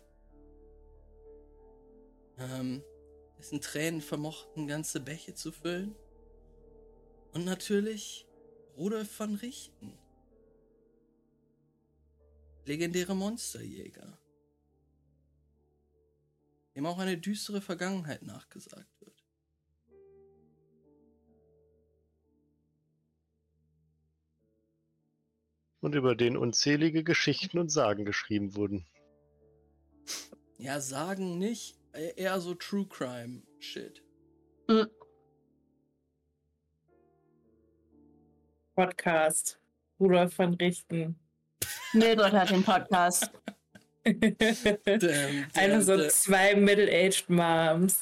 Dessen Tränen vermochten, ganze Bäche zu füllen. Und natürlich Rudolf van Richten. Legendäre Monsterjäger. Dem auch eine düstere Vergangenheit nachgesagt wird. Und über den unzählige Geschichten und Sagen geschrieben wurden. Ja, Sagen nicht, eher so True Crime Shit. Podcast. Rudolf van Richten. Mildred hat den Podcast. Einfach so 2 Middle-aged Moms.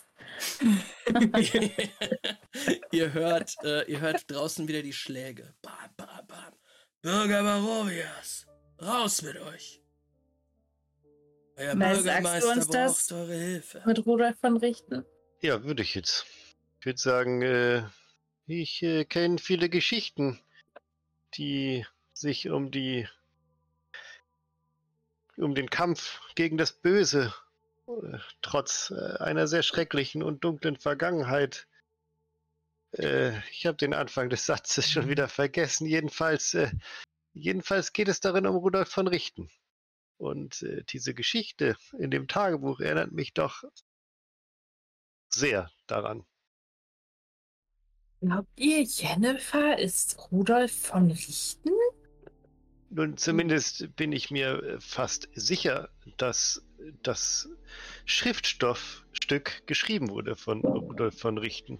ihr hört draußen wieder die Schläge. Bam, bam, bam. Bürger Barovias, raus mit euch. Euer Was sagst du Bürgermeister uns braucht das? eure Hilfe. Mit Rudolf von Richten. Ja, würde ich jetzt. Ich würde sagen, ich kenne viele Geschichten, die sich um den Kampf gegen das Böse, trotz einer sehr schrecklichen und dunklen Vergangenheit. Ich habe den Anfang des Satzes schon wieder vergessen. Jedenfalls geht es darin um Rudolf von Richten. Und diese Geschichte in dem Tagebuch erinnert mich doch sehr daran. Glaubt ihr, Jennifer ist Rudolf von Richten? Nun, zumindest bin ich mir fast sicher, dass das Schriftstoffstück geschrieben wurde von Rudolf von Richten.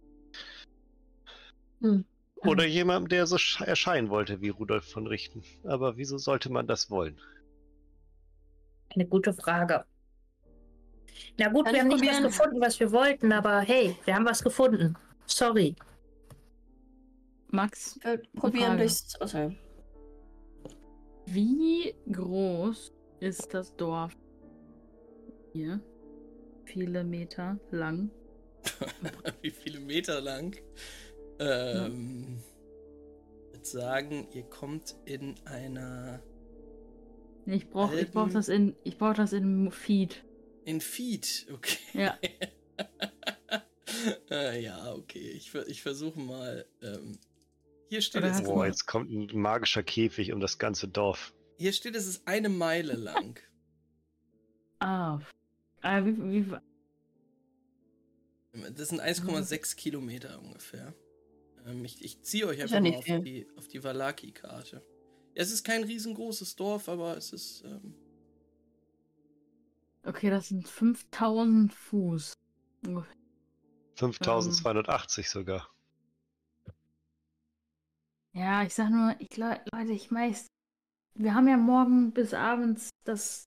Oder jemandem, der so erscheinen wollte wie Rudolf von Richten. Aber wieso sollte man das wollen? Eine gute Frage. Na gut, Kann wir ich haben nicht das probieren? gefunden, was wir wollten, aber hey, wir haben was gefunden. Sorry. Max, Ich würde probieren Frage. durchs. Also, wie groß ist das Dorf hier? Viele Meter lang. Wie viele Meter lang? Ich würde sagen, ihr kommt in einer... Ich brauch das in Feed. In Feed, okay. Ja. Ja, okay. Ich versuche mal. Hier steht Oder es. hast Boah, jetzt kommt ein magischer Käfig um das ganze Dorf. Hier steht es ist 1 Meile lang. Wie, Das sind 1,6 Kilometer ungefähr. Ich ziehe euch Ist einfach ja mal nicht auf die Valaki-Karte. Ja, es ist kein riesengroßes Dorf, aber es ist. okay, das sind 5000 Fuß. Ungefähr. 5280 sogar. Ja, ich sag nur, Leute, ich weiß, wir haben ja morgen bis abends das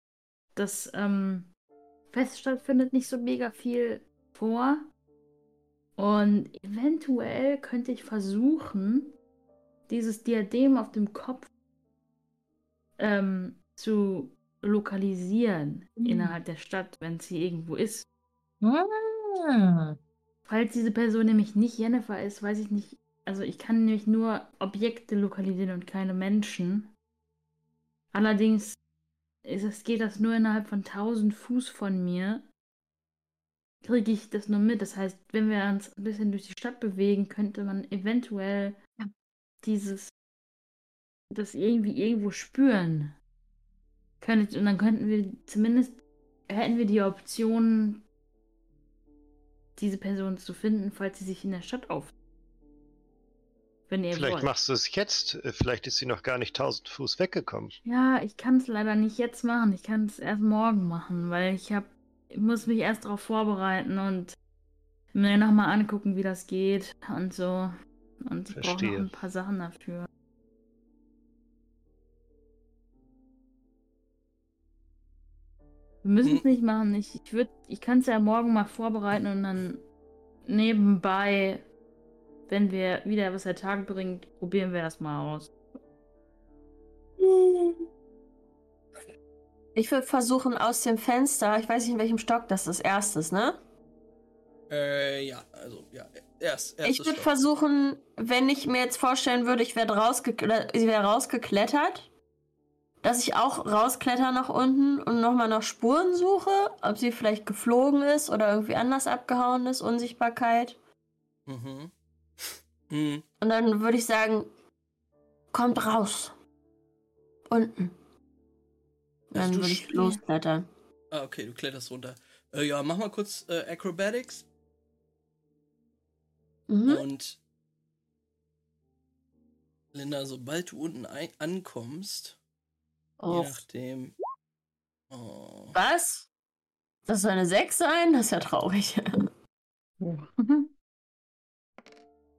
Fest stattfindet nicht so mega viel vor. Und eventuell könnte ich versuchen, dieses Diadem auf dem Kopf zu lokalisieren innerhalb der Stadt, wenn es hier irgendwo ist. Falls diese Person nämlich nicht Jennifer ist, weiß ich nicht. Also ich kann nämlich nur Objekte lokalisieren und keine Menschen. Allerdings geht das nur innerhalb von 1000 Fuß von mir. Kriege ich das nur mit. Das heißt, wenn wir uns ein bisschen durch die Stadt bewegen, könnte man eventuell das irgendwie irgendwo spüren. Und dann könnten wir zumindest, hätten wir die Option, diese Person zu finden, falls sie sich in der Stadt aufhält. Wenn ihr Vielleicht wollt. machst du es jetzt. Vielleicht ist sie noch gar nicht 1000 Fuß weggekommen. Ja, ich kann es leider nicht jetzt machen. Ich kann es erst morgen machen, weil ich muss mich erst darauf vorbereiten und mir nochmal angucken, wie das geht und so. Und ich brauche noch Verstehe. ein paar Sachen dafür. Wir müssen es nicht machen. Ich kann es ja morgen mal vorbereiten und dann nebenbei, wenn wir wieder was der Tag bringt, probieren wir das mal aus. ich würde versuchen aus dem Fenster, ich weiß nicht in welchem Stock das ist, erstes, ne? Ja, also, ja. Erstes Ich würde Stock. versuchen, wenn ich mir jetzt vorstellen würde, ich wäre rausgeklettert, dass ich auch rauskletter nach unten und nochmal nach Spuren suche, ob sie vielleicht geflogen ist oder irgendwie anders abgehauen ist, Unsichtbarkeit. Mhm. Und dann würde ich sagen, kommt raus. Unten. Und Hast dann du würde ich Schnee? losklettern. Ah, okay, du kletterst runter. Ja, mach mal kurz Acrobatics. Mhm. Und Linda, sobald du unten ankommst, je Oh. nachdem. Oh. Was? Das soll eine 6 sein? Das ist ja traurig.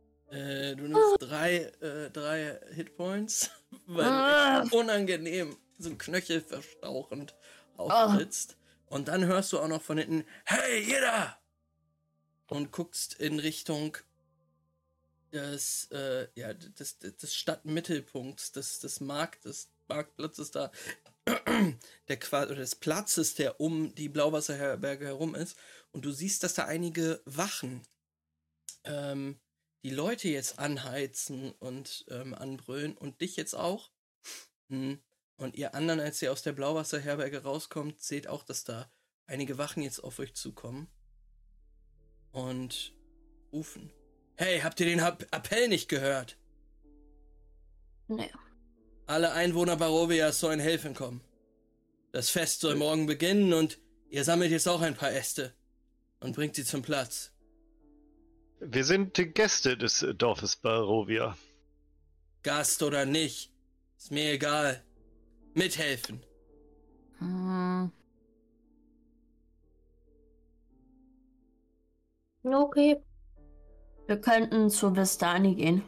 Du nimmst drei Hitpoints, weil du echt unangenehm so knöchelverstauchend auftrittst. Und dann hörst du auch noch von hinten, hey, ihr da! Und guckst in Richtung des Stadtmittelpunkts, des Marktplatzes da, des Platzes, der um die Blauwasserherberge herum ist. Und du siehst, dass da einige Wachen die Leute jetzt anheizen und anbrüllen und dich jetzt auch. Und ihr anderen, als ihr aus der Blauwasserherberge rauskommt, seht auch, dass da einige Wachen jetzt auf euch zukommen und rufen. Hey, habt ihr den Appell nicht gehört? Nee. Alle Einwohner Barovias sollen helfen kommen. Das Fest soll morgen beginnen und ihr sammelt jetzt auch ein paar Äste und bringt sie zum Platz. Wir sind die Gäste des Dorfes Barovia. Gast oder nicht, ist mir egal. Mithelfen. Okay. Wir könnten zu Vistani gehen.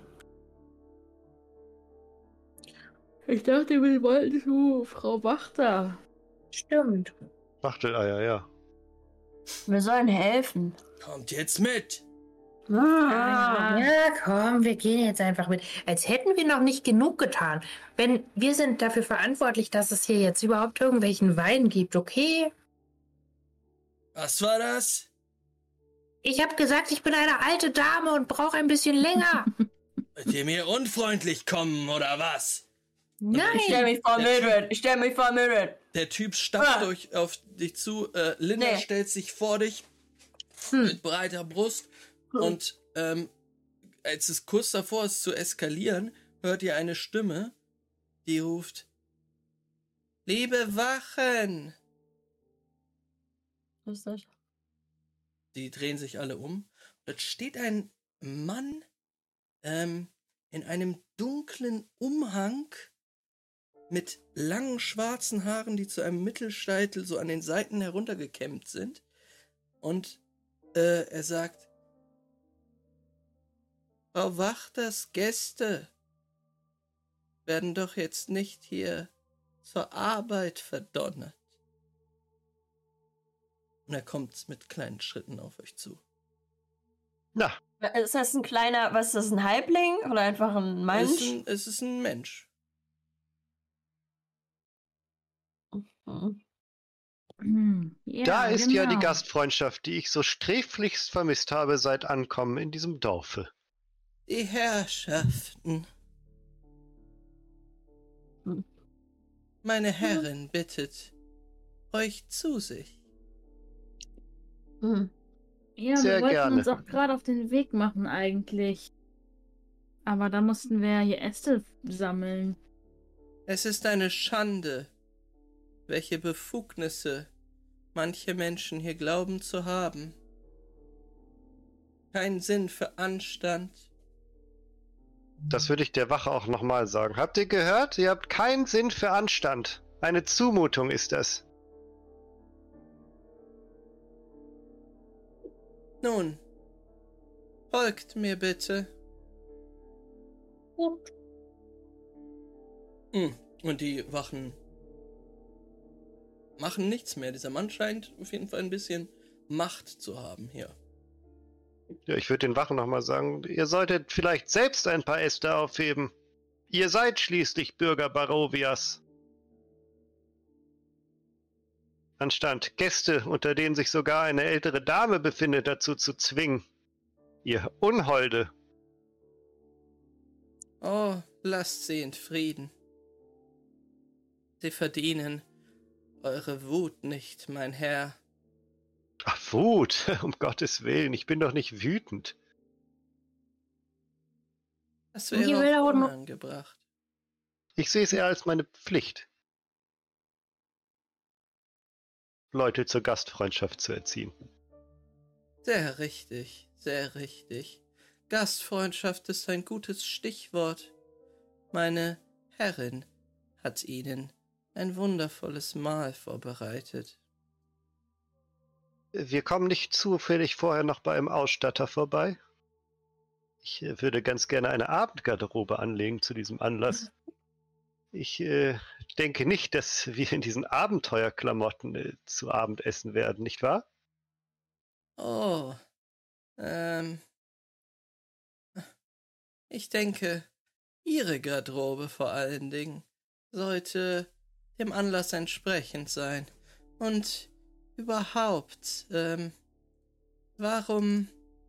Ich dachte, wir wollten zu Frau Wachter. Stimmt. Wachteleier, ja. Wir sollen helfen. Kommt jetzt mit. Ja, komm, wir gehen jetzt einfach mit. Als hätten wir noch nicht genug getan. Wir sind dafür verantwortlich, dass es hier jetzt überhaupt irgendwelchen Wein gibt, okay? Was war das? Ich habe gesagt, ich bin eine alte Dame und brauche ein bisschen länger. Wollt ihr mir unfreundlich kommen, oder was? Nein. Ich stell mich vor Mildred. Der Typ stapft auf dich zu. Linda stellt sich vor dich mit breiter Brust. Und als es kurz davor ist zu eskalieren, hört ihr eine Stimme, die ruft: Liebe Wachen! Was ist das? Die drehen sich alle um. Dort steht ein Mann in einem dunklen Umhang mit langen schwarzen Haaren, die zu einem Mittelscheitel so an den Seiten heruntergekämmt sind. Und er sagt: Frau Wachters Gäste werden doch jetzt nicht hier zur Arbeit verdonnert. Und er kommt mit kleinen Schritten auf euch zu. Na, Ist das ein kleiner, was ist das, ein Halbling oder einfach ein Mensch? Es ist ein Mensch. Ja, da ist ja die genau. Gastfreundschaft, die ich so sträflichst vermisst habe seit Ankommen in diesem Dorfe. Die Herrschaften. Meine Herrin bittet euch zu sich. Ja, Sehr wir wollten gerne. uns auch gerade auf den Weg machen eigentlich. Aber da mussten wir hier Äste sammeln. Es ist eine Schande, welche Befugnisse manche Menschen hier glauben zu haben. Kein Sinn für Anstand. Das würde ich der Wache auch nochmal sagen. Habt ihr gehört? Ihr habt keinen Sinn für Anstand. Eine Zumutung ist das. Nun, folgt mir bitte. Und die Wachen machen nichts mehr. Dieser Mann scheint auf jeden Fall ein bisschen Macht zu haben hier. Ja, ich würde den Wachen nochmal sagen, ihr solltet vielleicht selbst ein paar Äste aufheben. Ihr seid schließlich Bürger Barovias. Anstatt Gäste, unter denen sich sogar eine ältere Dame befindet, dazu zu zwingen. Ihr Unholde. Oh, lasst sie in Frieden. Sie verdienen eure Wut nicht, mein Herr. Ach, Wut, um Gottes Willen, ich bin doch nicht wütend. Das Die will wäre auch auch nur- unangebracht. Ich sehe es eher als meine Pflicht, Leute zur Gastfreundschaft zu erziehen. Sehr richtig, sehr richtig. Gastfreundschaft ist ein gutes Stichwort. Meine Herrin hat Ihnen ein wundervolles Mahl vorbereitet. Wir kommen nicht zufällig vorher noch bei einem Ausstatter vorbei. Ich würde ganz gerne eine Abendgarderobe anlegen zu diesem Anlass. Ich denke nicht, dass wir in diesen Abenteuerklamotten zu Abend essen werden, nicht wahr? Oh, ich denke, Ihre Garderobe vor allen Dingen sollte dem Anlass entsprechend sein. Und überhaupt, warum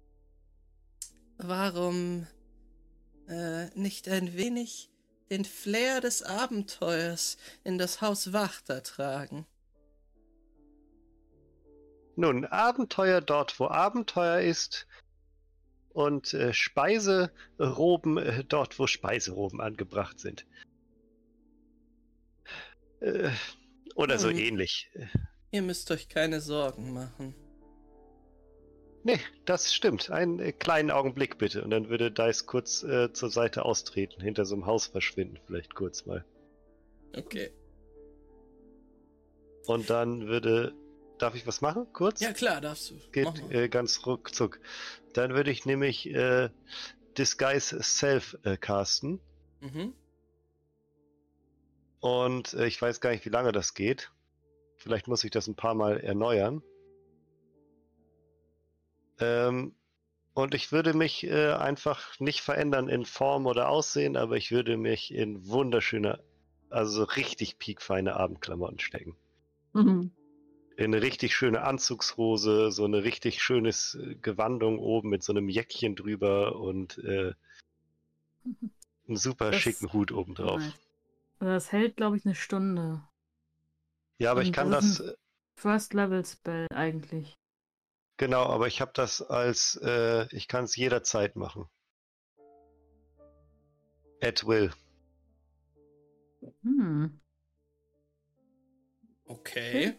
nicht ein wenig den Flair des Abenteuers in das Haus Wachter tragen? Nun, Abenteuer dort, wo Abenteuer ist, und Speiseroben dort, wo Speiseroben angebracht sind. Oder so ähnlich. Ihr müsst euch keine Sorgen machen. Nee, das stimmt. Einen kleinen Augenblick bitte. Und dann würde Dice kurz zur Seite austreten, hinter so einem Haus verschwinden, vielleicht kurz mal. Okay. Und dann würde... Darf ich was machen? Kurz? Ja klar, darfst du. Mach mal. Geht ganz ruckzuck. Dann würde ich nämlich Disguise Self casten. Mhm. Und ich weiß gar nicht, wie lange das geht. Vielleicht muss ich das ein paar Mal erneuern. Und ich würde mich einfach nicht verändern in Form oder Aussehen, aber ich würde mich in wunderschöne, also so richtig piekfeine Abendklamotten stecken. Mhm. In eine richtig schöne Anzugshose, so eine richtig schönes Gewandung oben mit so einem Jäckchen drüber und einen super Das- schicken Hut obendrauf. Nice. Das hält, glaube ich, eine Stunde. Ja, aber ich Und kann das ist das, First-Level-Spell eigentlich. genau, aber ich habe das als, ich kann es jederzeit machen. At will. Okay.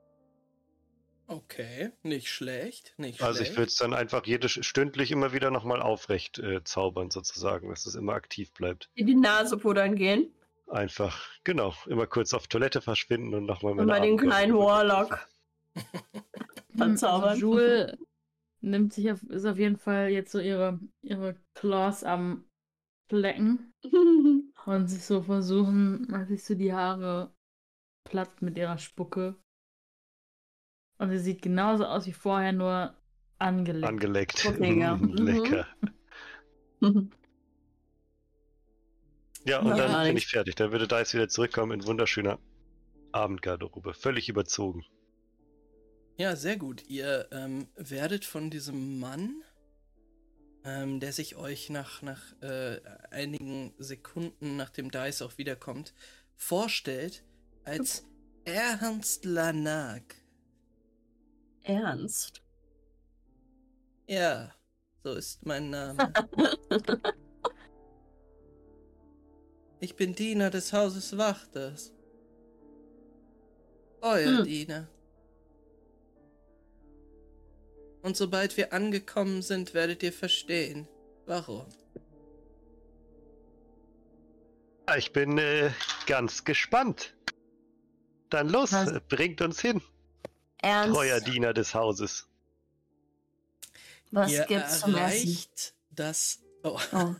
Okay, nicht schlecht, nicht Also ich schlecht. würde es dann einfach stündlich immer wieder nochmal aufrecht zaubern sozusagen, dass es immer aktiv bleibt. In die Nase pudern gehen. Einfach, genau, immer kurz auf Toilette verschwinden und nochmal Und mal den kleinen Warlock Also verzaubern. Jule ist auf jeden Fall jetzt so ihre Claws am Flecken und sich so versuchen, macht sich so die Haare platt mit ihrer Spucke. Und sie sieht genauso aus wie vorher, nur angelegt. Angelegt. Okay, ja. Lecker. Ja, und Ja, dann bin nichts. ich fertig. Dann würde Dice wieder zurückkommen in wunderschöner Abendgarderobe. Völlig überzogen. Ja, sehr gut. Ihr werdet von diesem Mann, der sich euch nach einigen Sekunden, nachdem Dice auch wiederkommt, vorstellt als Ernst Lanag. Ernst? Ja, so ist mein Name. Ich bin Diener des Hauses Wachters. Euer Diener. Und sobald wir angekommen sind, werdet ihr verstehen, warum. Ja, ich bin ganz gespannt. Dann los, Was? bringt uns hin, Ernst? treuer Diener des Hauses. Was Ihr gibt's zum Essen? erreicht das... Oh. Oh.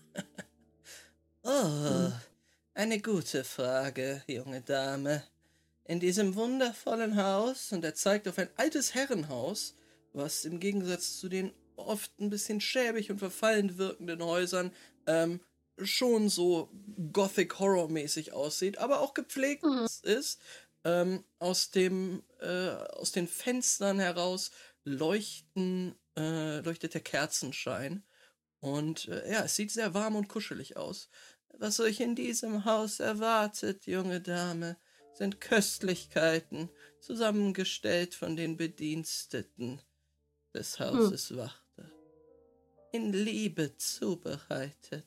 Oh, eine gute Frage, junge Dame. In diesem wundervollen Haus, und er zeigt auf ein altes Herrenhaus, was im Gegensatz zu den oft ein bisschen schäbig und verfallen wirkenden Häusern schon so Gothic-Horror-mäßig aussieht, aber auch gepflegt ist. Aus den Fenstern heraus leuchtet der Kerzenschein. Und ja, es sieht sehr warm und kuschelig aus. Was euch in diesem Haus erwartet, junge Dame, sind Köstlichkeiten, zusammengestellt von den Bediensteten des Hauses Wachter. In Liebe zubereitet.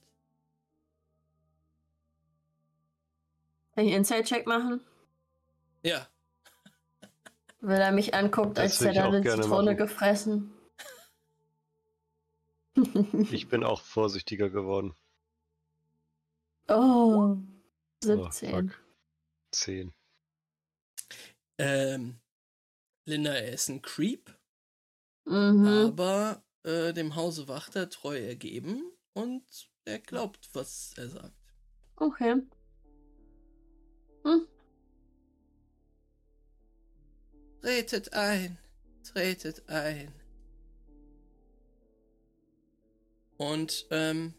Kann ich einen Inside-Check machen? Ja, Wenn er mich anguckt, Das als will hätte ich er auch eine gerne Zitrone machen. gefressen. Ich bin auch vorsichtiger geworden. Oh, Oh, 17. fuck. 10. Linda, er ist ein Creep, Mhm. aber dem Hause Wachter treu ergeben und er glaubt, was er sagt. Okay. Tretet ein, tretet ein. Und,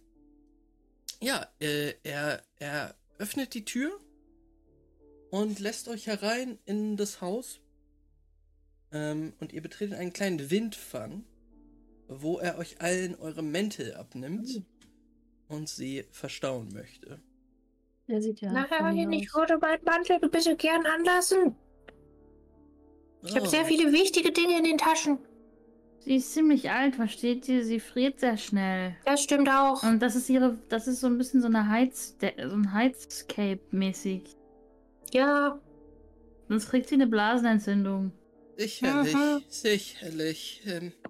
er öffnet die Tür und lässt euch herein in das Haus. Und ihr betretet einen kleinen Windfang, wo er euch allen eure Mäntel abnimmt und sie verstauen möchte. Der sieht ja Nein, ich würde meinen Mantel bitte gern anlassen. Ich habe sehr viele wichtige Dinge in den Taschen. Sie ist ziemlich alt, versteht ihr? Sie friert sehr schnell. Das stimmt auch. Und das ist so ein bisschen so eine so ein Heizscape-mäßig. Ja. Sonst kriegt sie eine Blasenentzündung. Sicherlich, sicherlich.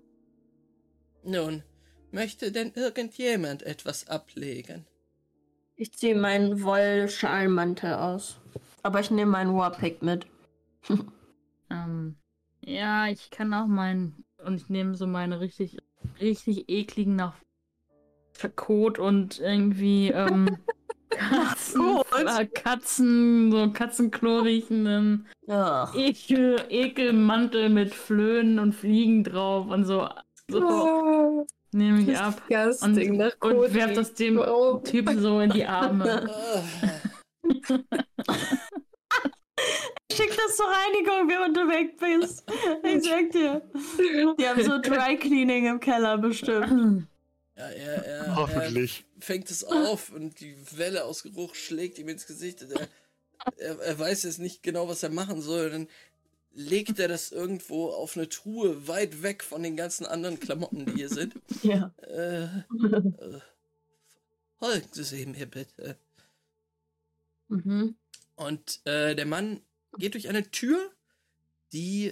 Nun, möchte denn irgendjemand etwas ablegen? Ich ziehe meinen Wollschalmantel aus. Aber ich nehme meinen Warpick mit. Ja, ich kann auch und ich nehme so meine richtig ekligen nach Kot und irgendwie so Katzenklo riechenden Ekelmantel mit Flöhen und Fliegen drauf und so nehme ich ab und werf das dem Typen so in die Arme. Schick das zur Reinigung, während du weg bist. Ich sag dir. Die haben so Dry Cleaning im Keller bestimmt. Ja, er Hoffentlich. fängt es auf und die Welle aus Geruch schlägt ihm ins Gesicht. Er weiß jetzt nicht genau, was er machen soll. Dann legt er das irgendwo auf eine Truhe weit weg von den ganzen anderen Klamotten, die hier sind. Ja. Folgen Sie mir bitte. Mhm. Und der Mann geht durch eine Tür, die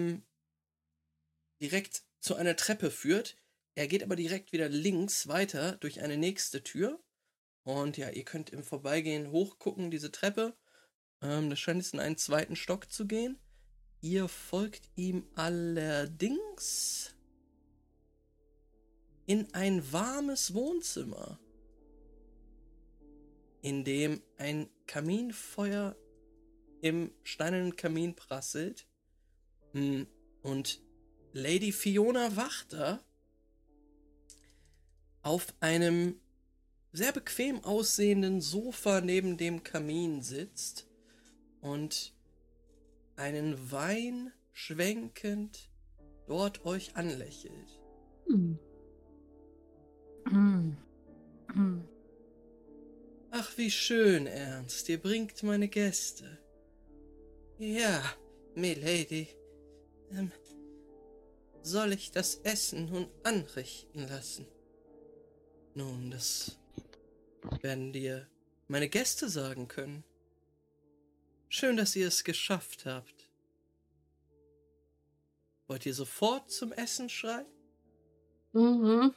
direkt zu einer Treppe führt. Er geht aber direkt wieder links weiter durch eine nächste Tür. Und ja, ihr könnt im Vorbeigehen hochgucken, diese Treppe. Das scheint jetzt in einen zweiten Stock zu gehen. Ihr folgt ihm allerdings in ein warmes Wohnzimmer, in dem ein Kaminfeuer im steinernen Kamin prasselt. Und Lady Fiona Wachter auf einem sehr bequem aussehenden Sofa neben dem Kamin sitzt und einen Wein schwenkend dort euch anlächelt. Ach, wie schön, Ernst, ihr bringt meine Gäste. Ja, Milady, soll ich das Essen nun anrichten lassen? Nun, das werden dir meine Gäste sagen können. Schön, dass ihr es geschafft habt. Wollt ihr sofort zum Essen schreiten? Mhm.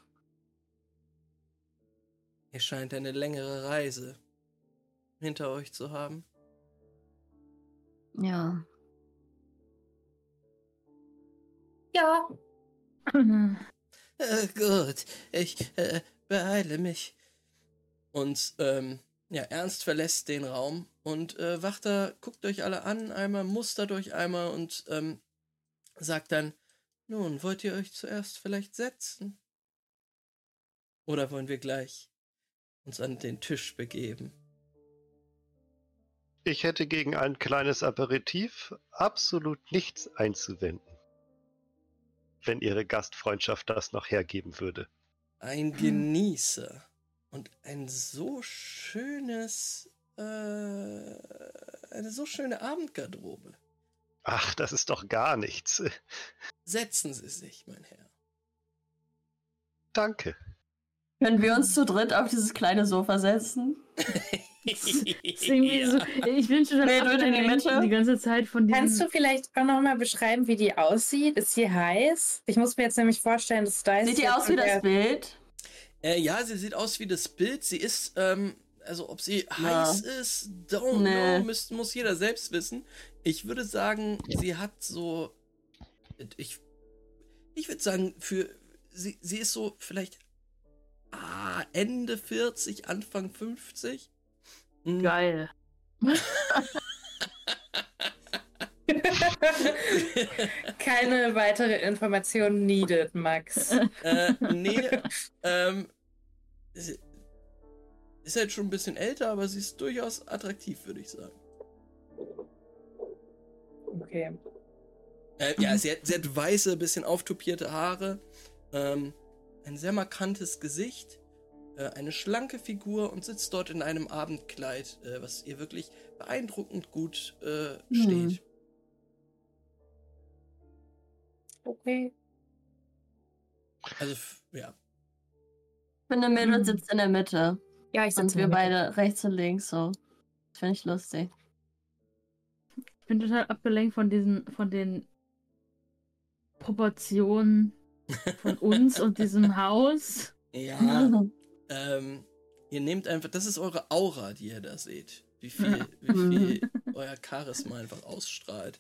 Ihr scheint eine längere Reise hinter euch zu haben. Ja. Ja. Gut, ich beeile mich. Und Ernst verlässt den Raum und Wachter guckt euch alle an, einmal mustert euch einmal und sagt dann, nun, wollt ihr euch zuerst vielleicht setzen? Oder wollen wir gleich uns an den Tisch begeben? Ich hätte gegen ein kleines Aperitif absolut nichts einzuwenden, wenn Ihre Gastfreundschaft das noch hergeben würde. Ein Genießer und ein so schönes, eine so schöne Abendgarderobe. Ach, das ist doch gar nichts. Setzen Sie sich, mein Herr. Danke. Können wir uns zu dritt auf dieses kleine Sofa setzen? Ist irgendwie so, ich bin schon in die Mitte. die ganze Zeit von diesem... Kannst du vielleicht auch nochmal beschreiben, wie die aussieht? Ist sie heiß? Ich muss mir jetzt nämlich vorstellen, dass da ist. Sieht die aus wie das Bild? Ja, sie sieht aus wie das Bild. Sie ist, also ob sie heiß ist, don't know, muss jeder selbst wissen. Ich würde sagen, sie hat so, ich würde sagen, sie ist so vielleicht Ende 40, Anfang 50. Geil. Keine weitere Information needed, Max. Nee, sie ist halt schon ein bisschen älter, aber sie ist durchaus attraktiv, würde ich sagen. Okay. Ja, sie hat weiße, bisschen auftopierte Haare, ein sehr markantes Gesicht, eine schlanke Figur und sitzt dort in einem Abendkleid, was ihr wirklich beeindruckend gut steht. Okay. Also, ja. Ich finde, Mildred sitzt in der Mitte. Ja, ich Und sitze wir beide rechts und links so. Das finde ich lustig. Ich bin total abgelenkt von den Proportionen von uns und diesem Haus. Ja, ihr nehmt einfach, das ist eure Aura, die ihr da seht. Wie viel euer Charisma einfach ausstrahlt.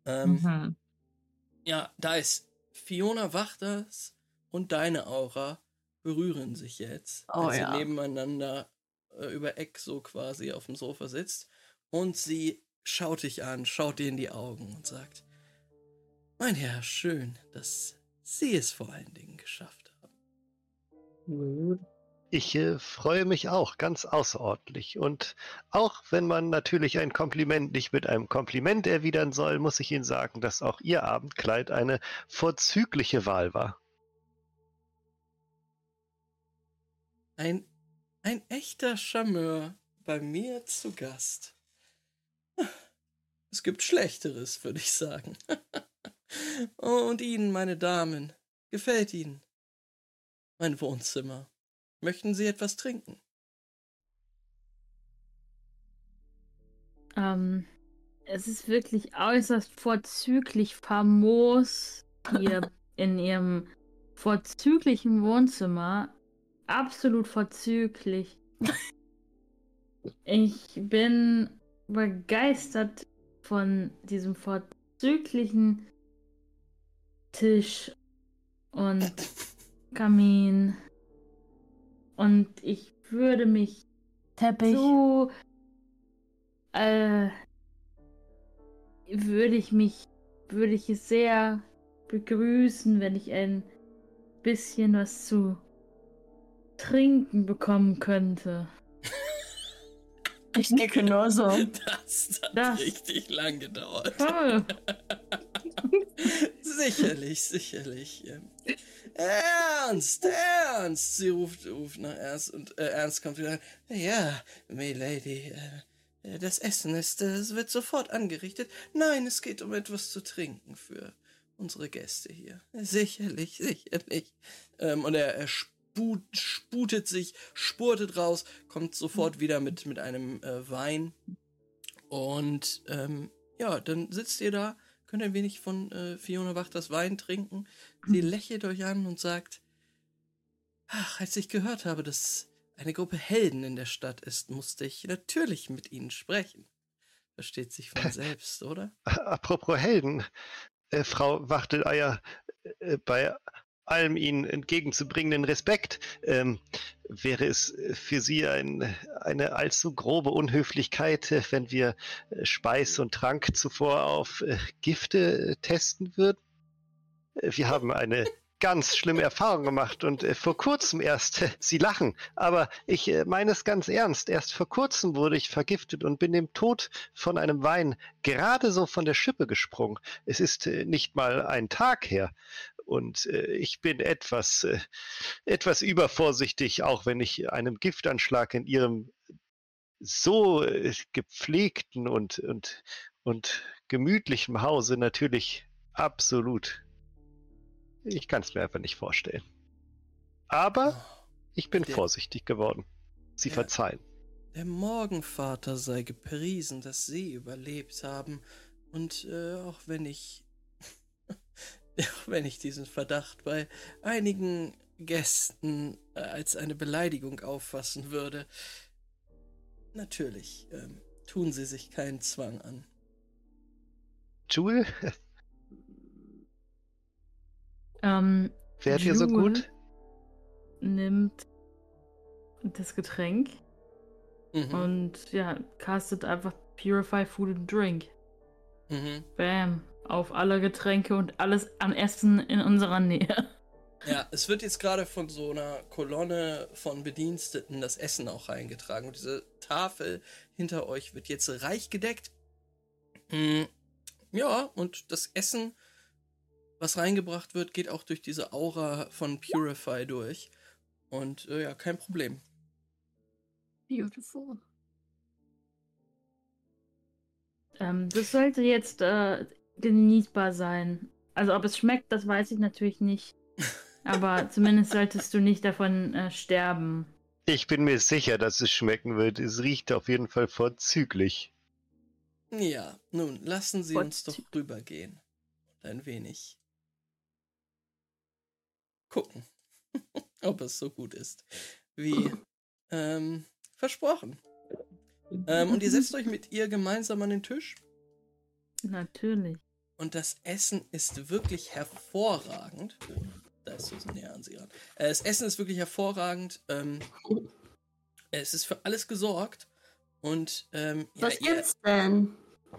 Ja, da ist Fiona Wachters und deine Aura berühren sich jetzt, als ihr nebeneinander über Eck so quasi auf dem Sofa sitzt. Und sie schaut dich an, schaut dir in die Augen und sagt: Mein Herr, schön, dass Sie es vor allen Dingen geschafft haben. Ich freue mich auch ganz außerordentlich. Und auch wenn man natürlich ein Kompliment nicht mit einem Kompliment erwidern soll, muss ich Ihnen sagen, dass auch Ihr Abendkleid eine vorzügliche Wahl war. Ein echter Charmeur bei mir zu Gast. Es gibt Schlechteres, würde ich sagen. Und Ihnen, meine Damen, gefällt Ihnen mein Wohnzimmer? Möchten Sie etwas trinken? Es ist wirklich äußerst vorzüglich famos hier in Ihrem vorzüglichen Wohnzimmer. Absolut vorzüglich. Ich bin begeistert von diesem vorzüglichen Tisch und Kamin. Und ich würde mich Teppich. Würde ich es sehr begrüßen, wenn ich ein bisschen was zu trinken bekommen könnte. Ich nicke nur so. Das hat richtig lang gedauert. Toll. Sicherlich. Ernst! Sie ruft nach Ernst und Ernst kommt wieder. Ja, Milady, das Essen es wird sofort angerichtet. Nein, es geht um etwas zu trinken für unsere Gäste hier. Sicherlich. Und er spurtet raus, kommt sofort wieder mit einem Wein. Und ja, dann sitzt ihr da, könnt ein wenig von Fiona Wachters Wein trinken. Sie lächelt euch an und sagt: Ach, als ich gehört habe, dass eine Gruppe Helden in der Stadt ist, musste ich natürlich mit ihnen sprechen. Versteht sich von selbst, oder? Apropos Helden, Frau Wachteleier, bei allem Ihnen entgegenzubringenden Respekt, wäre es für Sie eine allzu grobe Unhöflichkeit, wenn wir Speis und Trank zuvor auf Gifte testen würden? Wir haben eine ganz schlimme Erfahrung gemacht und vor kurzem erst, Sie lachen, aber ich meine es ganz ernst, erst vor kurzem wurde ich vergiftet und bin dem Tod von einem Wein gerade so von der Schippe gesprungen. Es ist nicht mal ein Tag her. Und ich bin etwas übervorsichtig, auch wenn ich einem Giftanschlag in Ihrem so gepflegten und gemütlichen Hause natürlich absolut. Ich kann es mir einfach nicht vorstellen. Aber ich bin vorsichtig geworden. Sie verzeihen. Der Morgenvater sei gepriesen, dass Sie überlebt haben. Und auch wenn ich diesen Verdacht bei einigen Gästen als eine Beleidigung auffassen würde, natürlich tun Sie sich keinen Zwang an. Jule? Wärt ihr so gut? Nimmt das Getränk und castet einfach Purify Food and Drink. Bam. auf alle Getränke und alles an Essen in unserer Nähe. Ja, es wird jetzt gerade von so einer Kolonne von Bediensteten das Essen auch reingetragen. Und diese Tafel hinter euch wird jetzt reich gedeckt. Ja, und das Essen, was reingebracht wird, geht auch durch diese Aura von Purify durch. Und ja, kein Problem. Beautiful. Das sollte jetzt genießbar sein. Also ob es schmeckt, das weiß ich natürlich nicht. Aber zumindest solltest du nicht davon sterben. Ich bin mir sicher, dass es schmecken wird. Es riecht auf jeden Fall vorzüglich. Ja, nun, lassen Sie uns doch rübergehen. Und ein wenig gucken, ob es so gut ist, wie versprochen. Und ihr setzt euch mit ihr gemeinsam an den Tisch. Natürlich. Und das Essen ist wirklich hervorragend. Oh, da ist Susan näher an sie ran. Das Essen ist wirklich hervorragend. Es ist für alles gesorgt. Und was gibt's denn?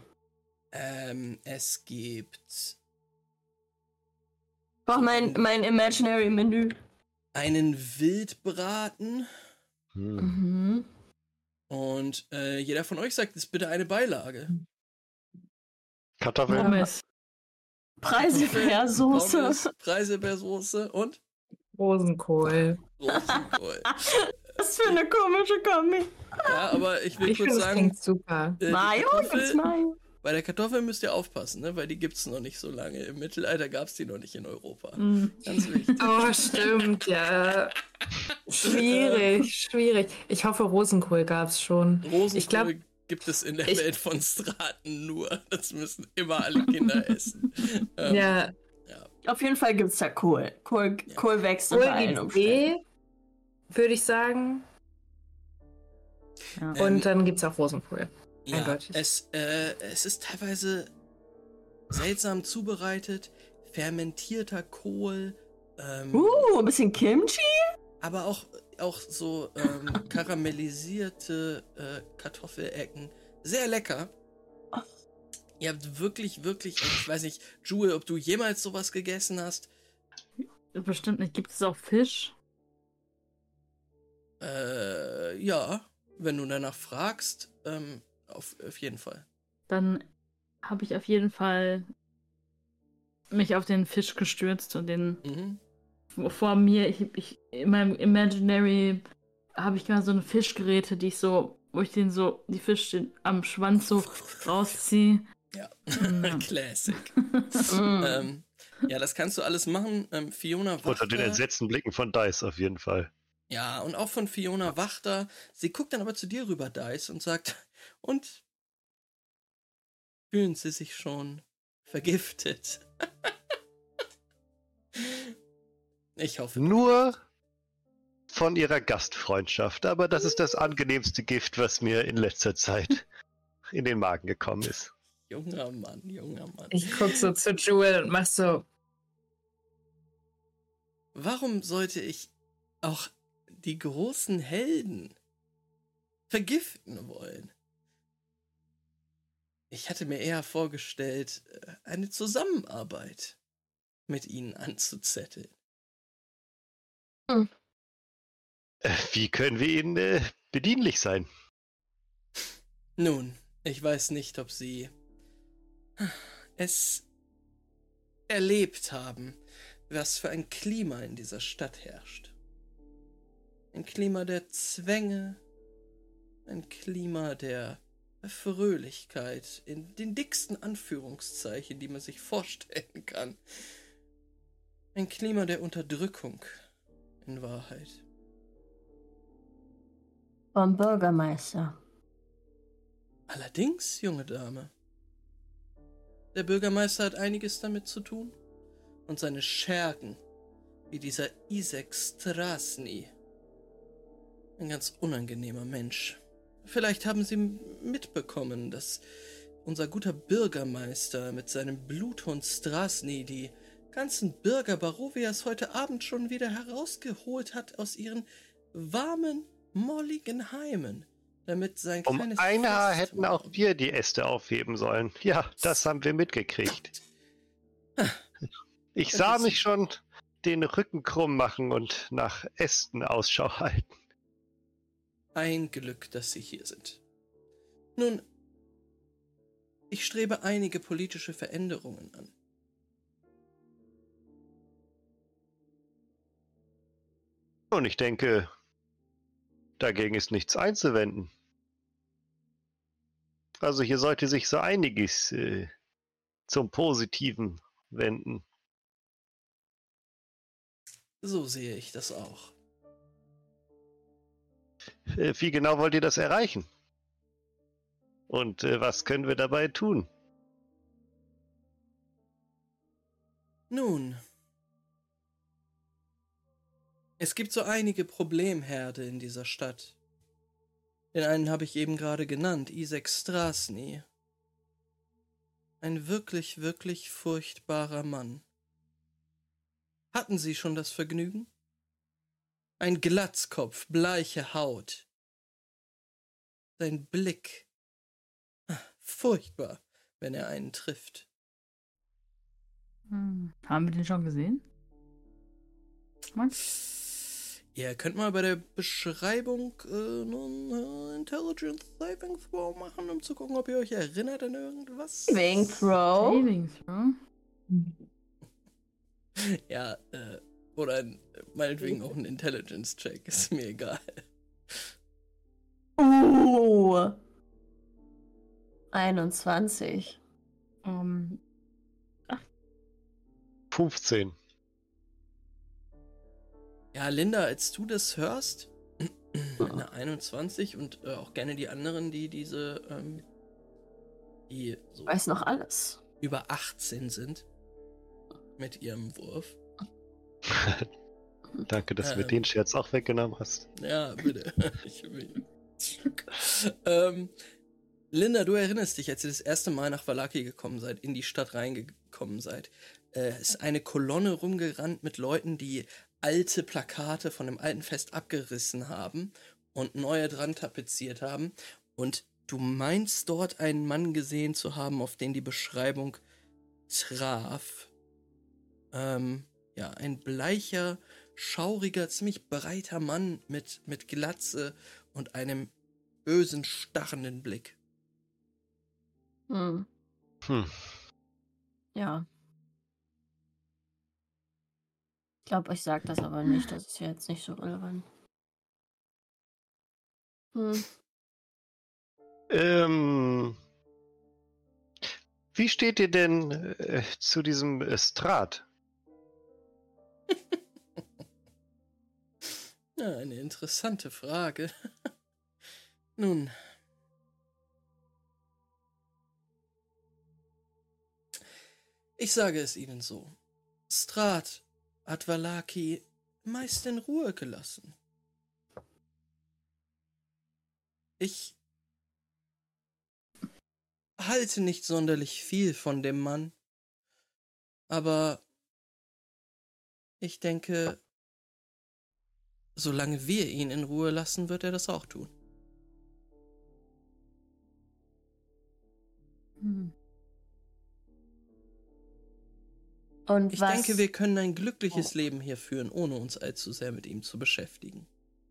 Es gibt Ich brauche mein Imaginary Menü. einen Wildbraten. Mhm. Und jeder von euch sagt jetzt bitte eine Beilage. Kartoffeln. Pommes. Preiselbeersoße. Preiselbeersoße und Rosenkohl. Rosenkohl. Was für eine komische Kombi. Ja, aber ich will Ich kurz finde, das sagen, klingt super. die Mayo? Gibt's Kartoffel, Mayo? bei der Kartoffel müsst ihr aufpassen, ne? Weil die gibt's noch nicht so lange. Im Mittelalter gab's die noch nicht in Europa. Mm. Ganz wichtig. Oh, stimmt, ja. Schwierig. Ich hoffe, Rosenkohl gab's schon. Rosenkohl Ich glaub, gibt es in der Welt von Straten nur. Das müssen immer alle Kinder essen. Ja, Auf jeden Fall gibt's da Kohl. Kohl wächst unter allen Kohl Umständen. gibt's würde ich sagen. Ja. Und dann gibt's auch Rosenkohl. Ja, Eindeutig. es ist teilweise seltsam zubereitet, fermentierter Kohl, Ein bisschen Kimchi? aber auch so karamellisierte Kartoffelecken. Sehr lecker. Ihr habt wirklich, ich weiß nicht, Jewel, ob du jemals sowas gegessen hast. Bestimmt nicht. Gibt es auch Fisch? Ja, wenn du danach fragst, auf jeden Fall. Dann habe ich auf jeden Fall mich auf den Fisch gestürzt und den vor mir, in meinem Imaginary habe ich gerade so eine Fischgeräte, wo ich den so, die Fische am Schwanz so rausziehe. Ja, Ja. Classic. Ja, das kannst du alles machen. Fiona Unter den Wachter. entsetzten Blicken von Dice auf jeden Fall. Ja, und auch von Fiona Wachter. Sie guckt dann aber zu dir rüber, Dice, und sagt, und fühlen Sie sich schon vergiftet? Ich hoffe. Nur von ihrer Gastfreundschaft, aber das ist das angenehmste Gift, was mir in letzter Zeit in den Magen gekommen ist. Junger Mann. Ich guck so zu Jewel und mach so. Warum sollte ich auch die großen Helden vergiften wollen? Ich hatte mir eher vorgestellt, eine Zusammenarbeit mit ihnen anzuzetteln. Wie können wir Ihnen bedienlich sein? Nun, ich weiß nicht, ob Sie es erlebt haben, was für ein Klima in dieser Stadt herrscht. Ein Klima der Zwänge, ein Klima der Fröhlichkeit in den dicksten Anführungszeichen, die man sich vorstellen kann. Ein Klima der Unterdrückung, in Wahrheit. Vom Bürgermeister. Allerdings, junge Dame, der Bürgermeister hat einiges damit zu tun. Und seine Schergen, wie dieser Isaac Strasny. Ein ganz unangenehmer Mensch. Vielleicht haben Sie mitbekommen, dass unser guter Bürgermeister mit seinem Bluthund Strasny die ganzen Bürger Barovias heute Abend schon wieder herausgeholt hat aus ihren warmen, molligen Heimen, damit sein Um kleines ein Haar Fest hätten auch wir die Äste aufheben sollen. Ja, das haben wir mitgekriegt. Ich sah mich schon den Rücken krumm machen und nach Ästen Ausschau halten. Ein Glück, dass Sie hier sind. Nun, ich strebe einige politische Veränderungen an. Und ich denke, dagegen ist nichts einzuwenden. Also hier sollte sich so einiges zum Positiven wenden. So sehe ich das auch. Wie genau wollt ihr das erreichen? Und was können wir dabei tun? Nun, es gibt so einige Problemherde in dieser Stadt. Den einen habe ich eben gerade genannt, Isaac Strasny. Ein wirklich, wirklich furchtbarer Mann. Hatten Sie schon das Vergnügen? Ein Glatzkopf, bleiche Haut. Sein Blick. Furchtbar, wenn er einen trifft. Haben wir den schon gesehen? Max? Ihr könnt mal bei der Beschreibung Intelligence Saving Throw machen, um zu gucken, ob ihr euch erinnert an irgendwas. Saving Throw. Saving Throw? Ja, oder meinetwegen auch ein Intelligence-Check, ist mir egal. 21. 15. Ja, Linda, als du das hörst, eine 21 und auch gerne die anderen, die die so Weiß noch alles. über 18 sind mit ihrem Wurf. Danke, dass du mir den Scherz auch weggenommen hast. Ja, bitte. Linda, du erinnerst dich, als ihr das erste Mal nach Vallaki gekommen seid, in die Stadt reingekommen seid, ist eine Kolonne rumgerannt mit Leuten, die alte Plakate von dem alten Fest abgerissen haben und neue dran tapeziert haben. Und du meinst dort einen Mann gesehen zu haben, auf den die Beschreibung traf. Ja, ein bleicher, schauriger, ziemlich breiter Mann mit Glatze und einem bösen, starrenden Blick. Ja. Ich glaube, ich sage das aber nicht. Das ist ja jetzt nicht so relevant. Wie steht ihr denn zu diesem Strat? Ja, eine interessante Frage. Nun. Ich sage es Ihnen so. Strat hat Vallaki meist in Ruhe gelassen. Ich halte nicht sonderlich viel von dem Mann, aber ich denke, solange wir ihn in Ruhe lassen, wird er das auch tun. Und Ich was? denke, wir können ein glückliches Leben hier führen, ohne uns allzu sehr mit ihm zu beschäftigen.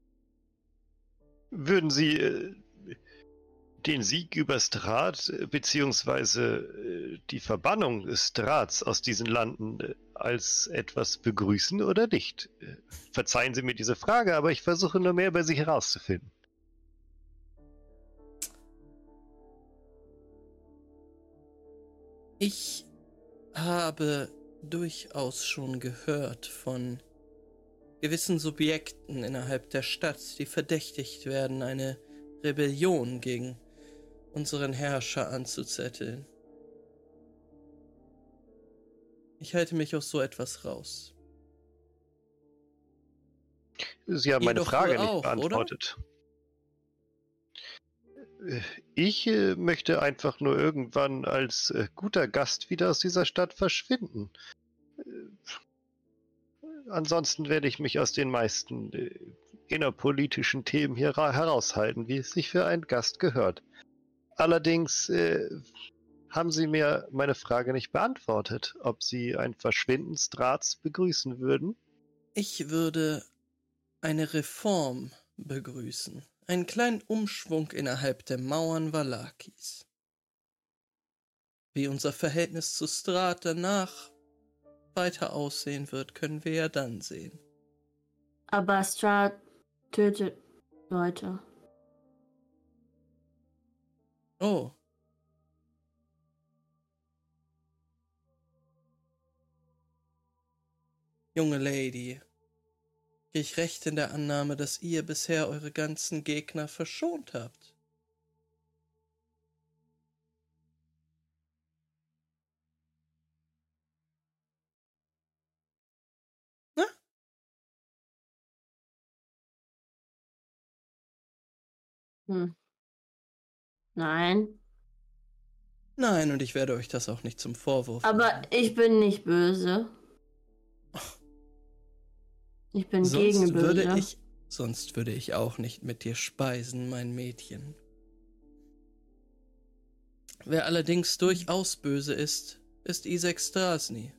Würden Sie den Sieg über Strat beziehungsweise die Verbannung des Strats aus diesen Landen als etwas begrüßen oder nicht? Verzeihen Sie mir diese Frage, aber ich versuche nur mehr über sie herauszufinden. Ich habe durchaus schon gehört von gewissen Subjekten innerhalb der Stadt, die verdächtigt werden, eine Rebellion gegen unseren Herrscher anzuzetteln. Ich halte mich aus so etwas raus. Sie haben Ihr meine doch Frage wohl nicht auch, beantwortet. Ich möchte einfach nur irgendwann als guter Gast wieder aus dieser Stadt verschwinden. Ansonsten werde ich mich aus den meisten innerpolitischen Themen hier heraushalten, wie es sich für einen Gast gehört. Allerdings haben Sie mir meine Frage nicht beantwortet, ob Sie ein Verschwinden Strats begrüßen würden? Ich würde eine Reform begrüßen. Einen kleinen Umschwung innerhalb der Mauern Valakis. Wie unser Verhältnis zu Strahd danach weiter aussehen wird, können wir ja dann sehen. Aber Strahd tötet Leute. Oh. Junge Lady, gehe ich recht in der Annahme, dass ihr bisher eure ganzen Gegner verschont habt? Na? Nein. Nein, und ich werde euch das auch nicht zum Vorwurf Aber machen. ich bin nicht böse. Ich bin gegen böse. Sonst würde ich auch nicht mit dir speisen, mein Mädchen. Wer allerdings durchaus böse ist Isaac Strasny.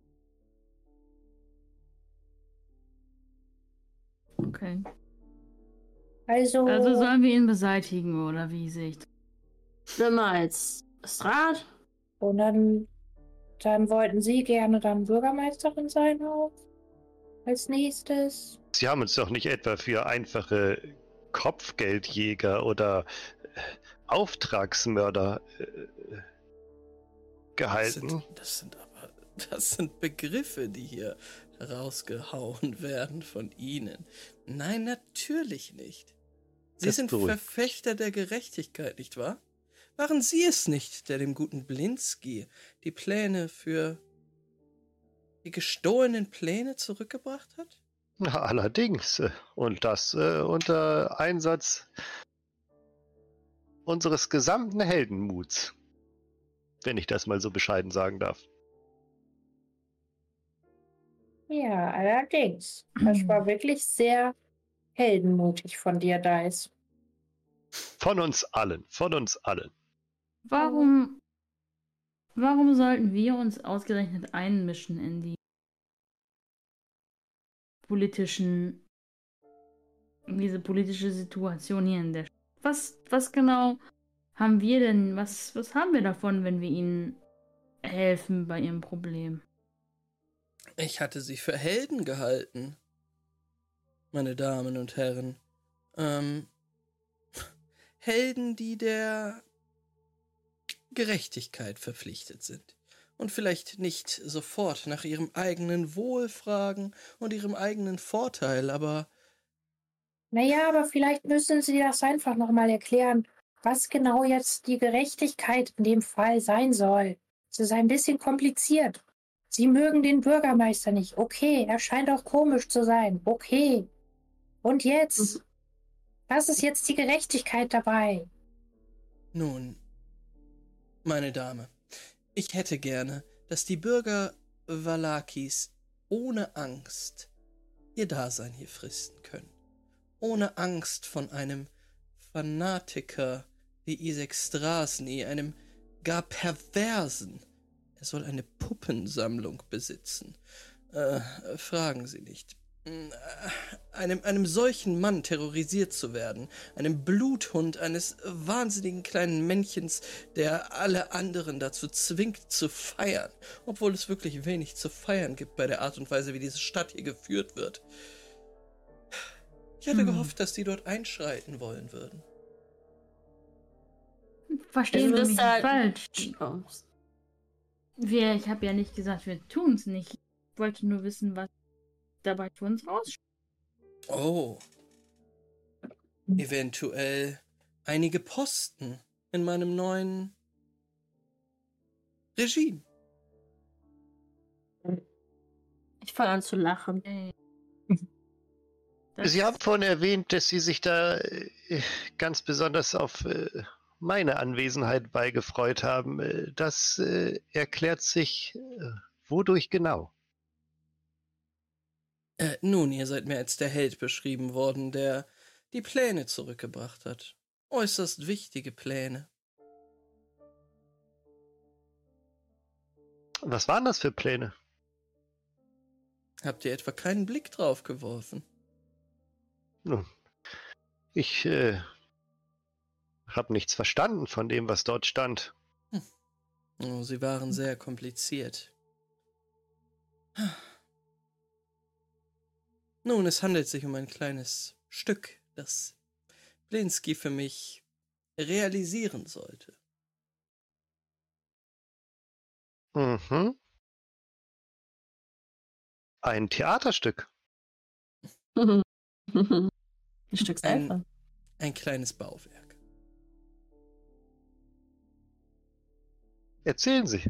Okay. Also sollen wir ihn beseitigen, oder wie sehe ich das? Schlimmer als Strahd? und dann wollten Sie gerne dann Bürgermeisterin sein auch. Als nächstes. Sie haben uns doch nicht etwa für einfache Kopfgeldjäger oder Auftragsmörder gehalten. Das sind Begriffe, die hier rausgehauen werden von Ihnen. Nein, natürlich nicht. Sie Das sind beruhigt. Verfechter der Gerechtigkeit, nicht wahr? Waren Sie es nicht, der dem guten Blinsky die gestohlenen Pläne zurückgebracht hat? Na, allerdings. Und das unter Einsatz unseres gesamten Heldenmuts. Wenn ich das mal so bescheiden sagen darf. Ja, allerdings. Das war wirklich sehr heldenmutig von dir, Dice. Von uns allen. Von uns allen. Warum sollten wir uns ausgerechnet einmischen in die diese politische Situation hier in der Stadt? Was genau haben wir denn, was haben wir davon, wenn wir ihnen helfen bei ihrem Problem? Ich hatte sie für Helden gehalten, meine Damen und Herren. Helden, die der Gerechtigkeit verpflichtet sind und vielleicht nicht sofort nach ihrem eigenen Wohl fragen und ihrem eigenen Vorteil, aber... Naja, aber vielleicht müssen Sie das einfach nochmal erklären, was genau jetzt die Gerechtigkeit in dem Fall sein soll. Es ist ein bisschen kompliziert. Sie mögen den Bürgermeister nicht. Okay, er scheint auch komisch zu sein. Okay. Und jetzt? Was ist jetzt die Gerechtigkeit dabei? Nun, meine Dame, ich hätte gerne, dass die Bürger Valakis ohne Angst ihr Dasein hier fristen können. Ohne Angst von einem Fanatiker wie Isaac Strasny, einem gar perversen. Er soll eine Puppensammlung besitzen. Fragen Sie nicht. Einem solchen Mann terrorisiert zu werden, einem Bluthund eines wahnsinnigen kleinen Männchens, der alle anderen dazu zwingt zu feiern, obwohl es wirklich wenig zu feiern gibt bei der Art und Weise, wie diese Stadt hier geführt wird. Ich hatte gehofft, dass die dort einschreiten wollen würden. Verstehen Sie mich nicht falsch. Oh. Ich habe ja nicht gesagt, wir tun es nicht. Ich wollte nur wissen, was dabei für uns raussteht. Oh. Eventuell einige Posten in meinem neuen Regime. Ich fange an zu lachen. Sie haben vorhin erwähnt, dass Sie sich da ganz besonders auf meine Anwesenheit beigefreut haben. Das erklärt sich wodurch genau? Nun, ihr seid mir als der Held beschrieben worden, der die Pläne zurückgebracht hat. Äußerst wichtige Pläne. Was waren das für Pläne? Habt ihr etwa keinen Blick drauf geworfen? Nun, ich habe nichts verstanden von dem, was dort stand. Oh, sie waren sehr kompliziert. Nun, es handelt sich um ein kleines Stück, das Blinsky für mich realisieren sollte. Mhm. Ein Theaterstück. Ein Stück Ein- Seife. Ein kleines Bauwerk. Erzählen Sie.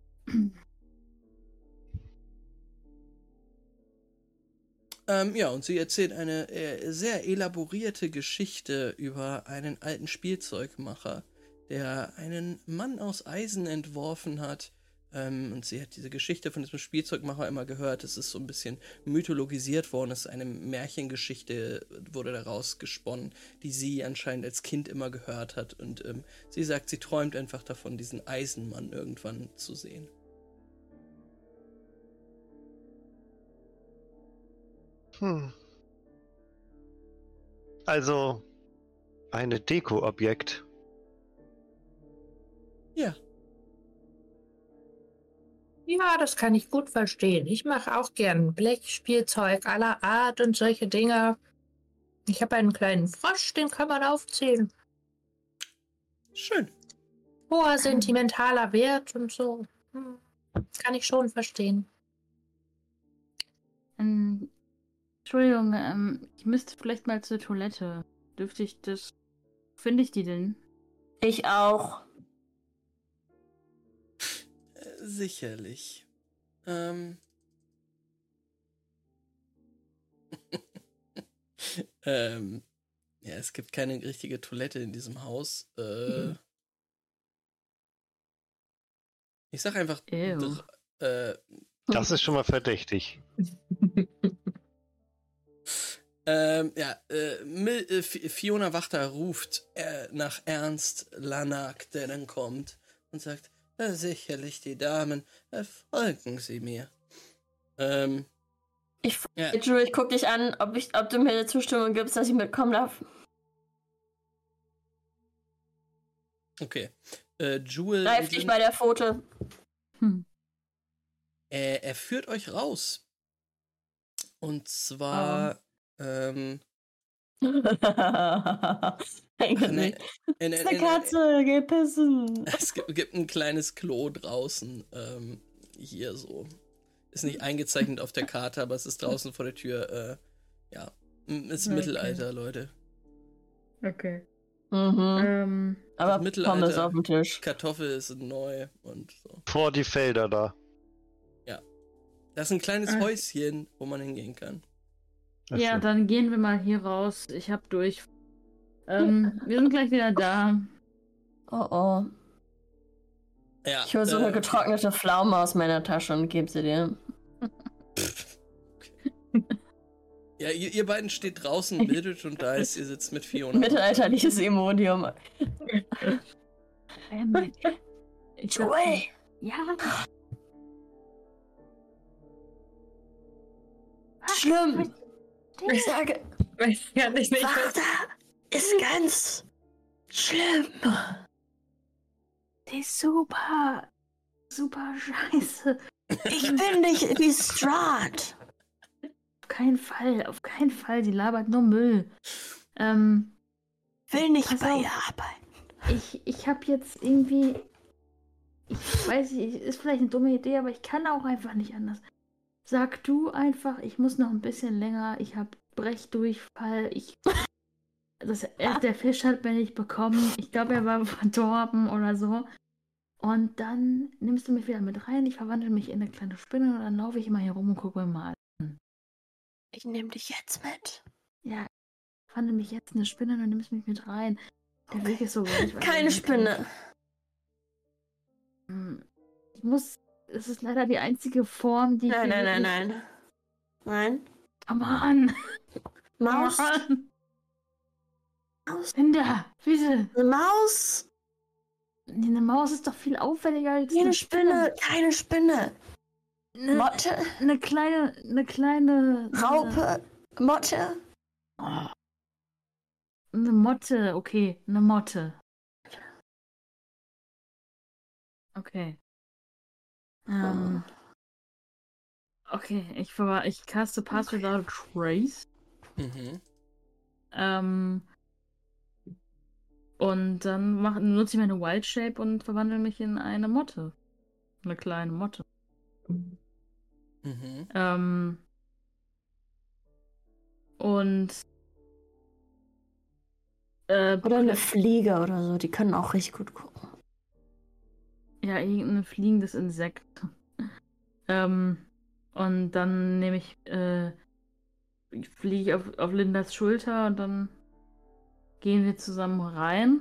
Ja, und sie erzählt eine sehr elaborierte Geschichte über einen alten Spielzeugmacher, der einen Mann aus Eisen entworfen hat. Und sie hat diese Geschichte von diesem Spielzeugmacher immer gehört. Es ist so ein bisschen mythologisiert worden. Es ist eine Märchengeschichte, wurde daraus gesponnen, die sie anscheinend als Kind immer gehört hat. Und sie sagt, sie träumt einfach davon, diesen Eisenmann irgendwann zu sehen. Also, eine Deko-Objekt. Ja. Ja, das kann ich gut verstehen. Ich mache auch gern Blechspielzeug aller Art und solche Dinge. Ich habe einen kleinen Frosch, den kann man aufzählen. Schön. Hoher sentimentaler Wert und so. Kann ich schon verstehen. Entschuldigung, ich müsste vielleicht mal zur Toilette. Dürfte ich das... Finde ich die denn? Ich auch. Sicherlich. Ja, es gibt keine richtige Toilette in diesem Haus. Ich sag einfach. Ew. Das ist schon mal verdächtig. Fiona Wachter ruft nach Ernst Lanak, der dann kommt und sagt, sicherlich die Damen, folgen Sie mir. Ich Ja. guck dich an, ob du mir eine Zustimmung gibst, dass ich mitkommen darf. Okay. Jewel. Greif dich bei der Pfote. Er führt euch raus. Und zwar. Eigentlich. Das ist eine Katze, geh pissen. Es gibt ein kleines Klo draußen. Hier so. Ist nicht eingezeichnet auf der Karte, aber es ist draußen vor der Tür. Ja. Ist Okay. Mittelalter, Leute. Okay. Mhm. Aber Mittelalter. Pommes auf dem Tisch. Kartoffel ist neu und so. Vor die Felder da. Das ist ein kleines Häuschen, wo man hingehen kann. Ach Ja, so. dann gehen wir mal hier raus. Ich hab durch. Wir sind gleich wieder da. Oh oh. Ja, Ich hole so eine getrocknete Pflaume aus meiner Tasche und gebe sie dir. Ja, ihr beiden steht draußen, bildet und da ist, ihr sitzt mit Fiona. Mittelalterliches Imodium. Joel! Ja. Schlimm. Ich sage, Weiß ja nicht. Wachter ist ganz schlimm. Die ist super. Super scheiße. Ich bin nicht wie Strahd. Auf keinen Fall. Die labert nur Müll. Will nicht Pass bei auf. ihr arbeiten. Ich habe jetzt irgendwie. Ich weiß nicht, ist vielleicht eine dumme Idee, aber ich kann auch einfach nicht anders. Sag du einfach, ich muss noch ein bisschen länger. Ich habe Brechdurchfall. Der Fisch hat mir nicht bekommen. Ich glaube, er war verdorben oder so. Und dann nimmst du mich wieder mit rein. Ich verwandle mich in eine kleine Spinne und dann laufe ich immer hier rum und gucke mir mal an. Ich nehme dich jetzt mit. Ja, ich verwandle mich jetzt in eine Spinne und dann nimmst mich mit rein. Der Weg ist so weit. Keine Spinne. Ich muss. Es ist leider die einzige Form, die. Nein, ich hier nein, wirklich- nein, nein. Nein. Come on! Maus. Come on! Maus. Linda, bitte! Eine Maus. Eine Maus ist doch viel auffälliger als Keine Spinne, keine Spinne. Motte, Eine kleine. Raupe, Motte. Oh, eine Motte, okay, eine Motte. Okay. Okay, ich caste Pass Without a Trace. Mhm. Und dann nutze ich meine Wild Shape und verwandle mich in eine Motte. Eine kleine Motte. Mhm. Und Oder eine Fliege oder so, die können auch richtig gut gucken. ja, irgendein fliegendes Insekt. Und dann fliege ich auf Lindas Schulter und dann gehen wir zusammen rein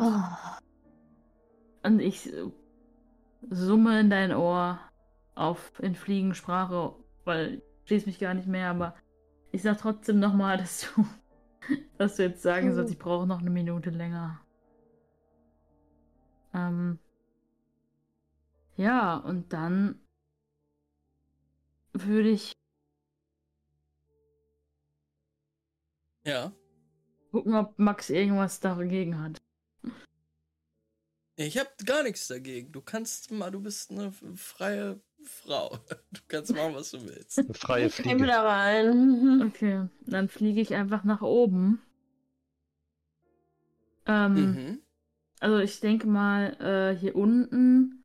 und ich summe in dein Ohr in Fliegensprache, weil ich schließe mich gar nicht mehr, aber ich sag trotzdem nochmal, dass du jetzt sagen sollst, ich brauche noch eine Minute länger. Ja, und dann würde ich Ja. gucken, ob Max irgendwas dagegen hat. Ich hab gar nichts dagegen. Du bist eine freie Frau. Du kannst machen, was du willst. Eine freie Ich nehme Fliege. da rein. Okay, dann fliege ich einfach nach oben. Mhm. Also ich denke mal, hier unten,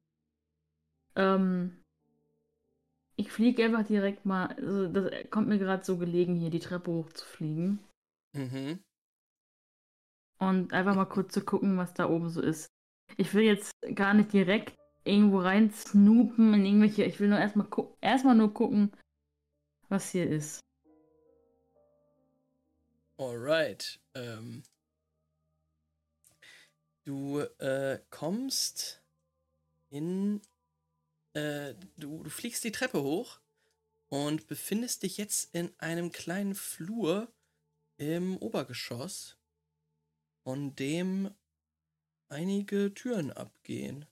ich fliege einfach direkt mal, also das kommt mir gerade so gelegen, hier die Treppe hoch zu fliegen. Mhm. Und einfach mal kurz zu gucken, was da oben so ist. Ich will jetzt gar nicht direkt irgendwo rein snoopen in irgendwelche, ich will nur erstmal nur gucken, was hier ist. Alright. Du kommst du fliegst die Treppe hoch und befindest dich jetzt in einem kleinen Flur im Obergeschoss, von dem einige Türen abgehen.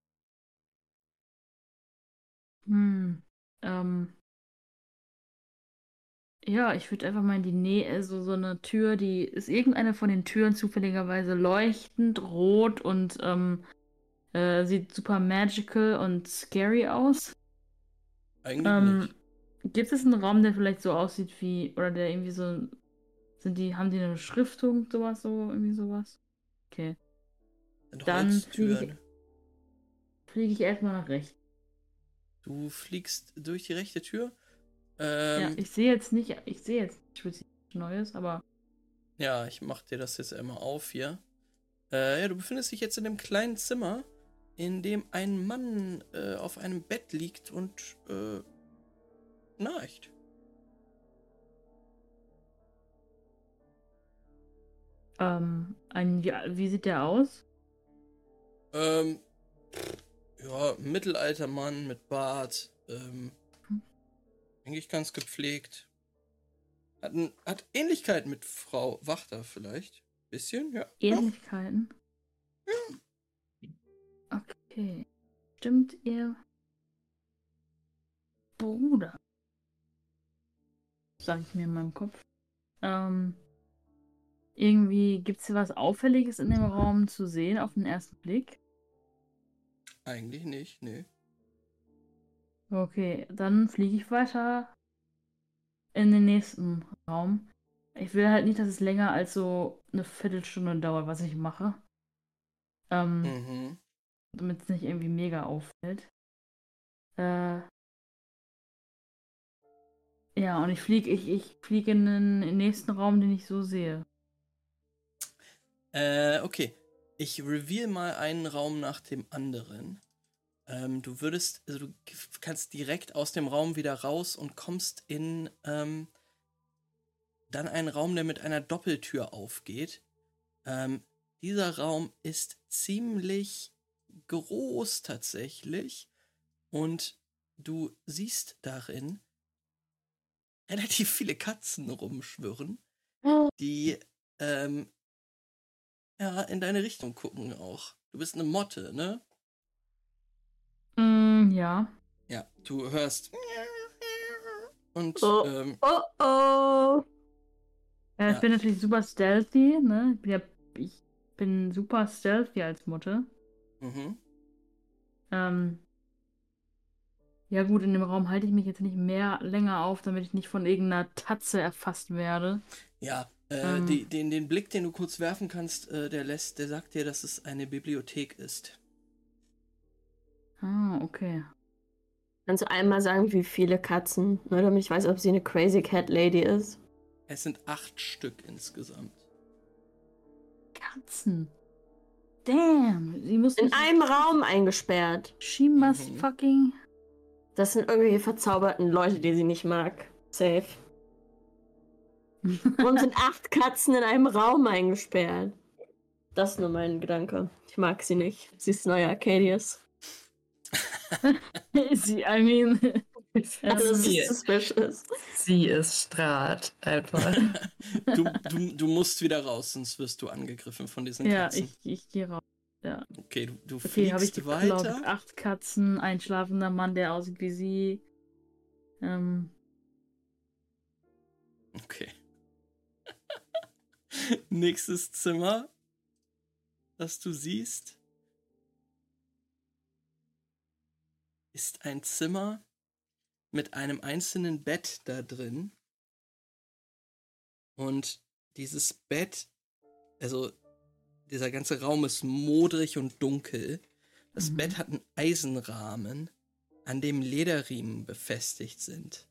Ja, ich würde einfach mal in die Nähe, also so eine Tür, ist irgendeine von den Türen zufälligerweise leuchtend rot und sieht super magical und scary aus. Eigentlich nicht. Gibt es einen Raum, der vielleicht so aussieht oder der irgendwie so, haben die eine Schriftung, irgendwie sowas? Okay. Sind Dann Holztüren. fliege ich erstmal nach rechts. Du fliegst durch die rechte Tür. Ja, ich sehe jetzt nicht spezifisch Neues, aber. Ja, ich mach dir das jetzt einmal auf hier. Ja, du befindest dich jetzt in einem kleinen Zimmer, in dem ein Mann auf einem Bett liegt und schnarcht. Wie sieht der aus? Ja, Mittelaltermann mit Bart. Eigentlich ganz gepflegt. Hat Ähnlichkeit mit Frau Wachter vielleicht. Bisschen, ja. Ähnlichkeiten? Ja. Okay. Stimmt ihr Bruder? Sag ich mir in meinem Kopf. Irgendwie gibt es hier was Auffälliges in dem Raum zu sehen auf den ersten Blick? Eigentlich nicht, nee. Okay, dann fliege ich weiter in den nächsten Raum. Ich will halt nicht, dass es länger als so eine Viertelstunde dauert, was ich mache. Damit es nicht irgendwie mega auffällt. Ja, und ich fliege in den nächsten Raum, den ich so sehe. Okay. Ich reveal mal einen Raum nach dem anderen. Du kannst direkt aus dem Raum wieder raus und kommst in dann einen Raum, der mit einer Doppeltür aufgeht. Dieser Raum ist ziemlich groß tatsächlich und du siehst darin relativ viele Katzen rumschwirren, die in deine Richtung gucken auch. Du bist eine Motte, ne? Ja. Ja, du hörst und Oh. Oh oh. Ja, ich Ja. bin natürlich super stealthy, ne? Ich bin super stealthy als Motte. Mhm. Ja gut, in dem Raum halte ich mich jetzt nicht länger auf, damit ich nicht von irgendeiner Tatze erfasst werde. Ja, Ähm. den Blick, den du kurz werfen kannst, der sagt dir, dass es eine Bibliothek ist. Ah, okay. Kannst du einmal sagen, wie viele Katzen? Nur damit ich weiß, ob sie eine Crazy Cat Lady ist. Es sind 8 Stück insgesamt. Katzen. Damn, sie muss In mich... einem Raum eingesperrt. She must Mhm. fucking... Das sind irgendwelche verzauberten Leute, die sie nicht mag. Safe. Warum sind 8 Katzen in einem Raum eingesperrt? Das ist nur mein Gedanke. Ich mag sie nicht. Sie ist neue Arcadius. I mean... Also das sie- ist suspicious. Sie ist Strat, einfach. Du musst wieder raus, sonst wirst du angegriffen von diesen Ja, Katzen. ich gehe raus. Ja. Okay, du Okay, habe ich fliegst gekloppt. weiter. 8 Katzen, ein schlafender Mann, der aussieht wie sie. Okay. Nächstes Zimmer, das du siehst, ist ein Zimmer mit einem einzelnen Bett da drin. Und dieses Bett, also dieser ganze Raum ist modrig und dunkel. Das Bett hat einen Eisenrahmen, an dem Lederriemen befestigt sind.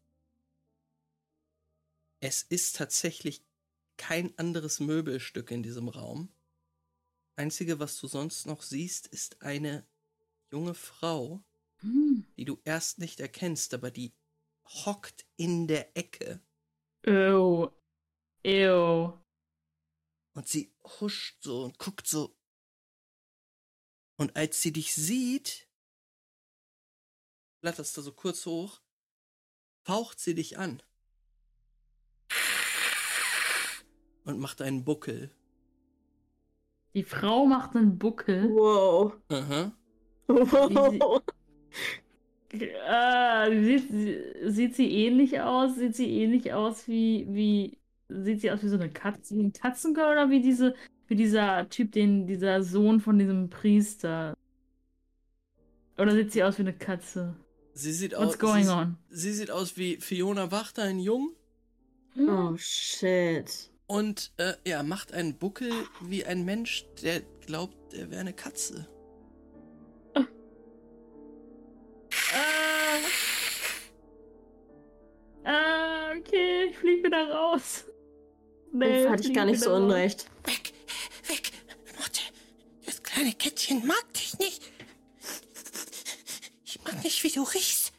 Es ist tatsächlich kein anderes Möbelstück in diesem Raum. Einzige, was du sonst noch siehst, ist eine junge Frau, die du erst nicht erkennst, aber die hockt in der Ecke Ew. Ew. und sie huscht so und guckt so. Und als sie dich sieht, flatterst du so kurz hoch, faucht sie dich an und macht einen Buckel. Die Frau macht einen Buckel. Wow. Aha. Wow. Sieht sie ähnlich aus? Sieht sie ähnlich aus sieht sie aus wie so eine Katze, wie ein Katzengirl oder wie dieser Typ, dieser Sohn von diesem Priester? Oder sieht sie aus wie eine Katze? Sie sieht What's going on? Sie sieht aus wie Fiona Wachter, ein Jung. Oh shit. Und macht einen Buckel wie ein Mensch, der glaubt, er wäre eine Katze. Okay, ich fliege wieder raus. Das hatte ich gar nicht so unrecht. Weg, Motte. Das kleine Kätzchen mag dich nicht. Ich mag nicht, wie du riechst.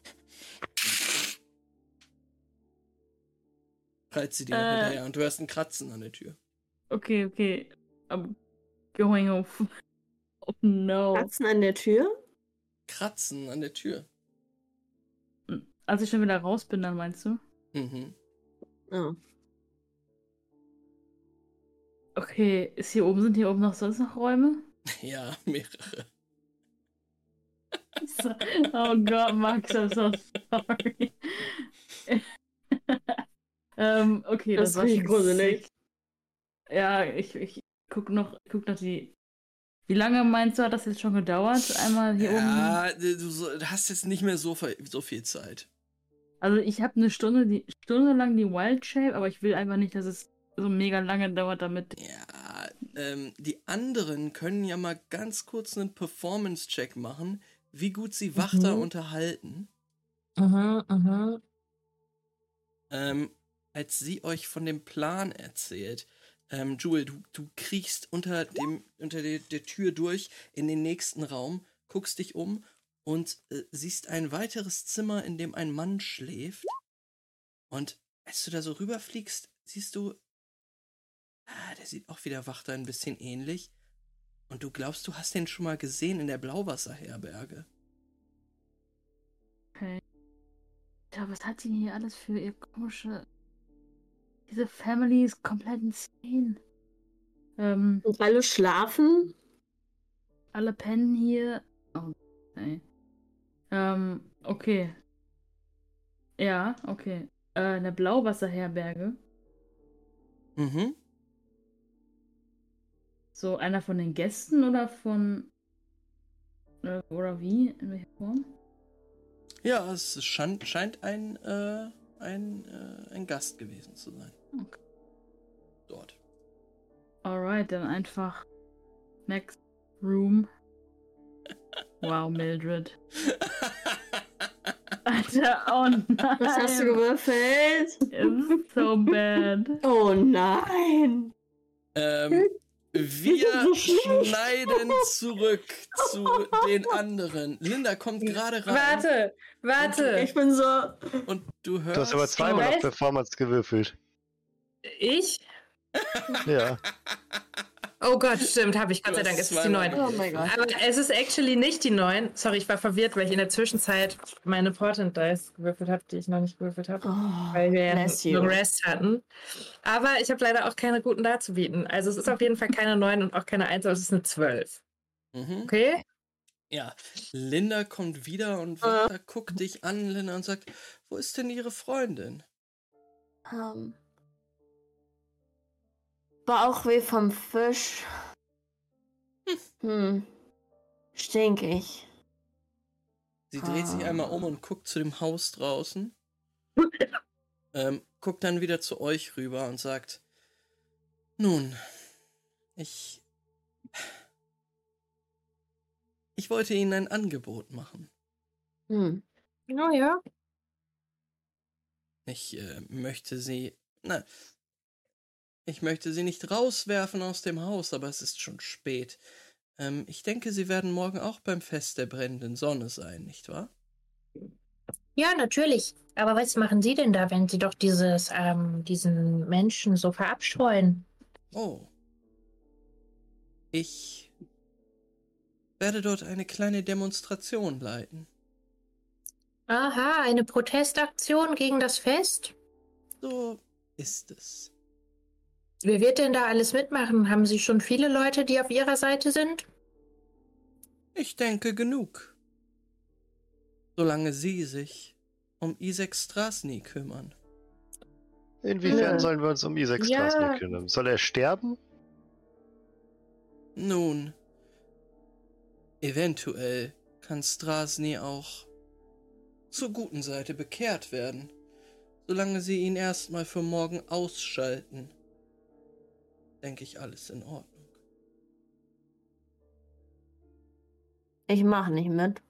Schreit sie dir hinterher und du hörst ein Kratzen an der Tür. Okay. I'm going off. Oh no. Katzen an der Tür? Kratzen an der Tür. Als ich schon wieder raus bin, dann meinst du? Mhm. Oh. Okay, sind hier oben noch sonst noch Räume? Ja, mehrere. Oh Gott, Max, I'm so sorry. Okay, Das das war riecht schon gruselig. sick. Ja, ich guck noch die. Wie lange meinst du, hat das jetzt schon gedauert? Einmal hier oben. Ja, du hast jetzt nicht mehr so viel Zeit. Also ich habe eine Stunde lang die Wild Shape, aber ich will einfach nicht, dass es so mega lange dauert, damit. Ja, die anderen können ja mal ganz kurz einen Performance-Check machen, wie gut sie Wachter unterhalten. Als sie euch von dem Plan erzählt. Jewel, du kriechst unter der Tür durch in den nächsten Raum, guckst dich um und siehst ein weiteres Zimmer, in dem ein Mann schläft. Und als du da so rüberfliegst, siehst du, der sieht auch wieder Wachter ein bisschen ähnlich. Und du glaubst, du hast den schon mal gesehen in der Blauwasserherberge. Okay. Ja, was hat die hier alles für ihr komische... Diese Family ist komplett insane. Und alle schlafen? alle pennen hier. Oh, ey. Okay. Ja, okay. Eine Blauwasserherberge. Mhm. So einer von den Gästen oder von. Oder wie? In welcher Form? Ja, es scheint ein Gast gewesen zu sein. Okay. Dort. Alright, dann einfach. Next room. Wow, Mildred. Alter, oh nein. Was hast du gewürfelt? It's so bad. Oh nein. Wir So schlecht. schneiden zurück zu den anderen. Linda kommt gerade rein. Warte. Ich bin so. Und du hörst. Du hast aber zweimal weißt- auf Performance gewürfelt. Ich? Ja. Oh Gott, stimmt, habe ich. Gott sei Du Dank hast ist es die zweimal 9. Oh mein Gott. Aber es ist actually nicht die 9. Sorry, ich war verwirrt, weil ich in der Zwischenzeit meine Portent Dice gewürfelt habe, die ich noch nicht gewürfelt habe. Oh, Weil wir ja bless you. Long Rest hatten. Aber ich habe leider auch keine guten darzubieten. Also es ist auf jeden Fall keine 9 und auch keine 1, aber es ist eine 12. Mhm. Okay? Ja, Linda kommt wieder und Wanda guckt dich an, Linda, und sagt, wo ist denn ihre Freundin? Bauchweh vom Fisch. Stinkig. Sie dreht sich einmal um und guckt zu dem Haus draußen. Guckt dann wieder zu euch rüber und sagt, nun, ich wollte Ihnen ein Angebot machen. Hm. Oh ja. Ich möchte Sie nicht rauswerfen aus dem Haus, aber es ist schon spät. Ich denke, Sie werden morgen auch beim Fest der brennenden Sonne sein, nicht wahr? Ja, natürlich. Aber was machen Sie denn da, wenn Sie doch diesen Menschen so verabscheuen? Oh. Ich werde dort eine kleine Demonstration leiten. Aha, eine Protestaktion gegen das Fest? So ist es. Wer wird denn da alles mitmachen? Haben Sie schon viele Leute, die auf Ihrer Seite sind? Ich denke genug. Solange Sie sich um Isaac Strasny kümmern. Inwiefern Ja. sollen wir uns um Isaac Ja. Strasny kümmern? Soll er sterben? Nun, eventuell kann Strasny auch zur guten Seite bekehrt werden, solange Sie ihn erstmal für morgen ausschalten. Denke ich, alles in Ordnung. Ich mach nicht mit.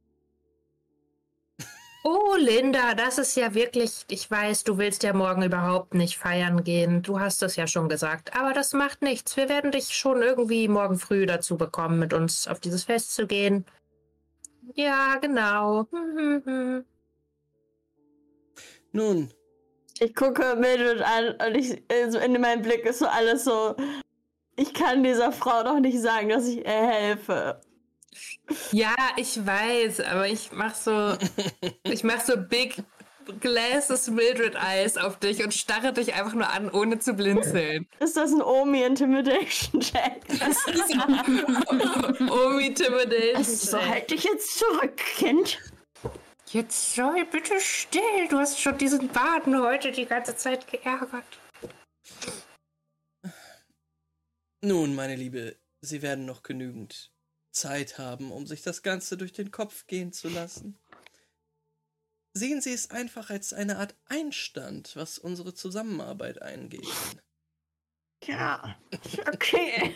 Oh, Linda, das ist ja wirklich, ich weiß, du willst ja morgen überhaupt nicht feiern gehen. Du hast es ja schon gesagt. Aber das macht nichts. Wir werden dich schon irgendwie morgen früh dazu bekommen, mit uns auf dieses Fest zu gehen. Ja, genau. Nun, Ich gucke Mildred an und so in meinem Blick ist so alles so. Ich kann dieser Frau doch nicht sagen, dass ich ihr helfe. Ja, ich weiß, aber ich mach so Big Glasses Mildred Eyes auf dich und starre dich einfach nur an, ohne zu blinzeln. Ist das ein Omi Intimidation Check? Intimidation. So, halt dich jetzt zurück, Kind. Jetzt sei bitte still. Du hast schon diesen Baden heute die ganze Zeit geärgert. Nun, meine Liebe, Sie werden noch genügend Zeit haben, um sich das Ganze durch den Kopf gehen zu lassen. Sehen Sie es einfach als eine Art Einstand, was unsere Zusammenarbeit eingeht. Ja, okay.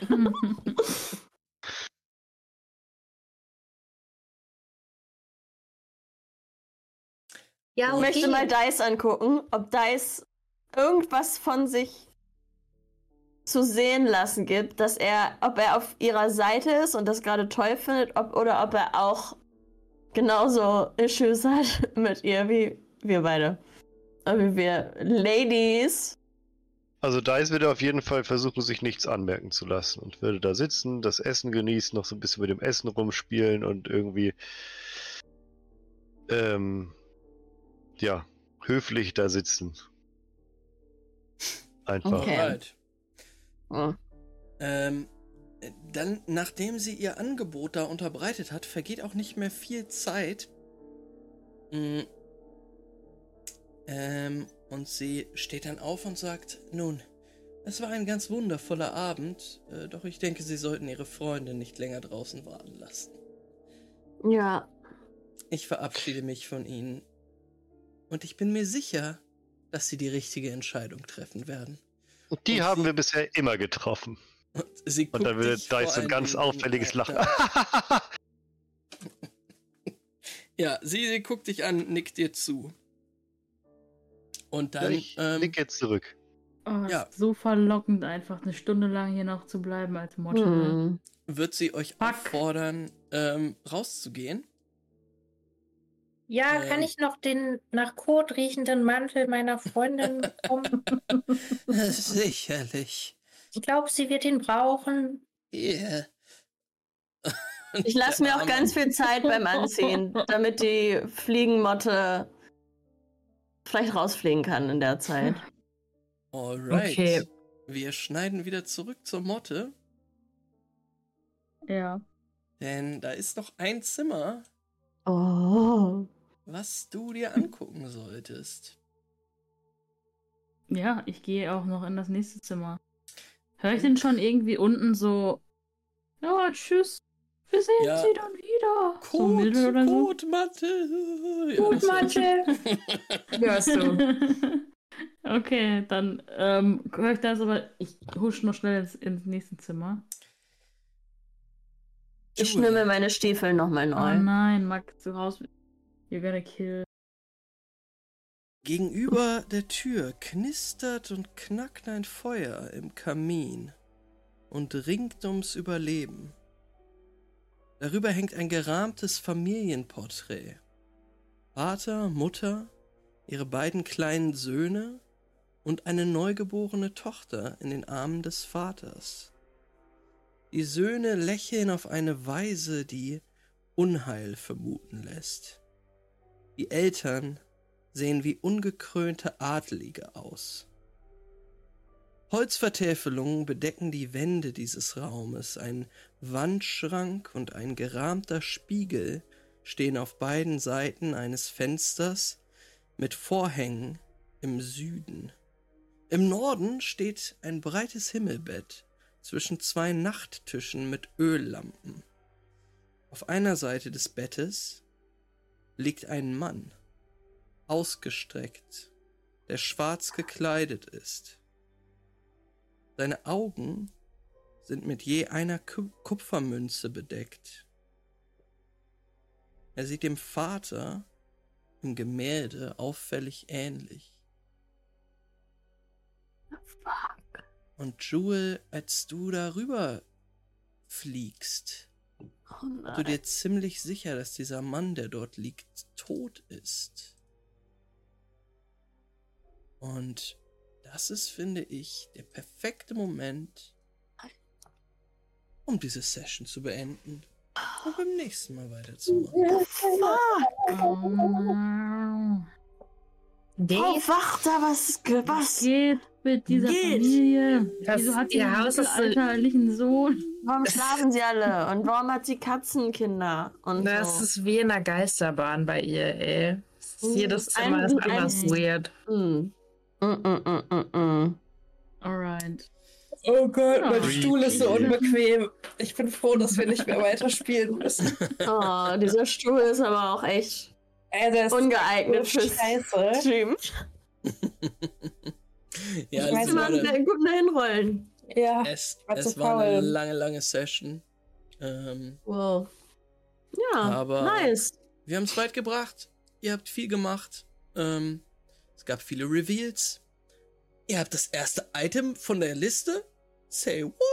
Ja, Ich möchte mal Dice angucken, ob Dice irgendwas von sich zu sehen lassen gibt, ob er auf ihrer Seite ist und das gerade toll findet, oder ob er auch genauso Issues hat mit ihr wie wir beide. Wie wir Ladies. Also Dice würde auf jeden Fall versuchen, sich nichts anmerken zu lassen und würde da sitzen, das Essen genießen, noch so ein bisschen mit dem Essen rumspielen und irgendwie ja, höflich da sitzen. Einfach. Okay. Alright. Oh. Dann, nachdem sie ihr Angebot da unterbreitet hat, vergeht auch nicht mehr viel Zeit. Und sie steht dann auf und sagt, nun, es war ein ganz wundervoller Abend, doch ich denke, Sie sollten Ihre Freundin nicht länger draußen warten lassen. Ja. Ich verabschiede mich von Ihnen und ich bin mir sicher, dass Sie die richtige Entscheidung treffen werden. Und die Und haben sie- wir bisher immer getroffen. Und sie Und dann guckt wird dich da vor ist so ein allen ganz Dingen auffälliges Lachen. an. Ja, sie guckt dich an, nickt dir zu. Und dann, Ich nick jetzt zurück. Oh, Ja. ist so verlockend, einfach eine Stunde lang hier noch zu bleiben als Motte. Ne? wird sie euch Fuck. auffordern, rauszugehen. Ja, kann ich noch den nach Kot riechenden Mantel meiner Freundin bekommen? Sicherlich. Ich glaube, sie wird ihn brauchen. Yeah. Ich lasse mir auch ganz viel Zeit beim Anziehen, damit die Fliegenmotte vielleicht rausfliegen kann in der Zeit. Alright. Okay. Wir schneiden wieder zurück zur Motte, Ja. denn da ist noch ein Zimmer, Oh. was du dir angucken solltest. Ja, ich gehe auch noch in das nächste Zimmer. Höre ich denn schon irgendwie unten so, ja, tschüss, wir sehen Ja. sie dann wieder. So Mittel oder so. Kotmatte. Gut, Matsche. Hörst du. Okay, dann höre ich das, aber ich husch noch schnell ins nächste Zimmer. Ich schnimme meine Stiefel nochmal Oh neu. nein, Max, zu Hause. You're gonna kill. Gegenüber der Tür knistert und knackt ein Feuer im Kamin und ringt ums Überleben. Darüber hängt ein gerahmtes Familienporträt. Vater, Mutter, ihre beiden kleinen Söhne und eine neugeborene Tochter in den Armen des Vaters. Die Söhne lächeln auf eine Weise, die Unheil vermuten lässt. Die Eltern sehen wie ungekrönte Adelige aus. Holzvertäfelungen bedecken die Wände dieses Raumes, ein Wandschrank und ein gerahmter Spiegel stehen auf beiden Seiten eines Fensters mit Vorhängen im Süden. Im Norden steht ein breites Himmelbett zwischen zwei Nachttischen mit Öllampen. Auf einer Seite des Bettes liegt ein Mann, ausgestreckt, der schwarz gekleidet ist. Seine Augen sind mit je einer Kupfermünze bedeckt. Er sieht dem Vater im Gemälde auffällig ähnlich. Fuck. Und Jewel, als du darüber fliegst, Oh bist du nein. dir ziemlich sicher, dass dieser Mann, der dort liegt, tot ist. Und das ist, finde ich, der perfekte Moment, um diese Session zu beenden und beim nächsten Mal weiterzumachen. Fuck. Oh, no. Oh, wach da, was Was geht mit dieser Geht. Familie? Das- Wieso hat sie ihr einen Haus ist so- mittelalterlichen Sohn? Warum schlafen sie alle? Und warum hat sie Katzenkinder? Und Das so. ist wie in einer Geisterbahn bei ihr, ey. Jedes Ein- Zimmer ist ein- anders weird. Alright. Oh Gott, mein Stuhl ist so unbequem. Ich bin froh, dass wir nicht mehr weiterspielen müssen. Oh, dieser Stuhl ist aber auch echt Der ist ungeeignet so fürs Scheiße. Stream. Ja, Ich weiß es war Jemand eine, gut hinrollen. Ja, es war zu war eine faul. lange Session. Wow. Ja, Aber- nice. Wir haben es weit gebracht. Ihr habt viel gemacht. Es gab viele Reveals. Ihr habt das erste Item von der Liste. Say what?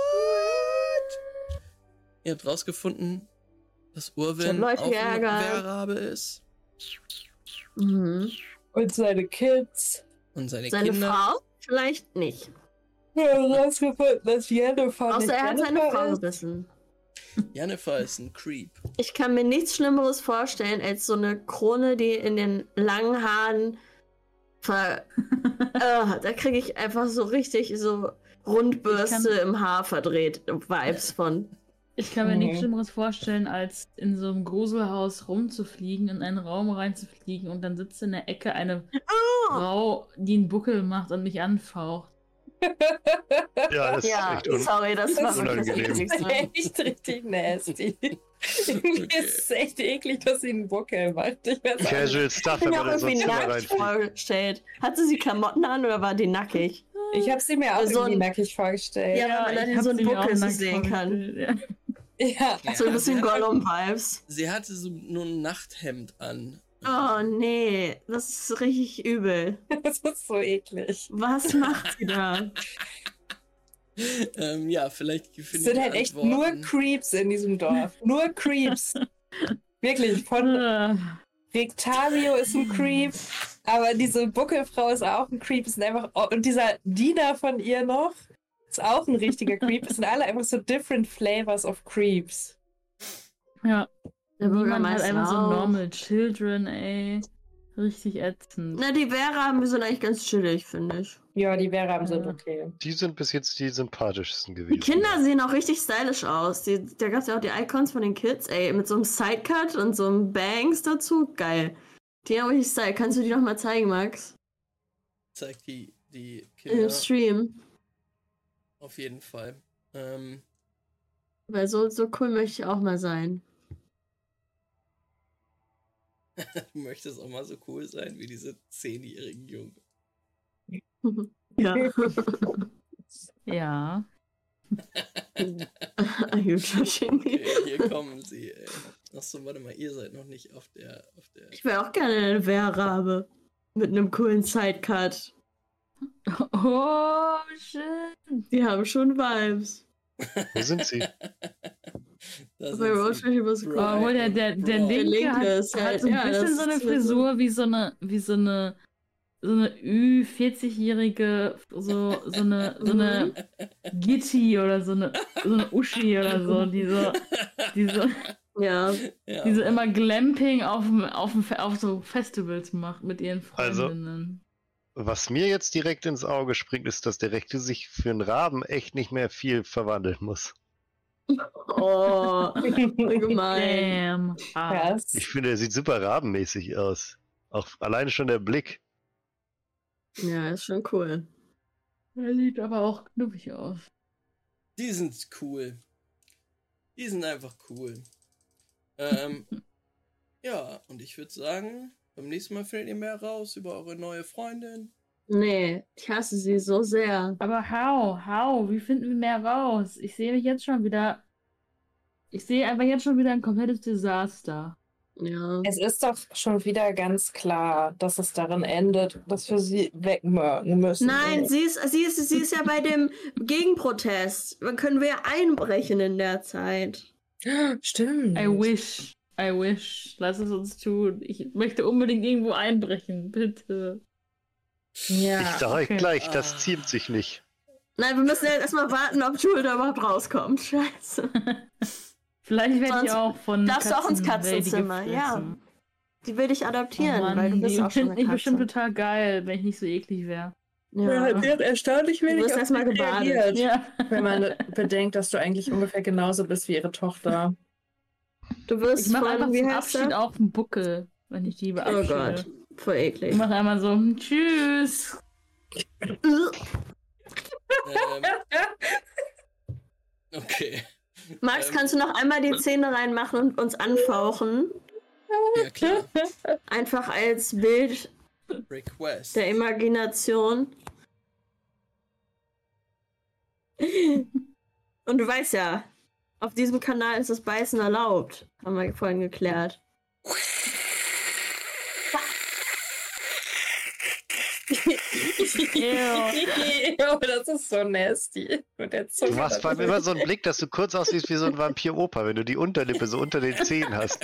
Ihr habt rausgefunden, dass Ich Urwin hab Leute auch ein geärgert. Werrabe ist. Mhm. Und seine Kids. Und seine Seine Kinder. Frau? Vielleicht nicht. Wir haben rausgefunden, dass Jennifer Außer nicht er hat seine Jennifer Frau ist. gebissen. Jennifer ist ein Creep. Ich kann mir nichts Schlimmeres vorstellen, als so eine Krone, die in den langen Haaren da kriege ich einfach so richtig so Rundbürste im Haar verdreht. Vibes von. Ich kann mir nichts Schlimmeres vorstellen, als in so einem Gruselhaus rumzufliegen, in einen Raum reinzufliegen und dann sitzt in der Ecke eine Frau, die einen Buckel macht und mich anfaucht. Ja, das ist echt sorry, das war unangenehm. echt richtig nasty. Irgendwie ist es echt eklig, dass sie einen Buckel macht. Casual Stuff, Ich wenn habe man in so ein irgendwie Zimmer nackt reinfliegt. vorgestellt. Hatte sie Klamotten an oder war die nackig? Ich habe sie mir auch So irgendwie ein- nackig vorgestellt. Ja, weil man ich dann so hab einen sie mir auch Buckel so nackt sehen kann. vorgestellt, ja. Ja. So ein bisschen sie hatte- Gollum-Vibes. Sie hatte so nur ein Nachthemd an. Oh nee, das ist richtig übel. Das ist so eklig. Was macht sie da? Ja, vielleicht Es findet sind ihr halt echt nur Antworten. Creeps in diesem Dorf. Nur Creeps. Wirklich. Von Rectavio ist ein Creep, aber diese Buckelfrau ist auch ein Creep. Es sind einfach, und dieser Diener von ihr noch ist auch ein richtiger Creep. Es sind alle einfach so different flavors of Creeps. Ja. Der Niemand hat Bürgermeister einfach so auch. normal children, ey. Richtig ätzend. Na, die Vera haben wir sind eigentlich ganz chillig, finde ich. Ja, die Vera sind okay. Die sind bis jetzt die sympathischsten Die gewesen. Kinder sehen auch richtig stylisch aus. Da gab es ja auch die Icons von den Kids, ey, mit so einem Sidecut und so einem Bangs dazu. Geil. Die haben richtig Style. Kannst du die noch mal zeigen, Max? Zeigt die Im Kinder Stream. auf jeden Fall. Weil so cool möchte ich auch mal sein. Du möchtest auch mal so cool sein wie diese 10-jährigen Jungen. Ja. Ja. Are you judging me? Okay, hier kommen sie, ey. Achso, warte mal, ihr seid noch nicht auf der... Ich wäre auch gerne eine Wehrrabe. Mit einem coolen Sidecut. Oh, schön. Die haben schon Vibes. Wo sind sie? Da Bei Roadtrip übers Brian. Oh, obwohl der Brian. Linke hat, ist hat halt, so ein ja, bisschen das so eine ist Frisur wie so eine Ü40-jährige, so eine Gitti oder so eine Uschi oder so, die Ja. Ja, so immer Glamping auf so Festivals macht mit ihren Also- Freundinnen. Was mir jetzt direkt ins Auge springt, ist, dass der Rechte sich für einen Raben echt nicht mehr viel verwandeln muss. Oh, gemein. Damn. Ah. Krass. Ich finde, er sieht super rabenmäßig aus. Auch alleine schon der Blick. Ja, ist schon cool. Er sieht aber auch knuffig aus. Die sind cool. Die sind einfach cool. Ja, und ich würde sagen, beim nächsten Mal findet ihr mehr raus über eure neue Freundin. Nee, ich hasse sie so sehr. Aber how? Wie finden wir mehr raus? Ich sehe einfach jetzt schon wieder ein komplettes Desaster. Ja. Es ist doch schon wieder ganz klar, dass es darin endet, dass wir sie wegmörden müssen. Nein, sie ist ja bei dem Gegenprotest. Dann können wir einbrechen in der Zeit. Stimmt. I wish. Lass es uns tun. Ich möchte unbedingt irgendwo einbrechen, bitte. Ja. Ich sage okay. gleich, das ziemt sich nicht. Nein, wir müssen jetzt erstmal warten, ob Jules da überhaupt rauskommt. Scheiße. Vielleicht werde ich Sonst auch von darfst du auch ins Katzen Katzenzimmer, ja. gefressen. Die will dich adoptieren, Oh Mann, weil du bist die auch schon finden eine mich Katze. bestimmt total geil, wenn ich nicht so eklig wäre. Ja. Die hat erstaunlich wenig Du wirst auf erst mal dich gebadet. reagiert, Ja. wenn man bedenkt, dass du eigentlich ungefähr genauso bist wie ihre Tochter. Du wirst Ich mache einfach von, wie zum heißt Abschied er? auf den Buckel, wenn ich die Oh verabschiede. Gott, voll Ich eklig. mache einmal so, tschüss. Okay. Max, kannst du noch einmal die Zähne reinmachen und uns anfauchen? Ja, klar. Einfach als Bild Request. der Imagination. Und du weißt ja, auf diesem Kanal ist das Beißen erlaubt. Haben wir vorhin geklärt. Oh, das ist so nasty. Mit der Zunge. Du machst vor allem immer so einen Blick, dass du kurz aussiehst wie so ein Vampir-Opa, wenn du die Unterlippe so unter den Zähnen hast.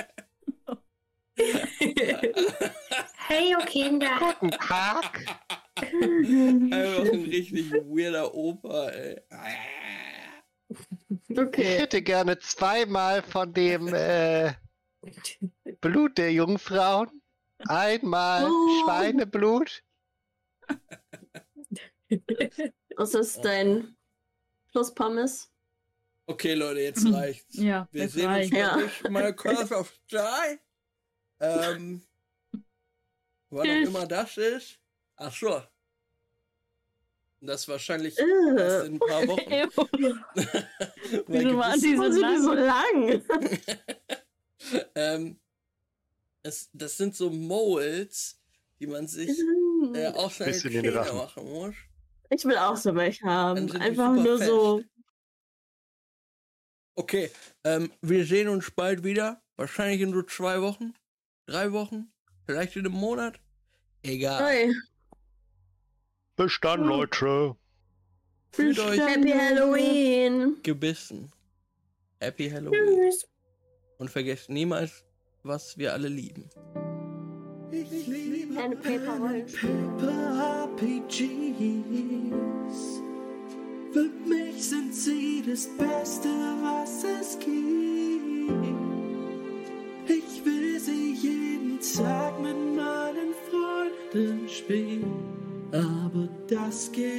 Hey, ihr Kinder. Guten Tag. Einfach ein richtig weirder Opa, ey. Ich Okay. hätte gerne zweimal von dem Blut der Jungfrauen. Einmal Schweineblut. Das ist dein Plus Pommes. Okay, Leute, jetzt reicht's. Ja, Wir jetzt sehen uns reicht. gleich mal Curse of Sky. Wann auch immer das ist. Ach so. Das ist wahrscheinlich erst in ein paar Wochen. Wieso waren die Wieso sind die so lang? Das sind so Moles, die man sich auf seine Bisschen in die Zähne Rachen. machen muss. Ich will auch so welche Dann haben. sind die Einfach super nur fest. so. Okay, wir sehen uns bald wieder. Wahrscheinlich in so 2 Wochen, 3 Wochen, vielleicht in einem Monat. Egal. Oi. Bis dann, Leute. Fühlt euch Happy Halloween. gebissen. Happy Halloween. Tschüss. Und vergesst niemals, was wir alle lieben. Ich liebe Pen and Paper Rollenspiel. RPGs. Für mich sind sie das Beste, was es gibt. Ich will sie jeden Tag mit meinen Freunden spielen. Aber das geht